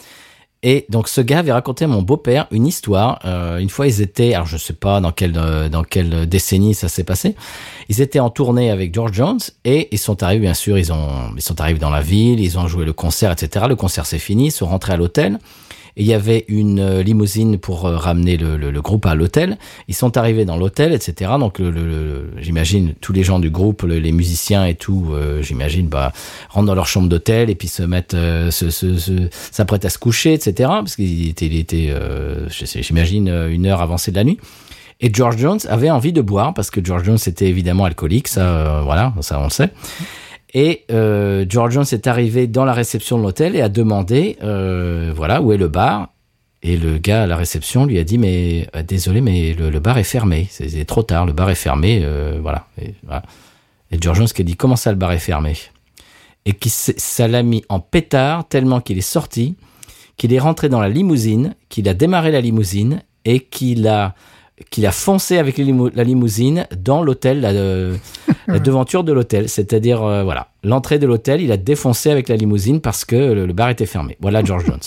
Et donc ce gars avait raconté à mon beau-père une histoire. Euh, une fois ils étaient, alors je sais pas dans quelle euh, dans quelle décennie ça s'est passé. Ils étaient en tournée avec George Jones et ils sont arrivés, bien sûr, ils ont ils sont arrivés dans la ville, ils ont joué le concert, et cetera. Le concert s'est fini, ils sont rentrés à l'hôtel. Et il y avait une euh, limousine pour euh, ramener le, le, le groupe à l'hôtel. Ils sont arrivés dans l'hôtel, et cetera. Donc, le, le, le- j'imagine, tous les gens du groupe, le- les musiciens et tout, euh, j'imagine, bah, rentrent dans leur chambre d'hôtel et puis se mettent, euh, se, se, se, s'apprêtent à se coucher, et cetera. Parce qu'il était, il était euh, je sais, j'imagine, euh, une heure avancée de la nuit. Et George Jones avait envie de boire parce que George Jones était évidemment alcoolique, ça, euh, voilà, ça on le sait. Et euh, George Jones est arrivé dans la réception de l'hôtel et a demandé, euh, voilà, où est le bar. Et le gars à la réception lui a dit, mais euh, désolé, mais le, le bar est fermé. C'est, c'est trop tard, le bar est fermé, euh, voilà. Et, voilà. Et George Jones qui a dit, comment ça, le bar est fermé? Et qui s'est- ça l'a mis en pétard tellement qu'il est sorti, qu'il est rentré dans la limousine, qu'il a démarré la limousine et qu'il a qu'il a foncé avec les limo- la limousine dans l'hôtel, la, euh, la devanture de l'hôtel. C'est-à-dire, euh, voilà, l'entrée de l'hôtel, il a défoncé avec la limousine parce que le, le bar était fermé. Voilà George Jones.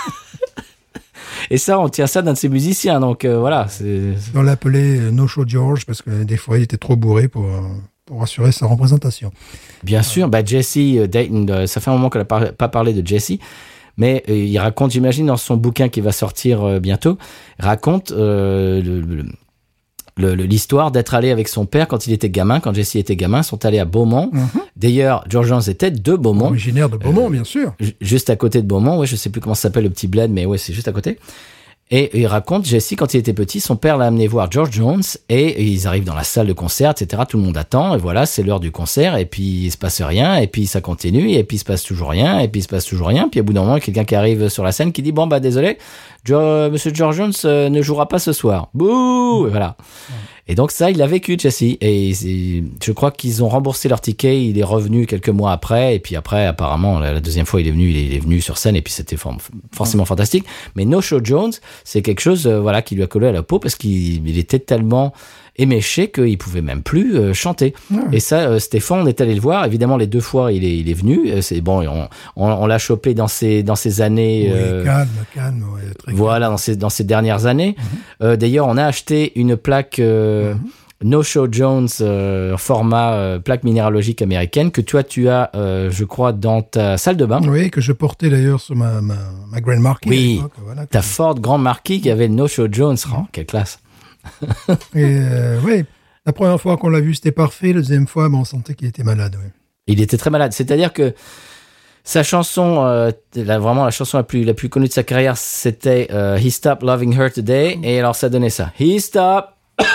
Et ça, on tient ça d'un de ses musiciens. Donc euh, voilà, c'est... On l'appelait euh, No Show George parce que des fois, il était trop bourré pour, euh, pour assurer sa représentation. Bien sûr, bah Jesse euh, Dayton, euh, ça fait un moment qu'on n'a par- pas parlé de Jesse, mais euh, il raconte, j'imagine, dans son bouquin qui va sortir euh, bientôt, raconte euh, le, le- le- le- l'histoire d'être allé avec son père quand il était gamin, quand Jesse était gamin, sont allés à Beaumont. Mm-hmm. D'ailleurs, George Jones était de Beaumont, Originaire de Beaumont, bien sûr. ju- juste à côté de Beaumont. Ouais, je sais plus comment ça s'appelle le petit bled, mais ouais, c'est juste à côté. Et il raconte, Jesse, quand il était petit, son père l'a amené voir George Jones et ils arrivent dans la salle de concert, et cetera. Tout le monde attend et voilà, c'est l'heure du concert et puis il se passe rien et puis ça continue et puis il se passe toujours rien et puis il se passe toujours rien. Puis au bout d'un moment, il y a quelqu'un qui arrive sur la scène qui dit, bon, bah, désolé, Jo- Monsieur George Jones euh, ne jouera pas ce soir. Bouh! Et voilà. Et donc ça, il l'a vécu, Jesse. Et c'est- je crois qu'ils ont remboursé leur ticket. Il est revenu quelques mois après. Et puis après, apparemment, la la deuxième fois, il est venu, il est, il est venu sur scène. Et puis c'était for- forcément fantastique. Mais No Show Jones, c'est quelque chose, euh, voilà, qui lui a collé à la peau parce qu'il il était tellement éméché qu'il pouvait même plus euh, chanter. Et ça, euh, Stéphane, on est allé le voir. Évidemment, les deux fois, il est, il est venu. Euh, C'est bon, on, on, on l'a chopé dans ses, dans ses années. Oui, euh, calme, calme. Ouais, très voilà, dans ces, dans ces dernières années. Euh, d'ailleurs, on a acheté une plaque euh, No Show Jones euh, format euh, plaque minéralogique américaine que toi, tu as, euh, je crois, dans ta salle de bain. calme. Oui, que je portais d'ailleurs sur ma, ma, ma Grand Marquis. Oui. à l'époque, voilà, Ta Ford Grand Marquis qui avait le No Show Jones. Oh, quelle classe. Et euh, oui, la première fois qu'on l'a vu, c'était parfait. La deuxième fois, ben, on sentait qu'il était malade. Ouais. Il était très malade. C'est-à-dire que sa chanson, euh, la, vraiment la chanson la plus, la plus connue de sa carrière, c'était euh, He Stopped Loving Her Today. Et alors, ça donnait ça. He stopped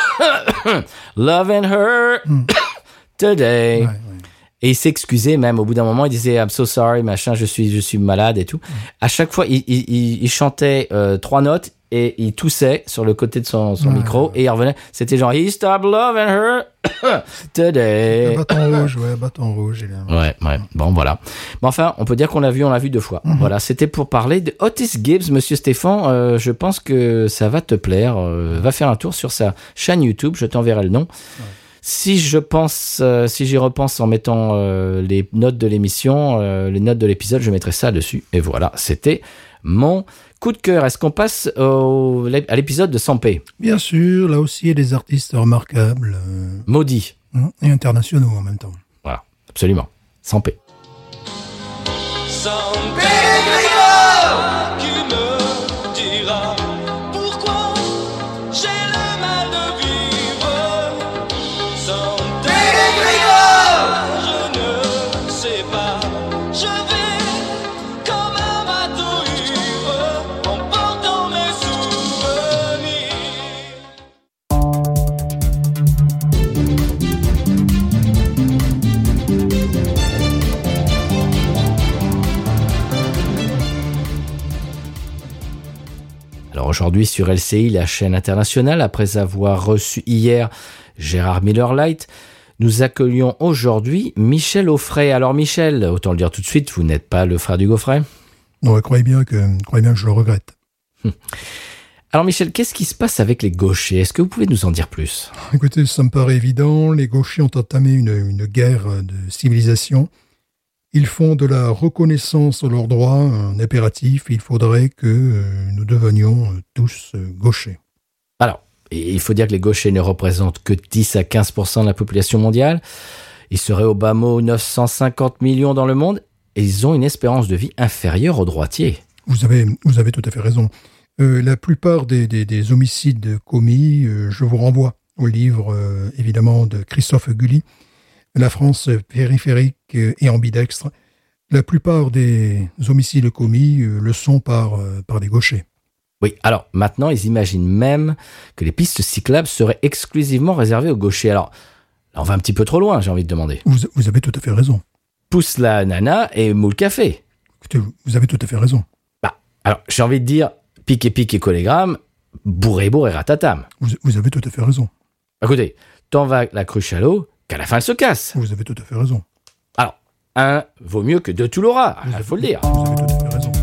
loving her today. Ouais, ouais. Et il s'excusait même au bout d'un moment, il disait I'm so sorry, machin, je suis, je suis malade et tout. À chaque fois, il, il, il, il chantait euh, trois notes et il toussait sur le côté de son, son Ouais. micro et il revenait. C'était genre He stopped loving her Le today. bâton rouge, ouais, bâton rouge. Il est... Ouais, ouais. Bon, voilà. Mais enfin, on peut dire qu'on l'a vu, on l'a vu deux fois. Mhm. Voilà, c'était pour parler de Otis Gibbs, Monsieur Stéphane. Euh, je pense que ça va te plaire. Euh, va faire un tour sur sa chaîne YouTube. Je t'enverrai le nom. Si je pense, euh, si j'y repense en mettant euh, les notes de l'émission, euh, les notes de l'épisode, je mettrai ça dessus. Et voilà, c'était mon coup de cœur. Est-ce qu'on passe au, à l'épisode de Sampé? Bien sûr, là aussi, il y a des artistes remarquables euh, Maudit. hein, et internationaux en même temps. Voilà, absolument. Sans P. San Pellegrino qui me dira pourquoi j'ai le mal de vivre. San Pellegrino, je ne sais pas, je vais comme un bateau ivre en portant mes souvenirs. Alors aujourd'hui sur L C I, la chaîne internationale, après avoir reçu hier Gérard Miller-Lite, nous accueillons aujourd'hui Michel Auffray. Alors Michel, autant le dire tout de suite, vous n'êtes pas le frère du Gaufret ? Non, croyez bien que, croyez bien que je le regrette. Alors Michel, qu'est-ce qui se passe avec les gauchers ? Est-ce que vous pouvez nous en dire plus ? Écoutez, ça me paraît évident. Les gauchers ont entamé une, une guerre de civilisation. Ils font de la reconnaissance de leurs droits un impératif. Il faudrait que euh, nous devenions euh, tous euh, gauchers. Alors, il faut dire que les gauchers ne représentent que dix à quinze pour cent de la population mondiale. Ils seraient au bas mot neuf cent cinquante millions dans le monde et ils ont une espérance de vie inférieure aux droitiers. Vous avez, vous avez tout à fait raison. Euh, la plupart des, des, des homicides commis, euh, je vous renvoie au livre, euh, évidemment, de Christophe Gully, La France périphérique et ambidextre. La plupart des homicides commis euh, le sont par, euh, par des gauchers. Oui, alors maintenant, ils imaginent même que les pistes cyclables seraient exclusivement réservées aux gauchers. Alors, là, on va un petit peu trop loin, j'ai envie de demander. Vous, vous avez tout à fait raison. Pousse la nana et moule café. Écoutez, vous avez tout à fait raison. Bah, alors, j'ai envie de dire pique et pique et collégramme, bourré bourré ratatam. Vous, vous avez tout à fait raison. Écoutez, t'en vas la cruche à l'eau, qu'à la fin elle se casse. Vous avez tout à fait raison. Alors, un vaut mieux que deux tout l'aura, il faut le dire. Vous avez tout à fait raison.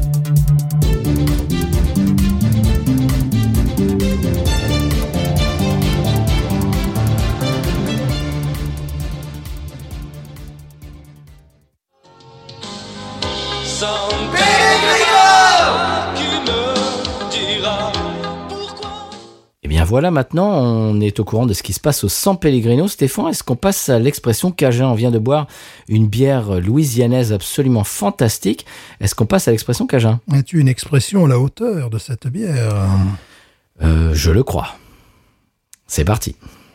San Pellegrino qui me dira pourquoi. Et bien voilà, maintenant on est au courant de ce qui se passe au San Pellegrino. Stéphane, est-ce qu'on passe à l'expression Cajun ? On vient de boire une bière louisianaise absolument fantastique. Est-ce qu'on passe à l'expression Cajun ? As-tu une expression à la hauteur de cette bière ? euh, Je le crois. C'est parti.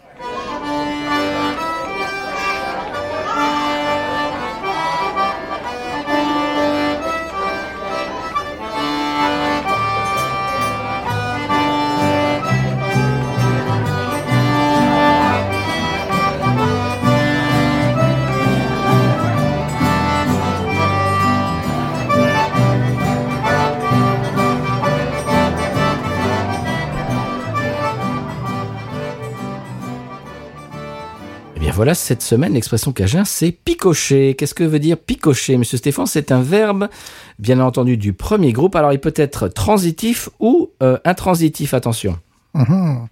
Voilà, cette semaine, l'expression cajun, c'est picocher. Qu'est-ce que veut dire picocher, monsieur Stéphane ? C'est un verbe, bien entendu, du premier groupe. Alors, il peut être transitif ou euh, intransitif, attention. Uh-huh.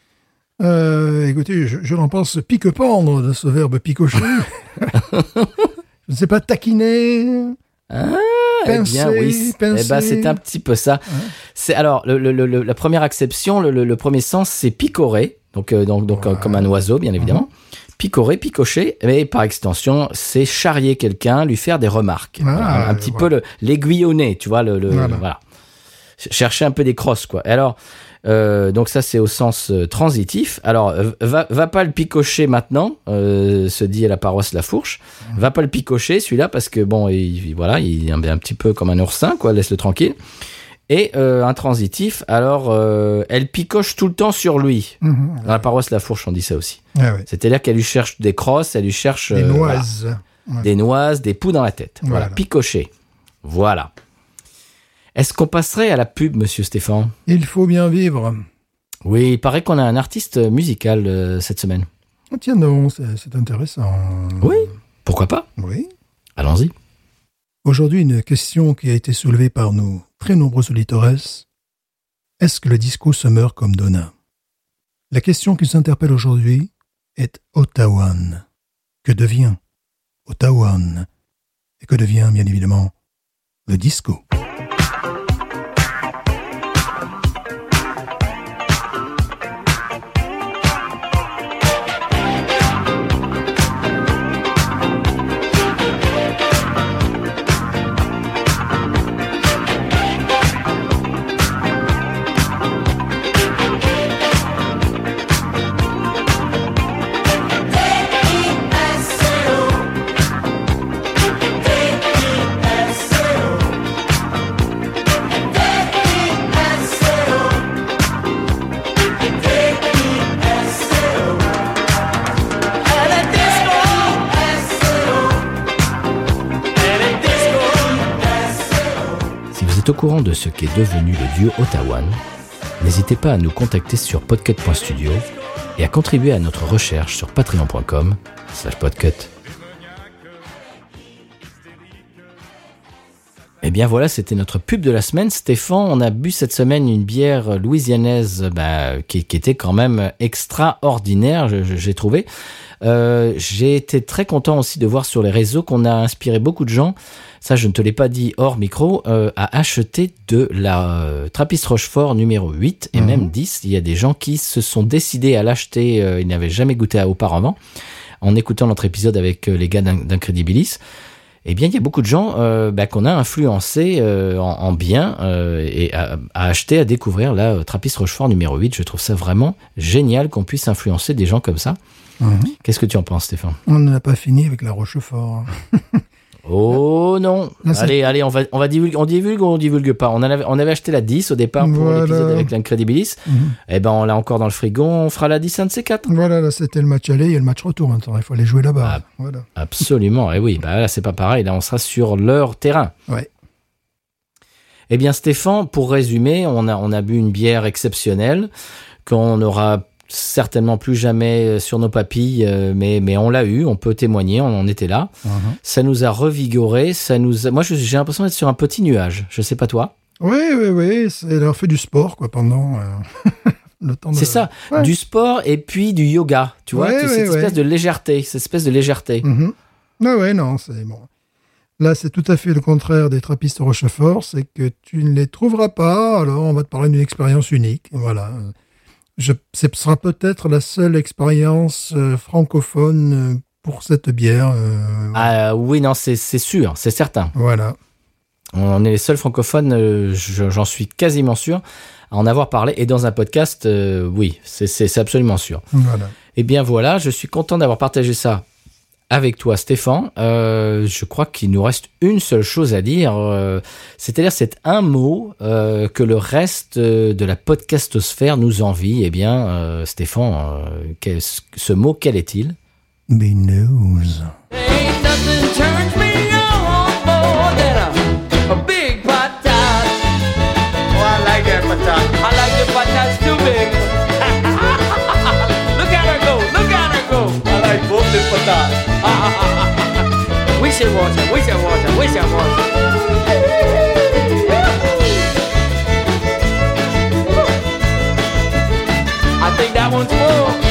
Euh, écoutez, je, je n'en pense pique-pendre de ce verbe picocher. Je ne sais pas, taquiner. Ah, pincer, eh bien, oui. pincer. Eh ben, c'est un petit peu ça. Ouais. C'est, alors, le, le, le, la première acception, le, le, le premier sens, c'est picorer. Donc, euh, donc, donc ouais. Comme un oiseau, bien évidemment. Uh-huh. Picorer, picocher, mais par extension, c'est charrier quelqu'un, lui faire des remarques. Ah, voilà, un petit voilà. peu le, l'aiguillonner, tu vois, le, le voilà. voilà. Chercher un peu des crosses, quoi. Et alors, euh, donc ça, c'est au sens euh, transitif. Alors, euh, va, va pas le picocher maintenant, euh, se dit à la paroisse La Fourche. Mmh. Va pas le picocher, celui-là, parce que bon, il, voilà, il est un, un petit peu comme un oursin, quoi, laisse-le tranquille. Et euh, intransitif, alors, euh, elle picoche tout le temps sur lui. Mmh, Dans la paroisse La Fourche, on dit ça aussi. Ah, oui. C'est-à-dire qu'elle lui cherche des crosses, elle lui cherche... Des euh, noises. Voilà, ouais. Des noises, des poux dans la tête. Voilà, voilà. Picocher. Voilà. Est-ce qu'on passerait à la pub, monsieur Stéphane ? Il faut bien vivre. Oui, il paraît qu'on a un artiste musical euh, cette semaine. Oh, tiens, non, c'est, c'est intéressant. Oui, pourquoi pas ? Oui. Allons-y. Aujourd'hui, une question qui a été soulevée par nos très nombreux auditeurs. Est-ce que le disco se meurt comme Donna ? La question qui nous interpelle aujourd'hui est Ottawan. Que devient Ottawan ? Et que devient, bien évidemment, le disco ? êtes au courant de ce qu'est devenu le duo Ottawan, n'hésitez pas à nous contacter sur podcut point studio et à contribuer à notre recherche sur patreon point com slash podcut. Et bien voilà, c'était notre pub de la semaine. Stéphane, on a bu cette semaine une bière louisianaise bah, qui, qui était quand même extraordinaire, je, je, j'ai trouvé. Euh, j'ai été très content aussi de voir sur les réseaux qu'on a inspiré beaucoup de gens, ça je ne te l'ai pas dit hors micro, euh, à acheter de la euh, Trappist Rochefort numéro huit et mmh. même dix. Il y a des gens qui se sont décidés à l'acheter, euh, ils n'avaient jamais goûté à auparavant, en écoutant notre épisode avec euh, les gars d'In- d'Incredibilis. Eh bien, il y a beaucoup de gens euh, bah, qu'on a influencés euh, en, en bien euh, et à, à acheter, à découvrir la euh, Trappist Rochefort numéro huit. Je trouve ça vraiment génial qu'on puisse influencer des gens comme ça. Mmh. Qu'est-ce que tu en penses, Stéphane ? On n'a pas fini avec la Rochefort. Oh non. Là, allez, allez, on va, on va divulguer, on divulgue ou on divulgue pas. On avait, on avait acheté la dix au départ pour voilà. l'épisode avec l'Incredibilis. Mm-hmm. Eh ben, on l'a encore dans le frigo. On fera la dix un de ces quatre. Voilà, là, c'était le match aller et le match retour maintenant. Il faut aller jouer là-bas. Ah, voilà. Absolument. Et oui, bah là, c'est pas pareil. Là, on sera sur leur terrain. Ouais. Eh bien, Stéphane, pour résumer, on a, on a bu une bière exceptionnelle qu'on n'aura certainement plus jamais sur nos papilles, mais, mais on l'a eu, on peut témoigner, on en était là. Uh-huh. Ça nous a revigoré, ça nous a... moi j'ai l'impression d'être sur un petit nuage, je sais pas toi. Oui, oui, oui, c'est d'avoir fait du sport quoi, pendant euh... le temps de... C'est ça, ouais. Du sport et puis du yoga, tu vois, ouais, tu, ouais, cette ouais. espèce de légèreté, cette espèce de légèreté. Mm-hmm. Ah ouais, non, c'est bon. Là, c'est tout à fait le contraire des Trappistes Rochefort, c'est que tu ne les trouveras pas, alors on va te parler d'une expérience unique, voilà. Je, ce sera peut-être la seule expérience euh, francophone euh, pour cette bière. Euh, ah oui, non, c'est, c'est sûr, c'est certain. Voilà. On est les seuls francophones, euh, j'en suis quasiment sûr, à en avoir parlé. Et dans un podcast, euh, oui, c'est, c'est, c'est absolument sûr. Voilà. Eh bien voilà, je suis content d'avoir partagé ça avec toi, Stéphane. Euh, je crois qu'il nous reste une seule chose à dire. Euh, c'est-à-dire, c'est un mot euh, que le reste de la podcastosphère nous envie. Eh bien, euh, Stéphane, euh, quel, ce mot, quel est-il ? Be news. Ain't nothing turns me on more than a, a big patat. Oh, I like that patat. I like the patats too big. Look at her go, look at her go. I like both the patats. We should watch her, we should watch her, we should watch her. I think that one's full.